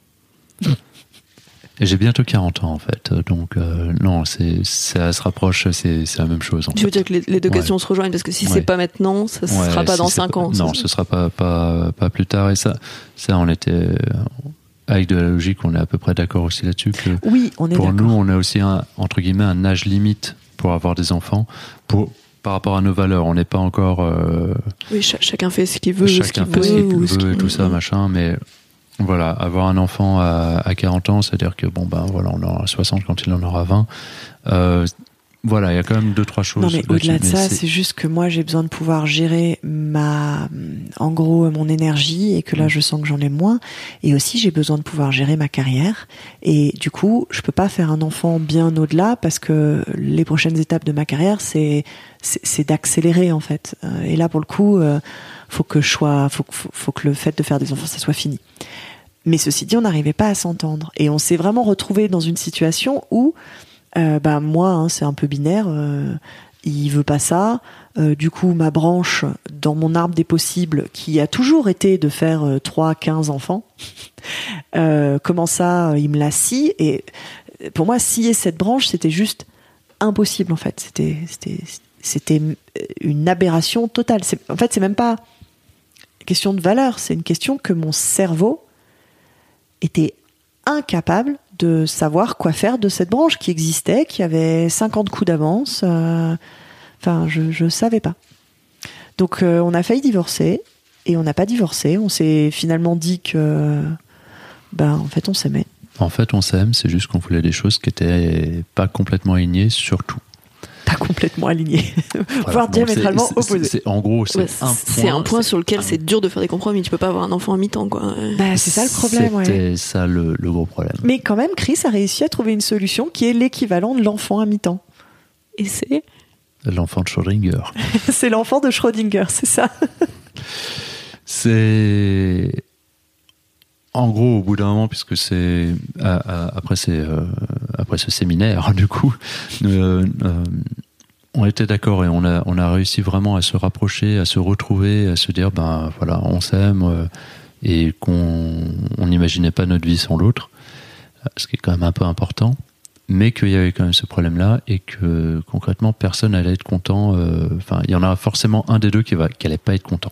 Et j'ai bientôt quarante ans en fait, donc euh, non, c'est, ça se rapproche, c'est, c'est la même chose. En Tu fait. veux dire que les, les deux Ouais. questions se rejoignent parce que si Ouais. c'est pas maintenant, ça ne Ouais, sera pas si dans c'est cinq pas- ans. Non, ça. ce sera pas, pas, pas plus tard. Et ça, ça, on était avec de la logique, on est à peu près d'accord aussi là-dessus que Oui, on est pour d'accord. nous, on a aussi un, entre guillemets un âge limite pour avoir des enfants, pour par rapport à nos valeurs. On n'est pas encore euh, Oui, ch- chacun fait ce qu'il veut, chacun ce fait ce qu'il ou ce veut et qu'il- tout ça, machin, mais voilà, avoir un enfant à, à quarante ans, c'est-à-dire que bon ben voilà, on aura soixante quand il en aura vingt. Euh, voilà, il y a quand même deux trois choses. Non mais là-dessus, au-delà de mais ça, c'est- c'est juste que moi j'ai besoin de pouvoir gérer ma, en gros mon énergie et que là je sens que j'en ai moins. Et aussi j'ai besoin de pouvoir gérer ma carrière. Et du coup, je peux pas faire un enfant bien au-delà parce que les prochaines étapes de ma carrière, c'est c'est, c'est d'accélérer en fait. Euh, Et là pour le coup, euh, faut que je sois, faut, faut, faut que le fait de faire des enfants ça soit fini. Mais ceci dit, on n'arrivait pas à s'entendre. Et on s'est vraiment retrouvé dans une situation où, euh, bah, moi, hein, c'est un peu binaire, euh, il veut pas ça. Euh, du coup, ma branche, dans mon arbre des possibles, qui a toujours été de faire euh, trois, quinze enfants, euh, comment ça, il me la scie. Et pour moi, scier cette branche, c'était juste impossible, en fait. C'était, c'était, c'était une aberration totale. C'est, en fait, c'est même pas une question de valeur, c'est une question que mon cerveau était incapable de savoir quoi faire de cette branche qui existait, qui avait cinquante coups d'avance. Euh, enfin, je je savais pas. Donc, euh, on a failli divorcer et on n'a pas divorcé. On s'est finalement dit que, ben, en fait, on s'aimait. En fait, on s'aime, c'est juste qu'on voulait des choses qui étaient pas complètement alignées, surtout. Pas complètement alignés, Voilà. voire Donc, diamétralement c'est- c'est- opposés. c'est- En gros, c'est Ouais, un point. c'est un point c'est sur lequel un- c'est dur de faire des compromis. Tu peux pas avoir un enfant à mi-temps, quoi. Bah, c'est ça le problème, ouais. C'était ça le, le gros problème. Mais quand même, Chris a réussi à trouver une solution qui est l'équivalent de l'enfant à mi-temps. Et c'est L'enfant de Schrödinger. C'est l'enfant de Schrödinger, c'est ça. C'est en gros au bout d'un moment, puisque c'est à- à- après c'est euh, après ce séminaire, du coup, euh, euh, on était d'accord et on a on a réussi vraiment à se rapprocher, à se retrouver, à se dire ben voilà, on s'aime euh, et qu'on on n'imaginait pas notre vie sans l'autre, ce qui est quand même un peu important. Mais qu'il y avait quand même ce problème-là et que concrètement personne allait être content. euh, Enfin, il y en a forcément un des deux qui va qui allait pas être content.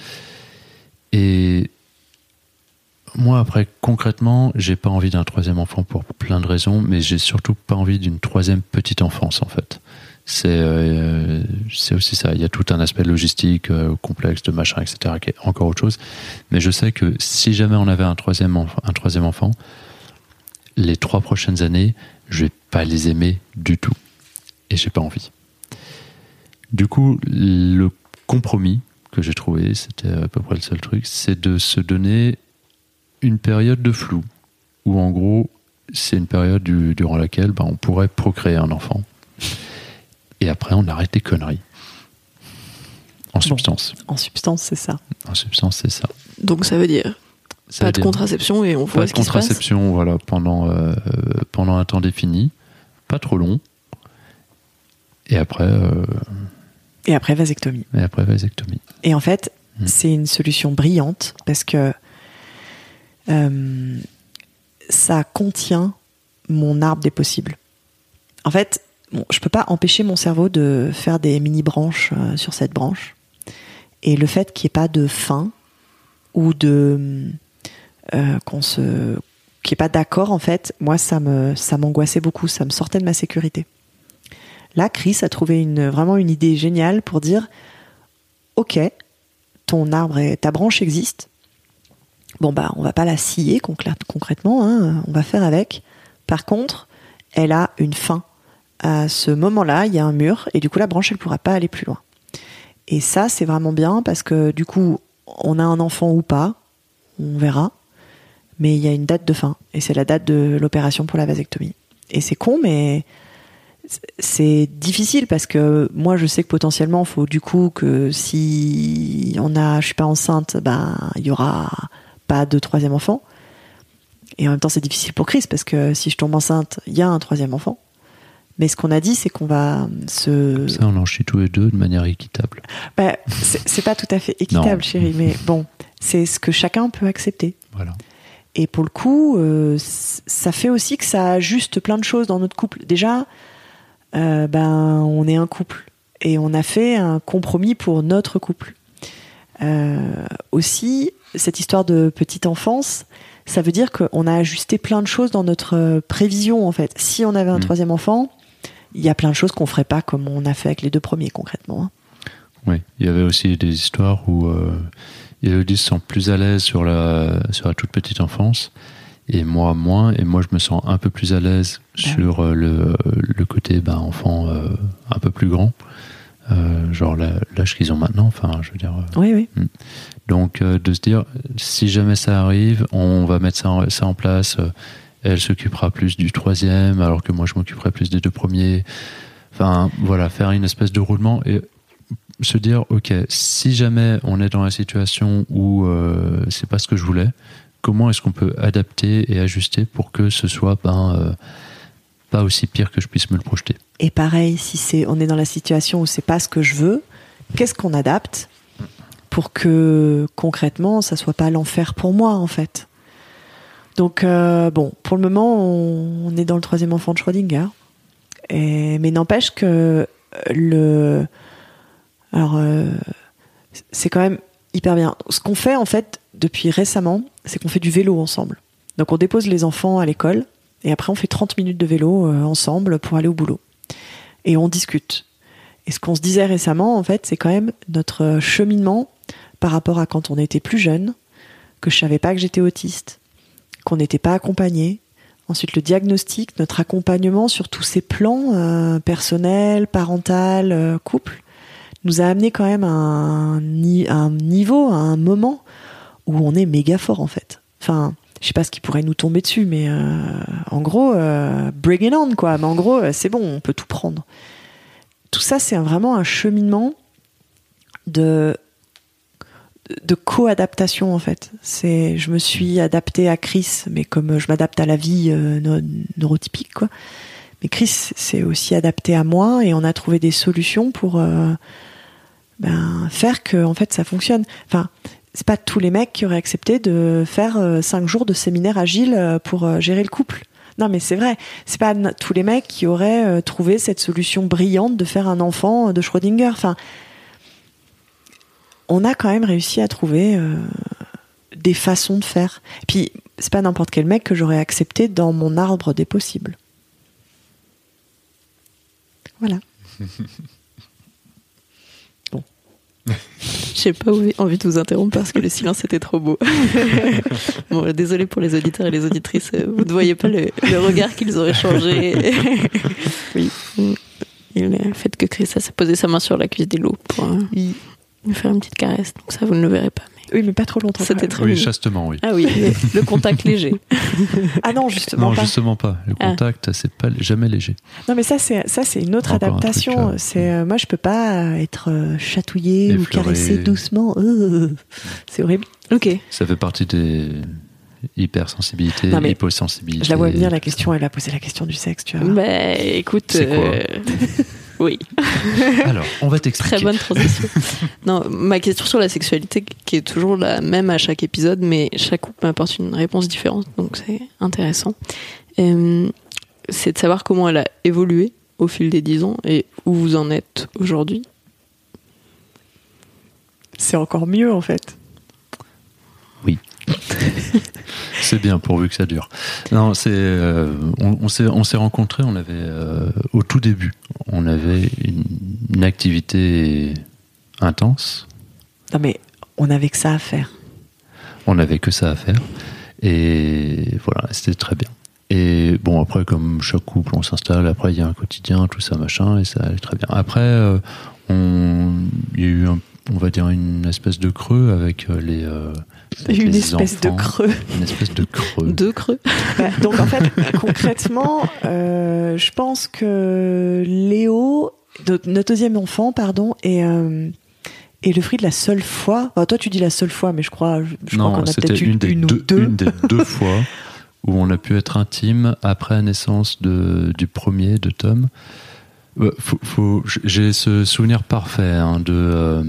Et moi, après, concrètement, j'ai pas envie d'un troisième enfant pour plein de raisons, mais j'ai surtout pas envie d'une troisième petite enfance, en fait. C'est, euh, c'est aussi ça. Il y a tout un aspect logistique, euh, complexe, de machin, et cetera, qui est encore autre chose. Mais je sais que si jamais on avait un troisième enfant, un troisième enfant, les trois prochaines années, je vais pas les aimer du tout. Et j'ai pas envie. Du coup, le compromis que j'ai trouvé, c'était à peu près le seul truc, c'est de se donner une période de flou, où en gros, c'est une période du, durant laquelle ben, on pourrait procréer un enfant. Et après, on arrête les conneries. En Bon. substance. En substance, c'est ça. En substance, c'est ça. donc ça veut dire Ça pas veut de dire contraception et on pas voit de ce qui se passe. contraception, voilà, pendant, euh, pendant un temps défini, pas trop long. Et après, euh, Et après, vasectomie. et après vasectomie. Et en fait, Mm. c'est une solution brillante parce que euh, ça contient mon arbre des possibles. En fait, bon, je peux pas empêcher mon cerveau de faire des mini-branches euh, sur cette branche. Et le fait qu'il n'y ait pas de fin ou de euh, qu'on se qu'il n'y ait pas d'accord, en fait, moi, ça me ça m'angoissait beaucoup, ça me sortait de ma sécurité. Là, Chris a trouvé une, vraiment une idée géniale pour dire « Ok, ton arbre et ta branche existe. Bon, bah, on va pas la scier concrètement, hein, on va faire avec. Par contre, elle a une fin. À ce moment-là, il y a un mur et du coup, la branche, elle pourra pas aller plus loin. » Et ça, c'est vraiment bien parce que du coup, on a un enfant ou pas, on verra. Mais il y a une date de fin, et c'est la date de l'opération pour la vasectomie. Et c'est con, mais c'est difficile parce que moi, je sais que potentiellement, il faut du coup que si on a, je suis pas enceinte, ben il y aura pas de troisième enfant. Et en même temps, c'est difficile pour Chris parce que si je tombe enceinte, il y a un troisième enfant. Mais ce qu'on a dit, c'est qu'on va se... Comme ça, on en chie tous les deux de manière équitable. Bah, c'est, c'est pas tout à fait équitable, non. Chérie, mais bon, c'est ce que chacun peut accepter. Voilà. Et pour le coup, euh, ça fait aussi que ça ajuste plein de choses dans notre couple. Déjà, euh, ben, on est un couple et on a fait un compromis pour notre couple. Euh, aussi, cette histoire de petite enfance, ça veut dire qu'on a ajusté plein de choses dans notre prévision, en fait. Si on avait un mmh. troisième enfant, il y a plein de choses qu'on ferait pas comme on a fait avec les deux premiers, concrètement. Hein. Oui, il y avait aussi des histoires où... Euh... Élodie se sent plus à l'aise sur la, sur la toute petite enfance et moi moins, et moi je me sens un peu plus à l'aise ben sur oui. le, le côté ben, enfant euh, un peu plus grand, euh, genre la, l'âge qu'ils ont maintenant, enfin je veux dire. Euh, oui, oui. Donc euh, de se dire, si jamais ça arrive, on va mettre ça en, ça en place, euh, elle s'occupera plus du troisième alors que moi je m'occuperai plus des deux premiers, enfin voilà, faire une espèce de roulement et se dire, ok, si jamais on est dans la situation où euh, c'est pas ce que je voulais, comment est-ce qu'on peut adapter et ajuster pour que ce soit ben, euh, pas aussi pire que je puisse me le projeter. Et pareil, si c'est, on est dans la situation où c'est pas ce que je veux, qu'est-ce qu'on adapte pour que concrètement ça soit pas l'enfer pour moi en fait. Donc euh, bon, pour le moment on, on est dans le troisième enfant de Schrödinger, et, mais n'empêche que le Alors, euh, c'est quand même hyper bien. Ce qu'on fait, en fait, depuis récemment, c'est qu'on fait du vélo ensemble. Donc, on dépose les enfants à l'école, et après, on fait trente minutes de vélo euh, ensemble pour aller au boulot. Et on discute. Et ce qu'on se disait récemment, en fait, c'est quand même notre cheminement par rapport à quand on était plus jeune, que je savais pas que j'étais autiste, qu'on n'était pas accompagné. Ensuite, le diagnostic, notre accompagnement sur tous ces plans euh, personnels, parental, euh, couple, nous a amené quand même à un, à un niveau, à un moment où on est méga fort en fait. Enfin, je sais pas ce qui pourrait nous tomber dessus, mais euh, en gros, euh, bring it on quoi. Mais en gros, c'est bon, on peut tout prendre. Tout ça, c'est vraiment un cheminement de de co-adaptation en fait. C'est, je me suis adaptée à Chris, mais comme je m'adapte à la vie euh, neurotypique quoi. Mais Chris s'est aussi adapté à moi et on a trouvé des solutions pour euh, ben, faire que en fait ça fonctionne. Enfin, c'est pas tous les mecs qui auraient accepté de faire euh, cinq jours de séminaire agile pour euh, gérer le couple. Non, mais c'est vrai. C'est pas n- tous les mecs qui auraient euh, trouvé cette solution brillante de faire un enfant de Schrödinger. Enfin, on a quand même réussi à trouver euh, des façons de faire. Et puis, c'est pas n'importe quel mec que j'aurais accepté dans mon arbre des possibles. Voilà. Bon. J'ai pas envie de vous interrompre parce que le silence était trop beau. Bon, désolé pour les auditeurs et les auditrices, vous ne voyez pas le, le regard qu'ils auraient changé. Oui. Le fait que Chris a posé sa main sur la cuisse d'Elo pour oui. lui faire une petite caresse, donc ça vous ne le verrez pas. Mais... Oui, mais pas trop longtemps. C'était très oui, mignon. Chastement, oui. Ah oui, le contact léger. Ah non, justement non, pas. Non, justement pas. Le contact, ah. c'est pas jamais léger. Non, mais ça, c'est ça, c'est une autre Encore adaptation. Truc, euh, c'est euh, moi, je peux pas être euh, chatouillé ou caressé doucement. Euh, c'est horrible. Ok. Ça fait partie des hypersensibilités, non, hyposensibilités. Je la vois venir la question. Elle a posé la question du sexe, tu vois. Bah, écoute. C'est quoi euh... Oui. Alors, on va t'expliquer. Très bonne transition. Non, ma question sur la sexualité, qui est toujours la même à chaque épisode, mais chaque couple m'apporte une réponse différente, donc c'est intéressant. Euh, c'est de savoir comment elle a évolué au fil des dix ans et où vous en êtes aujourd'hui. C'est encore mieux, en fait. Oui. C'est bien, pourvu que ça dure. Non, c'est, euh, on, on, s'est, on s'est rencontrés, on avait, euh, au tout début, on avait une, une activité intense. Non, mais on n'avait que ça à faire. On n'avait que ça à faire. Et voilà, c'était très bien. Et bon, après, comme chaque couple, on s'installe, après, il y a un quotidien, tout ça, machin, et ça allait très bien. Après, euh, on, il y a eu, un, on va dire, une espèce de creux avec les... Euh, avec une les espèce enfants. de creux. Une espèce de creux. Deux creux. Bah, donc, en fait, concrètement, euh, je pense que Léo, notre deuxième enfant, pardon, est... Euh, Et le fruit de la seule fois, enfin, toi tu dis la seule fois, mais je crois, je, je non, crois qu'on a c'était peut-être une, une, des une deux, ou deux. une des deux fois où on a pu être intime après la naissance de, du premier, de Tom. Faut, faut, j'ai ce souvenir parfait hein, de... Euh,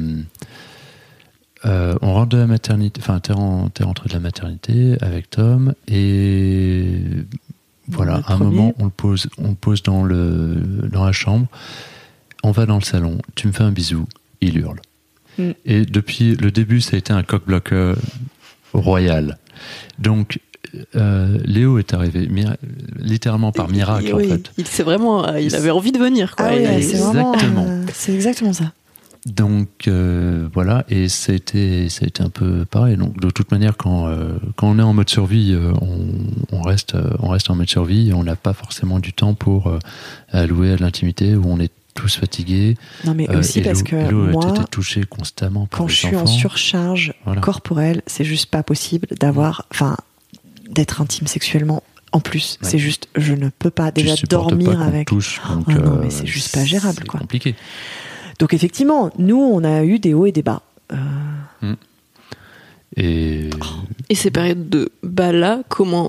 euh, on rentre de la maternité, enfin t'es, en, t'es rentré de la maternité avec Tom et voilà, à un premier. moment on le pose, on le pose dans, le, dans la chambre, on va dans le salon, tu me fais un bisou, il hurle. Mm. Et depuis le début, ça a été un cock-blocker royal. Donc, euh, Léo est arrivé mir- littéralement par miracle, et, en oui, fait. Il, c'est vraiment, il avait envie de venir, quoi. Ah oui, il, c'est, exactement. Vraiment, euh, c'est exactement ça. Donc, euh, voilà, et ça a, été, ça a été un peu pareil. Donc, de toute manière, quand, euh, quand on est en mode survie, euh, on, on, reste, euh, on reste en mode survie et on n'a pas forcément du temps pour euh, allouer à de l'intimité où on est tous fatigués. Non, mais aussi euh, parce que Hello moi, était touché constamment par quand les je suis enfants. en surcharge voilà. corporelle, c'est juste pas possible d'avoir, enfin, d'être intime sexuellement. En plus, ouais. c'est juste, je ne peux pas déjà dormir pas avec. Touche, donc, oh, non, euh, mais c'est juste pas gérable, c'est quoi. Compliqué. Donc effectivement, nous, on a eu des hauts et des bas. Euh... Mmh. Et. Et ces périodes de bas là, comment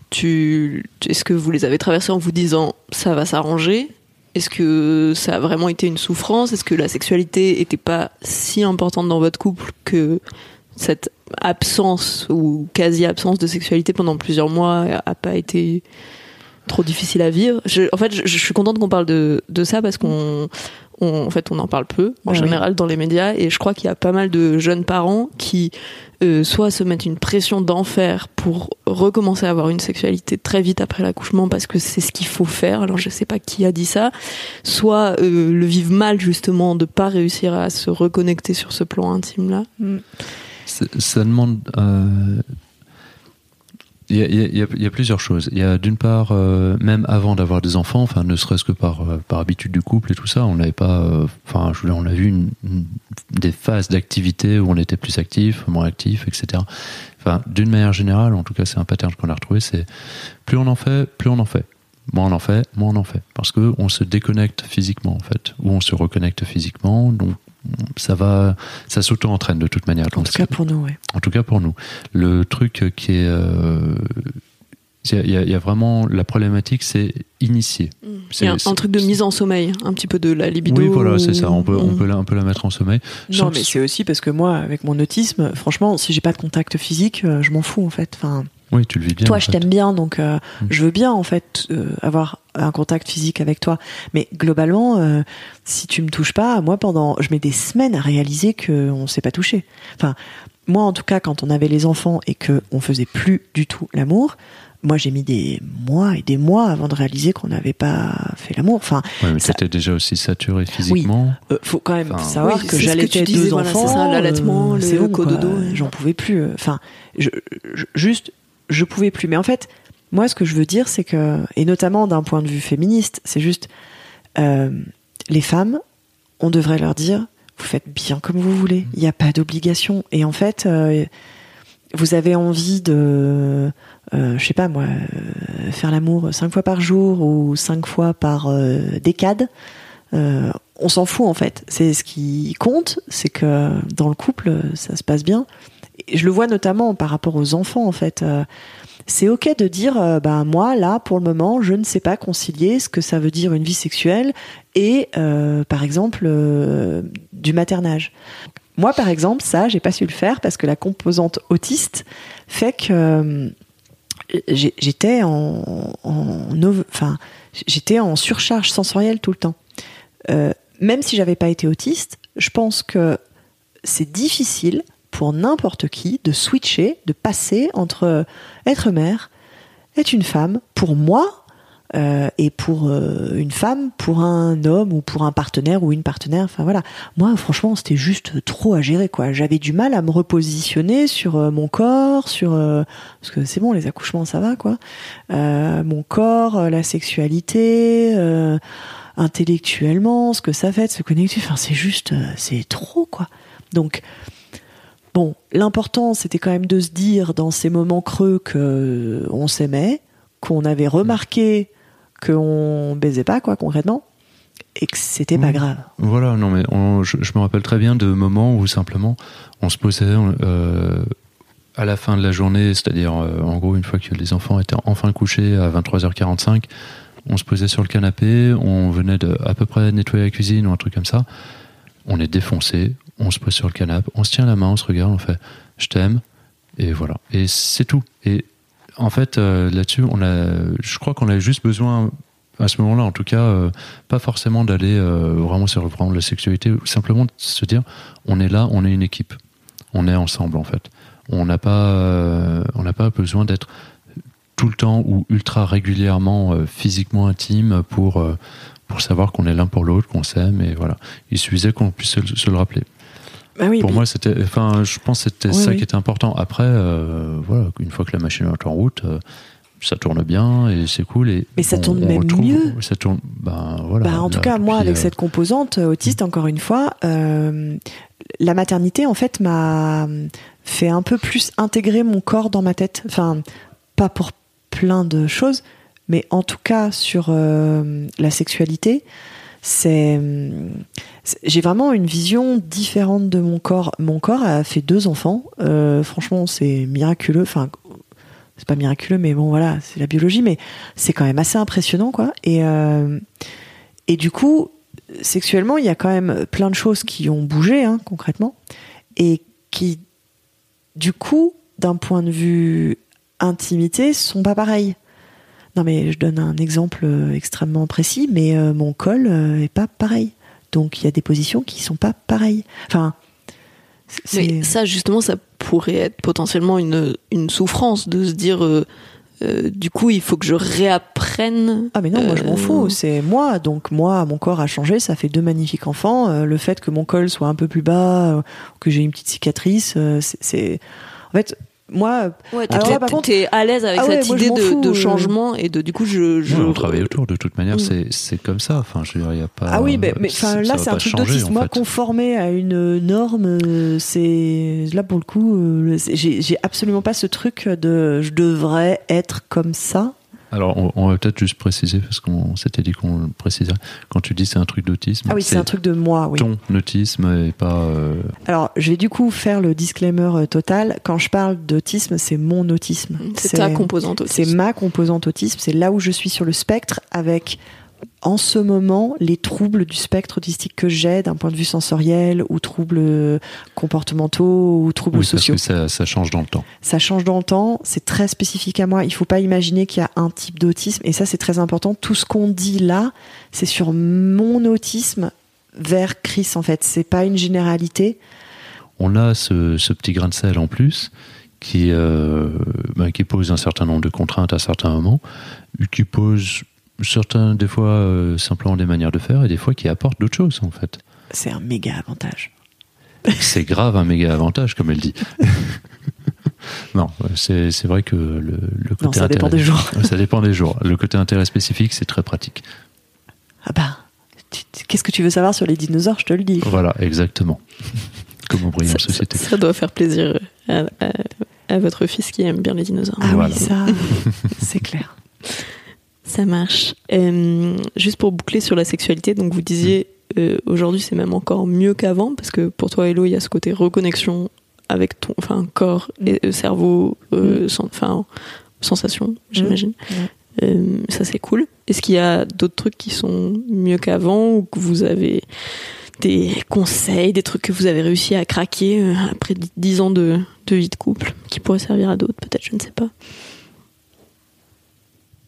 tu, est-ce que vous les avez traversées en vous disant ça va s'arranger? Est-ce que ça a vraiment été une souffrance? Est-ce que la sexualité était pas si importante dans votre couple que cette absence ou quasi-absence de sexualité pendant plusieurs mois a pas été trop difficile à vivre? je, En fait, je, je suis contente qu'on parle de, de ça parce qu'on on, en fait, on en parle peu en ah général oui. dans les médias et je crois qu'il y a pas mal de jeunes parents qui euh, soit se mettent une pression d'enfer pour recommencer à avoir une sexualité très vite après l'accouchement parce que c'est ce qu'il faut faire, alors je sais pas qui a dit ça, soit euh, le vivent mal justement de pas réussir à se reconnecter sur ce plan intime là. Mm. Ça, ça demande euh... Il y, a, il, y a, il y a plusieurs choses. Il y a d'une part, euh, même avant d'avoir des enfants, enfin ne serait-ce que par euh, par habitude du couple et tout ça, on n'avait pas, euh, enfin je on a vu une, une, des phases d'activité où on était plus actif, moins actif, et cetera. Enfin d'une manière générale, en tout cas c'est un pattern qu'on a retrouvé, c'est plus on en fait, plus on en fait. Moins on en fait, moins on en fait, parce que on se déconnecte physiquement en fait, ou on se reconnecte physiquement, donc ça va, ça s'auto-entraîne de toute manière. En tout cas pour nous, oui. En tout cas pour nous. Le truc qui est, euh, il y, y a vraiment la problématique, c'est initier. Mmh. C'est, il y a un, un truc de mise en sommeil, un petit peu de la libido. Oui, voilà, c'est ça. On peut, mmh. on peut, la, on peut la mettre en sommeil. Non, Sans mais que... c'est aussi parce que moi, avec mon autisme, franchement, si j'ai pas de contact physique, je m'en fous en fait. Enfin. Oui, tu le vis bien. Toi, en je fait. t'aime bien, donc euh, mmh. je veux bien en fait euh, avoir un contact physique avec toi. Mais globalement, euh, si tu me touches pas, moi pendant, je mets des semaines à réaliser que on s'est pas touché. Enfin, moi en tout cas, quand on avait les enfants et que on faisait plus du tout l'amour, moi j'ai mis des mois et des mois avant de réaliser qu'on n'avait pas fait l'amour. Enfin, ouais, mais ça... t'étais déjà aussi saturé physiquement. Oui, euh, faut quand même enfin, savoir oui, que j'allaitais deux disais, enfants. Voilà, c'est ça, l'allaitement, euh, le bon, cododo. Ouais. J'en pouvais plus. Enfin, je, je, juste. Je pouvais plus. Mais en fait, moi, ce que je veux dire, c'est que, et notamment d'un point de vue féministe, c'est juste, euh, les femmes, on devrait leur dire, vous faites bien comme vous voulez. Il n'y a pas d'obligation. Et en fait, euh, vous avez envie de, euh, je sais pas moi, euh, faire l'amour cinq fois par jour ou cinq fois par euh, décade. Euh, on s'en fout en fait. C'est ce qui compte, c'est que dans le couple, ça se passe bien. Et je le vois notamment par rapport aux enfants en fait. Euh, c'est ok de dire, euh, bah moi là pour le moment, je ne sais pas concilier ce que ça veut dire une vie sexuelle et euh, par exemple euh, du maternage. Moi par exemple, ça j'ai pas su le faire parce que la composante autiste fait que euh, j'étais en, en, enfin, j'étais en surcharge sensorielle tout le temps. Euh, même si j'avais pas été autiste, je pense que c'est difficile pour n'importe qui de switcher, de passer entre être mère, être une femme, pour moi, euh, et pour euh, une femme, pour un homme ou pour un partenaire ou une partenaire. Enfin voilà. Moi, franchement, c'était juste trop à gérer, quoi. J'avais du mal à me repositionner sur euh, mon corps, sur euh, parce que c'est bon, les accouchements, ça va, quoi. Euh, mon corps, euh, la sexualité, euh, intellectuellement, ce que ça fait de se connecter. Enfin, c'est juste, euh, c'est trop, quoi. Donc bon, l'important, c'était quand même de se dire dans ces moments creux que on s'aimait, qu'on avait remarqué qu'on baisait pas, quoi, concrètement, et que c'était pas grave. Voilà, non mais on, je, je me rappelle très bien de moments où simplement on se posait euh, à la fin de la journée, c'est-à-dire euh, en gros une fois que les enfants étaient enfin couchés à vingt-trois heures quarante-cinq, on se posait sur le canapé, on venait de à peu près nettoyer la cuisine ou un truc comme ça, on est défoncé, on se pose sur le canapé, on se tient la main, on se regarde, on fait « je t'aime » et voilà. Et c'est tout. Et en fait, euh, là-dessus, on a, je crois qu'on a juste besoin, à ce moment-là, en tout cas, euh, pas forcément d'aller euh, vraiment sur le plan de la sexualité, simplement de se dire, on est là, on est une équipe, on est ensemble, en fait. On n'a pas, euh, on n'a pas besoin d'être tout le temps ou ultra régulièrement euh, physiquement intime pour euh, pour savoir qu'on est l'un pour l'autre, qu'on s'aime, et voilà. Il suffisait qu'on puisse se, se le rappeler. Bah oui, pour puis... moi, c'était, enfin, je pense que c'était oui, ça oui. qui était important. Après, euh, voilà, une fois que la machine est en route, euh, ça tourne bien et c'est cool. Et mais ça on, tourne on même retrouve, mieux. Ça tourne, ben voilà. Bah, en tout là, cas, moi, puis, avec euh... cette composante autiste, encore une fois, euh, la maternité, en fait, m'a fait un peu plus intégrer mon corps dans ma tête. Enfin, pas pour plein de choses, mais en tout cas sur euh, la sexualité. C'est, j'ai vraiment une vision différente de mon corps. Mon corps a fait deux enfants. Euh, franchement, c'est miraculeux. Enfin, c'est pas miraculeux, mais bon, voilà, c'est la biologie. Mais c'est quand même assez impressionnant, quoi. Et euh, et du coup, sexuellement, il y a quand même plein de choses qui ont bougé, hein, concrètement, et qui, du coup, d'un point de vue intimité, sont pas pareilles. Non mais je donne un exemple extrêmement précis, mais euh, mon col euh, est pas pareil. Donc il y a des positions qui sont pas pareilles. Enfin, c'est... Mais ça justement, ça pourrait être potentiellement une, une souffrance de se dire euh, euh, du coup il faut que je réapprenne. Ah mais non, euh... moi je m'en fous, c'est moi. Donc moi, mon corps a changé, ça fait deux magnifiques enfants. Euh, le fait que mon col soit un peu plus bas, euh, que j'ai une petite cicatrice, euh, c'est, c'est... En fait... Moi, ouais, alors là, par contre, t'es à l'aise avec ah cette ouais, idée de, fous, de changement et de du coup, je, je... Ouais, on travaille autour. De toute manière, mmh. c'est c'est comme ça. Enfin, je veux dire, il y a pas. Ah oui, mais, mais enfin là, c'est un truc d'autisme. Moi, conformer à une norme, c'est là pour le coup, j'ai j'ai absolument pas ce truc de je devrais être comme ça. Alors, on, on va peut-être juste préciser, parce qu'on s'était dit qu'on le préciserait. Quand tu dis c'est un truc d'autisme, ah oui, c'est, c'est un truc de moi, oui. Ton autisme et pas. Euh... Alors, je vais du coup faire le disclaimer total. Quand je parle d'autisme, c'est mon autisme. C'est, c'est ta composante autisme. C'est ma composante autisme. C'est là où je suis sur le spectre avec, en ce moment, les troubles du spectre autistique que j'ai d'un point de vue sensoriel ou troubles comportementaux ou troubles oui, sociaux. Parce que ça, ça change dans le temps. Ça change dans le temps, c'est très spécifique à moi. Il ne faut pas imaginer qu'il y a un type d'autisme, et ça c'est très important. Tout ce qu'on dit là, c'est sur mon autisme vers Chris en fait. C'est pas une généralité. On a ce, ce petit grain de sel en plus qui, euh, bah, qui pose un certain nombre de contraintes à certains moments, qui pose certains, des fois, euh, simplement des manières de faire, et des fois qui apportent d'autres choses, en fait. C'est un méga avantage. C'est grave un méga avantage, comme elle dit. Non, c'est, c'est vrai que le, le côté non, ça intérêt, dépend des jours. Ça dépend des jours. Le côté intérêt spécifique, c'est très pratique. Ah bah, tu, qu'est-ce que tu veux savoir sur les dinosaures, je te le dis. Voilà, exactement. Comment briller en société. Ça, ça doit faire plaisir à, à, à votre fils qui aime bien les dinosaures. Ah voilà. Oui, ça, c'est clair. Ça marche. Euh, juste pour boucler sur la sexualité, donc vous disiez euh, aujourd'hui c'est même encore mieux qu'avant, parce que pour toi, Hello, il y a ce côté reconnexion avec ton, enfin, corps et euh, cerveau, euh, sans, enfin, sensation, j'imagine. Mmh. Euh, ça c'est cool. Est-ce qu'il y a d'autres trucs qui sont mieux qu'avant, ou que vous avez des conseils, des trucs que vous avez réussi à craquer euh, après dix ans de, de vie de couple, qui pourraient servir à d'autres, peut-être, je ne sais pas.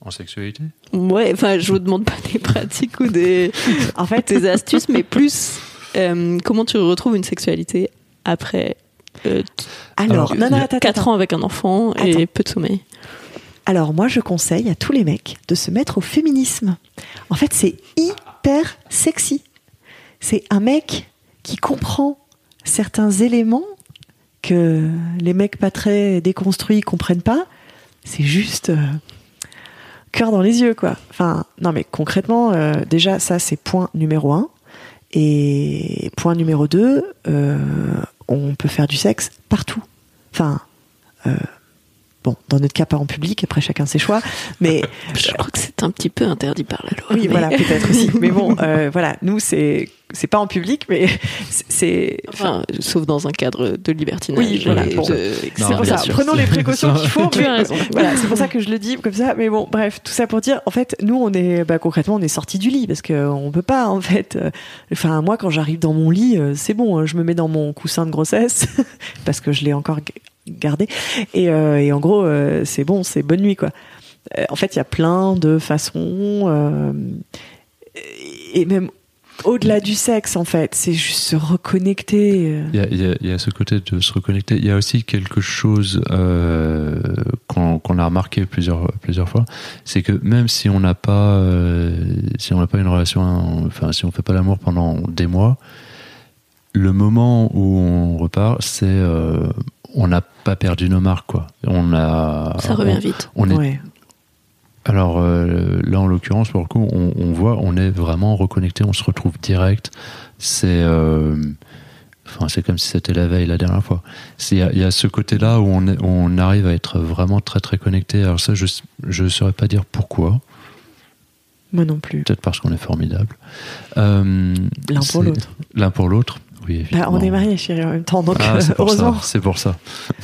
En sexualité ? Ouais, enfin, je vous demande pas des pratiques ou des, en fait, des astuces, mais plus euh, comment tu retrouves une sexualité après euh, Alors, Alors, non, non, attends, quatre attends. ans avec un enfant et Attends. peu de sommeil. Alors, moi, je conseille à tous les mecs de se mettre au féminisme. En fait, c'est hyper sexy. C'est un mec qui comprend certains éléments que les mecs pas très déconstruits comprennent pas. C'est juste euh, cœur dans les yeux, quoi. Enfin, non, mais concrètement, euh, déjà, ça, c'est point numéro un. Et point numéro deux, euh, on peut faire du sexe partout. Enfin, euh, bon, dans notre cas, pas en public, après chacun ses choix, mais... Je crois que c'est un petit peu interdit par la loi. Oui, mais... voilà, peut-être aussi. Mais bon, euh, voilà, nous, c'est, c'est pas en public, mais c'est... Enfin, sauf dans un cadre de libertinage. Oui, voilà, et bon. de- C'est Non, pour bien ça, sûr. prenons les précautions qu'il faut. Tu mais- as raison. Voilà, c'est pour ça que je le dis comme ça. Mais bon, bref, tout ça pour dire, en fait, nous, on est, bah, concrètement, on est sortis du lit parce que on peut pas, en fait. euh, Enfin, moi, quand j'arrive dans mon lit, euh, c'est bon, euh, je me mets dans mon coussin de grossesse parce que je l'ai encore g- gardé. Et, euh, et en gros, euh, c'est bon, c'est bonne nuit, quoi. Euh, en fait, il y a plein de façons, euh, et même au-delà du sexe, en fait, c'est juste se reconnecter. euh. Il y, a, il, y a, il y a ce côté de se reconnecter. Il y a aussi quelque chose euh, qu'on, qu'on a remarqué plusieurs, plusieurs fois, c'est que même si on n'a pas, euh, si on n'a pas une relation, enfin si on fait pas l'amour pendant des mois, le moment où on repart, c'est euh, on n'a pas perdu nos marques, quoi. On a. Ça revient on, vite. On est, Ouais. Alors euh, là, en l'occurrence, pour le coup, on, on voit, on est vraiment reconnecté, on se retrouve direct. C'est, euh, enfin, c'est comme si c'était la veille la dernière fois. Il y, y a ce côté-là où on, est, où on arrive à être vraiment très très connecté. Alors ça, je je saurais pas dire pourquoi. Moi non plus. Peut-être parce qu'on est formidable. Euh, L'un pour c'est- l'autre. L'un pour l'autre. Oui, Bah, évidemment. on est mariés, chérie, en même temps, donc Ah, euh, c'est pour heureusement. ça. C'est pour ça.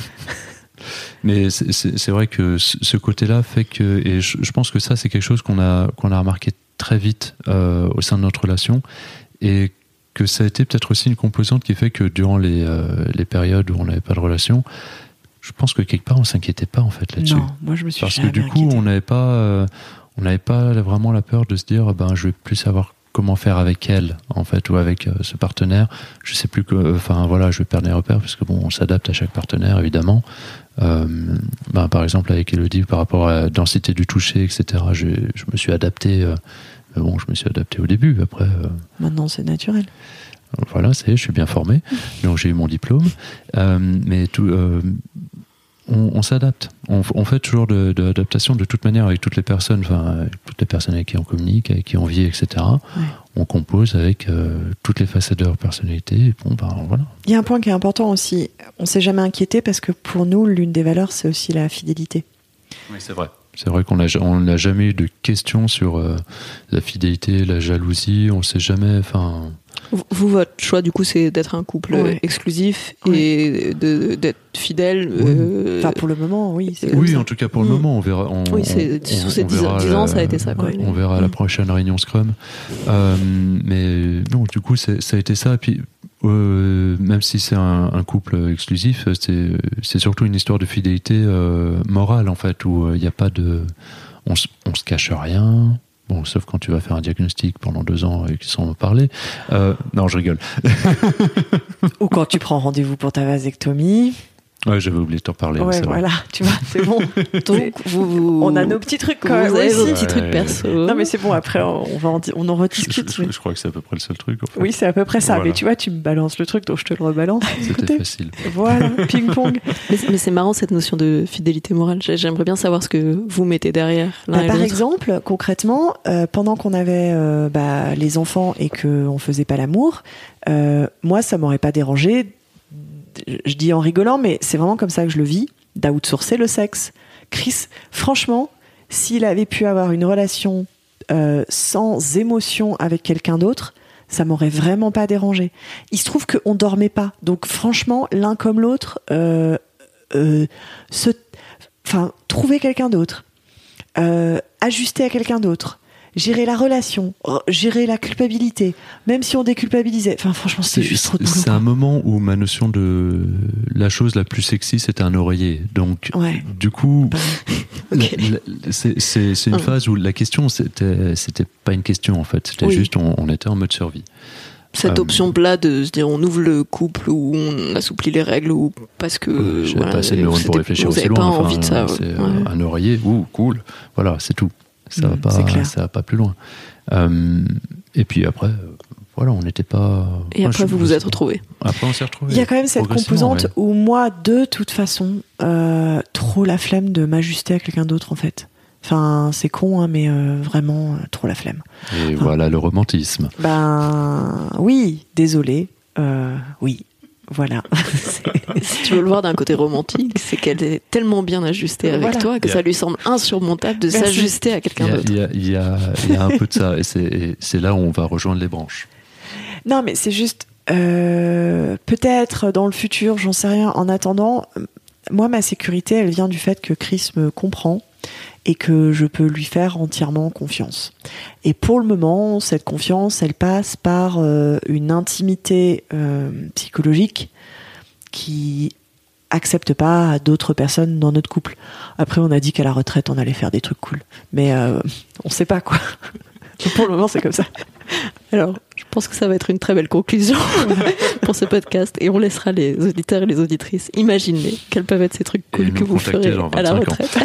Mais c'est, c'est, c'est vrai que ce, ce côté-là fait que, et je, je pense que ça, c'est quelque chose qu'on a qu'on a remarqué très vite euh, au sein de notre relation, et que ça a été peut-être aussi une composante qui fait que durant les euh, les périodes où on n'avait pas de relation, je pense que quelque part on s'inquiétait pas en fait là-dessus. Non, moi je me suis Parce que jamais du coup, inquiétée. on n'avait pas, euh, on n'avait pas vraiment la peur de se dire, ben, je vais plus savoir comment faire avec elle, en fait, ou avec euh, ce partenaire. Je sais plus que, enfin, voilà, je vais perdre les repères, parce que bon, on s'adapte à chaque partenaire, évidemment. Euh, ben, par exemple, avec Elodie, par rapport à la densité du toucher, et cetera, je, je me suis adapté, euh, mais bon, je me suis adapté au début, après, euh, Maintenant, c'est naturel. voilà, ça y est, je suis bien formé, donc j'ai eu mon diplôme, euh, mais tout, euh, on, on s'adapte. On, on fait toujours de, de l'adaptation de toute manière avec toutes les personnes, enfin avec toutes les personnes avec qui on communique, avec qui on vit, et cetera. Ouais. On compose avec euh, toutes les facettes de leur personnalité. Et bon, ben voilà. Il y a un point qui est important aussi. On s'est jamais inquiété parce que pour nous, l'une des valeurs, c'est aussi la fidélité. Oui, c'est vrai. C'est vrai qu'on a, on n'a jamais eu de questions sur euh, la fidélité, la jalousie. On s'est jamais, enfin. Vous, votre choix, du coup, c'est d'être un couple Ouais. exclusif Ouais. et de, d'être fidèle. euh, Enfin, pour le moment, oui. C'est Euh, comme Oui, ça. en tout cas pour le Mm. moment, on verra. On, Oui, c'est, on- sur on ces dix verra dix la- ans, ça a été ça. Quoi. Ouais. On verra à la Mm. prochaine réunion Scrum. Euh, mais non, du coup, c'est, ça a été ça. Et puis, euh, même si c'est un, un couple exclusif, c'est, c'est surtout une histoire de fidélité euh, morale, en fait, où il n'y a pas de. On, se- on se cache rien. Bon, sauf quand tu vas faire un diagnostic pendant deux ans et qu'ils s'en vont parler. Euh, non, je rigole. Ou quand tu prends rendez-vous pour ta vasectomie. Ouais, j'avais oublié de t'en parler. Ouais, c'est vrai. voilà, tu vois, c'est bon. Donc, vous, vous- On a nos petits trucs vous quand même avez vos aussi. petits trucs Ouais. perso. Non, mais c'est bon, après, on, va en, di- on en Je, rediscute. je- mais- je crois que c'est à peu près le seul truc. En fait. Oui, c'est à peu près ça. Voilà. Mais tu vois, tu me balances le truc, donc je te le rebalance. C'était Écoutez, facile. voilà, ping-pong. Mais, c'est- mais c'est marrant cette notion de fidélité morale. J'ai- J'aimerais bien savoir ce que vous mettez derrière l'un Bah, et par l'autre. exemple, concrètement, euh, pendant qu'on avait euh, bah, les enfants et qu'on faisait pas l'amour, euh, moi, ça m'aurait pas dérangé. Je dis en rigolant, mais c'est vraiment comme ça que je le vis, d'outsourcer le sexe. Chris, franchement, s'il avait pu avoir une relation euh, sans émotion avec quelqu'un d'autre, ça m'aurait vraiment pas dérangé. Il se trouve qu'on dormait pas, donc franchement, l'un comme l'autre, euh, euh, se, enfin, trouver quelqu'un d'autre. Euh, ajuster à quelqu'un d'autre. gérer la relation, gérer la culpabilité, même si on déculpabilisait. Enfin, franchement, c'est, c'est juste trop de boulot. C'est un moment où ma notion de la chose la plus sexy, c'était un oreiller. Donc, ouais. du coup, bah, okay. la, la, c'est, c'est, c'est une hum. phase où la question, c'était, c'était pas une question en fait. C'était oui. juste, on, on était en mode survie. Cette euh, option-là de se dire on ouvre le couple ou on assouplit les règles ou parce que euh, j'avais voilà, pas assez de neurones pour réfléchir aussi loin. Pas enfin, envie de ça. C'est ouais. un oreiller, ouh, cool. Voilà, c'est tout. Ça mmh, va pas, ça va pas plus loin. Euh, et puis après, voilà, on n'était pas. Et moi, après, vous vous êtes retrouvés. Après, on s'est retrouvés. Il y a quand même cette composante ouais. où moi, de toute façon, euh, trop la flemme de m'ajuster à quelqu'un d'autre en fait. Enfin, c'est con, hein, mais euh, vraiment, euh, trop la flemme. Et enfin, voilà le romantisme. Ben oui, désolé. Euh, oui, voilà. Si tu veux le voir d'un côté romantique, c'est qu'elle est tellement bien ajustée avec voilà. toi que yeah. ça lui semble insurmontable de Merci. s'ajuster à quelqu'un il y a, d'autre. Il y a, il y a, il y a un peu de ça, et c'est, et c'est là où on va rejoindre les branches. Non, mais c'est juste, euh, peut-être dans le futur, j'en sais rien. En attendant, moi, ma sécurité, elle vient du fait que Chris me comprend et que je peux lui faire entièrement confiance. Et pour le moment, cette confiance, elle passe par euh, une intimité euh, psychologique qui accepte pas d'autres personnes dans notre couple. Après, on a dit qu'à la retraite, on allait faire des trucs cool. Mais euh, on sait pas, quoi. Pour le moment, c'est comme ça. Alors, je pense que ça va être une très belle conclusion pour ce podcast et on laissera les auditeurs et les auditrices imaginer quels peuvent être ces trucs cool que vous ferez à la retraite.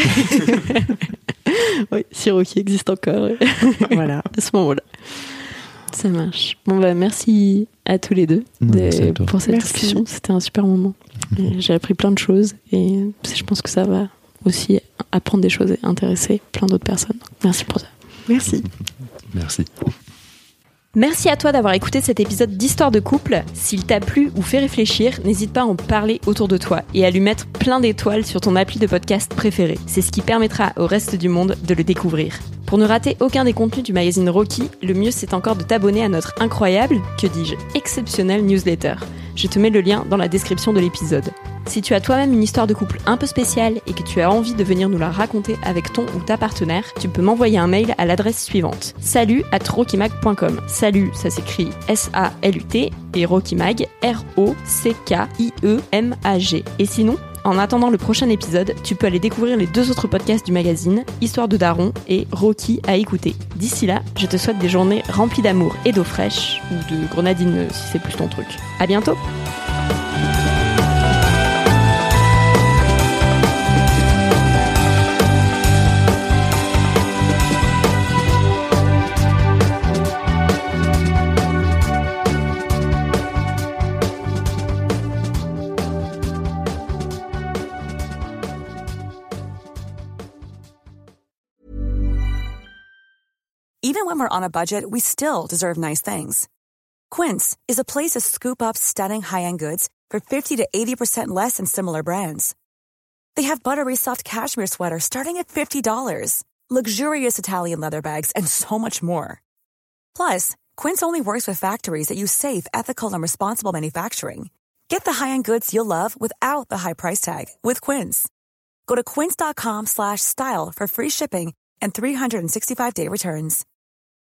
Oui, si Rocky existe encore. Voilà. À ce moment-là. Ça marche. Bon, bah, merci à tous les deux de, pour cette merci. discussion. C'était un super moment. Et j'ai appris plein de choses et je pense que ça va aussi apprendre des choses et intéresser plein d'autres personnes. Merci pour ça. Merci. Merci. Merci à toi d'avoir écouté cet épisode d'Histoire de couple. S'il t'a plu ou fait réfléchir, n'hésite pas à en parler autour de toi et à lui mettre plein d'étoiles sur ton appli de podcast préféré. C'est ce qui permettra au reste du monde de le découvrir. Pour ne rater aucun des contenus du magazine Rocky, le mieux c'est encore de t'abonner à notre incroyable, que dis-je, exceptionnel newsletter. Je te mets le lien dans la description de l'épisode. Si tu as toi-même une histoire de couple un peu spéciale et que tu as envie de venir nous la raconter avec ton ou ta partenaire, tu peux m'envoyer un mail à l'adresse suivante: salut arobase rockymag point com. Salut, ça s'écrit S A L U T et Rockymag, R O C K I E M A G. Et sinon, en attendant le prochain épisode, tu peux aller découvrir les deux autres podcasts du magazine, Histoire de Daron et Rocky à écouter. D'ici là, je te souhaite des journées remplies d'amour et d'eau fraîche, ou de grenadine si c'est plus ton truc. À bientôt! Even when we're on a budget, we still deserve nice things. Quince is a place to scoop up stunning high-end goods for fifty to eighty percent less than similar brands. They have buttery soft cashmere sweaters starting at fifty dollars, luxurious Italian leather bags, and so much more. Plus, Quince only works with factories that use safe, ethical, and responsible manufacturing. Get the high-end goods you'll love without the high price tag with Quince. Go to quince dot com slash style for free shipping and three sixty-five day returns.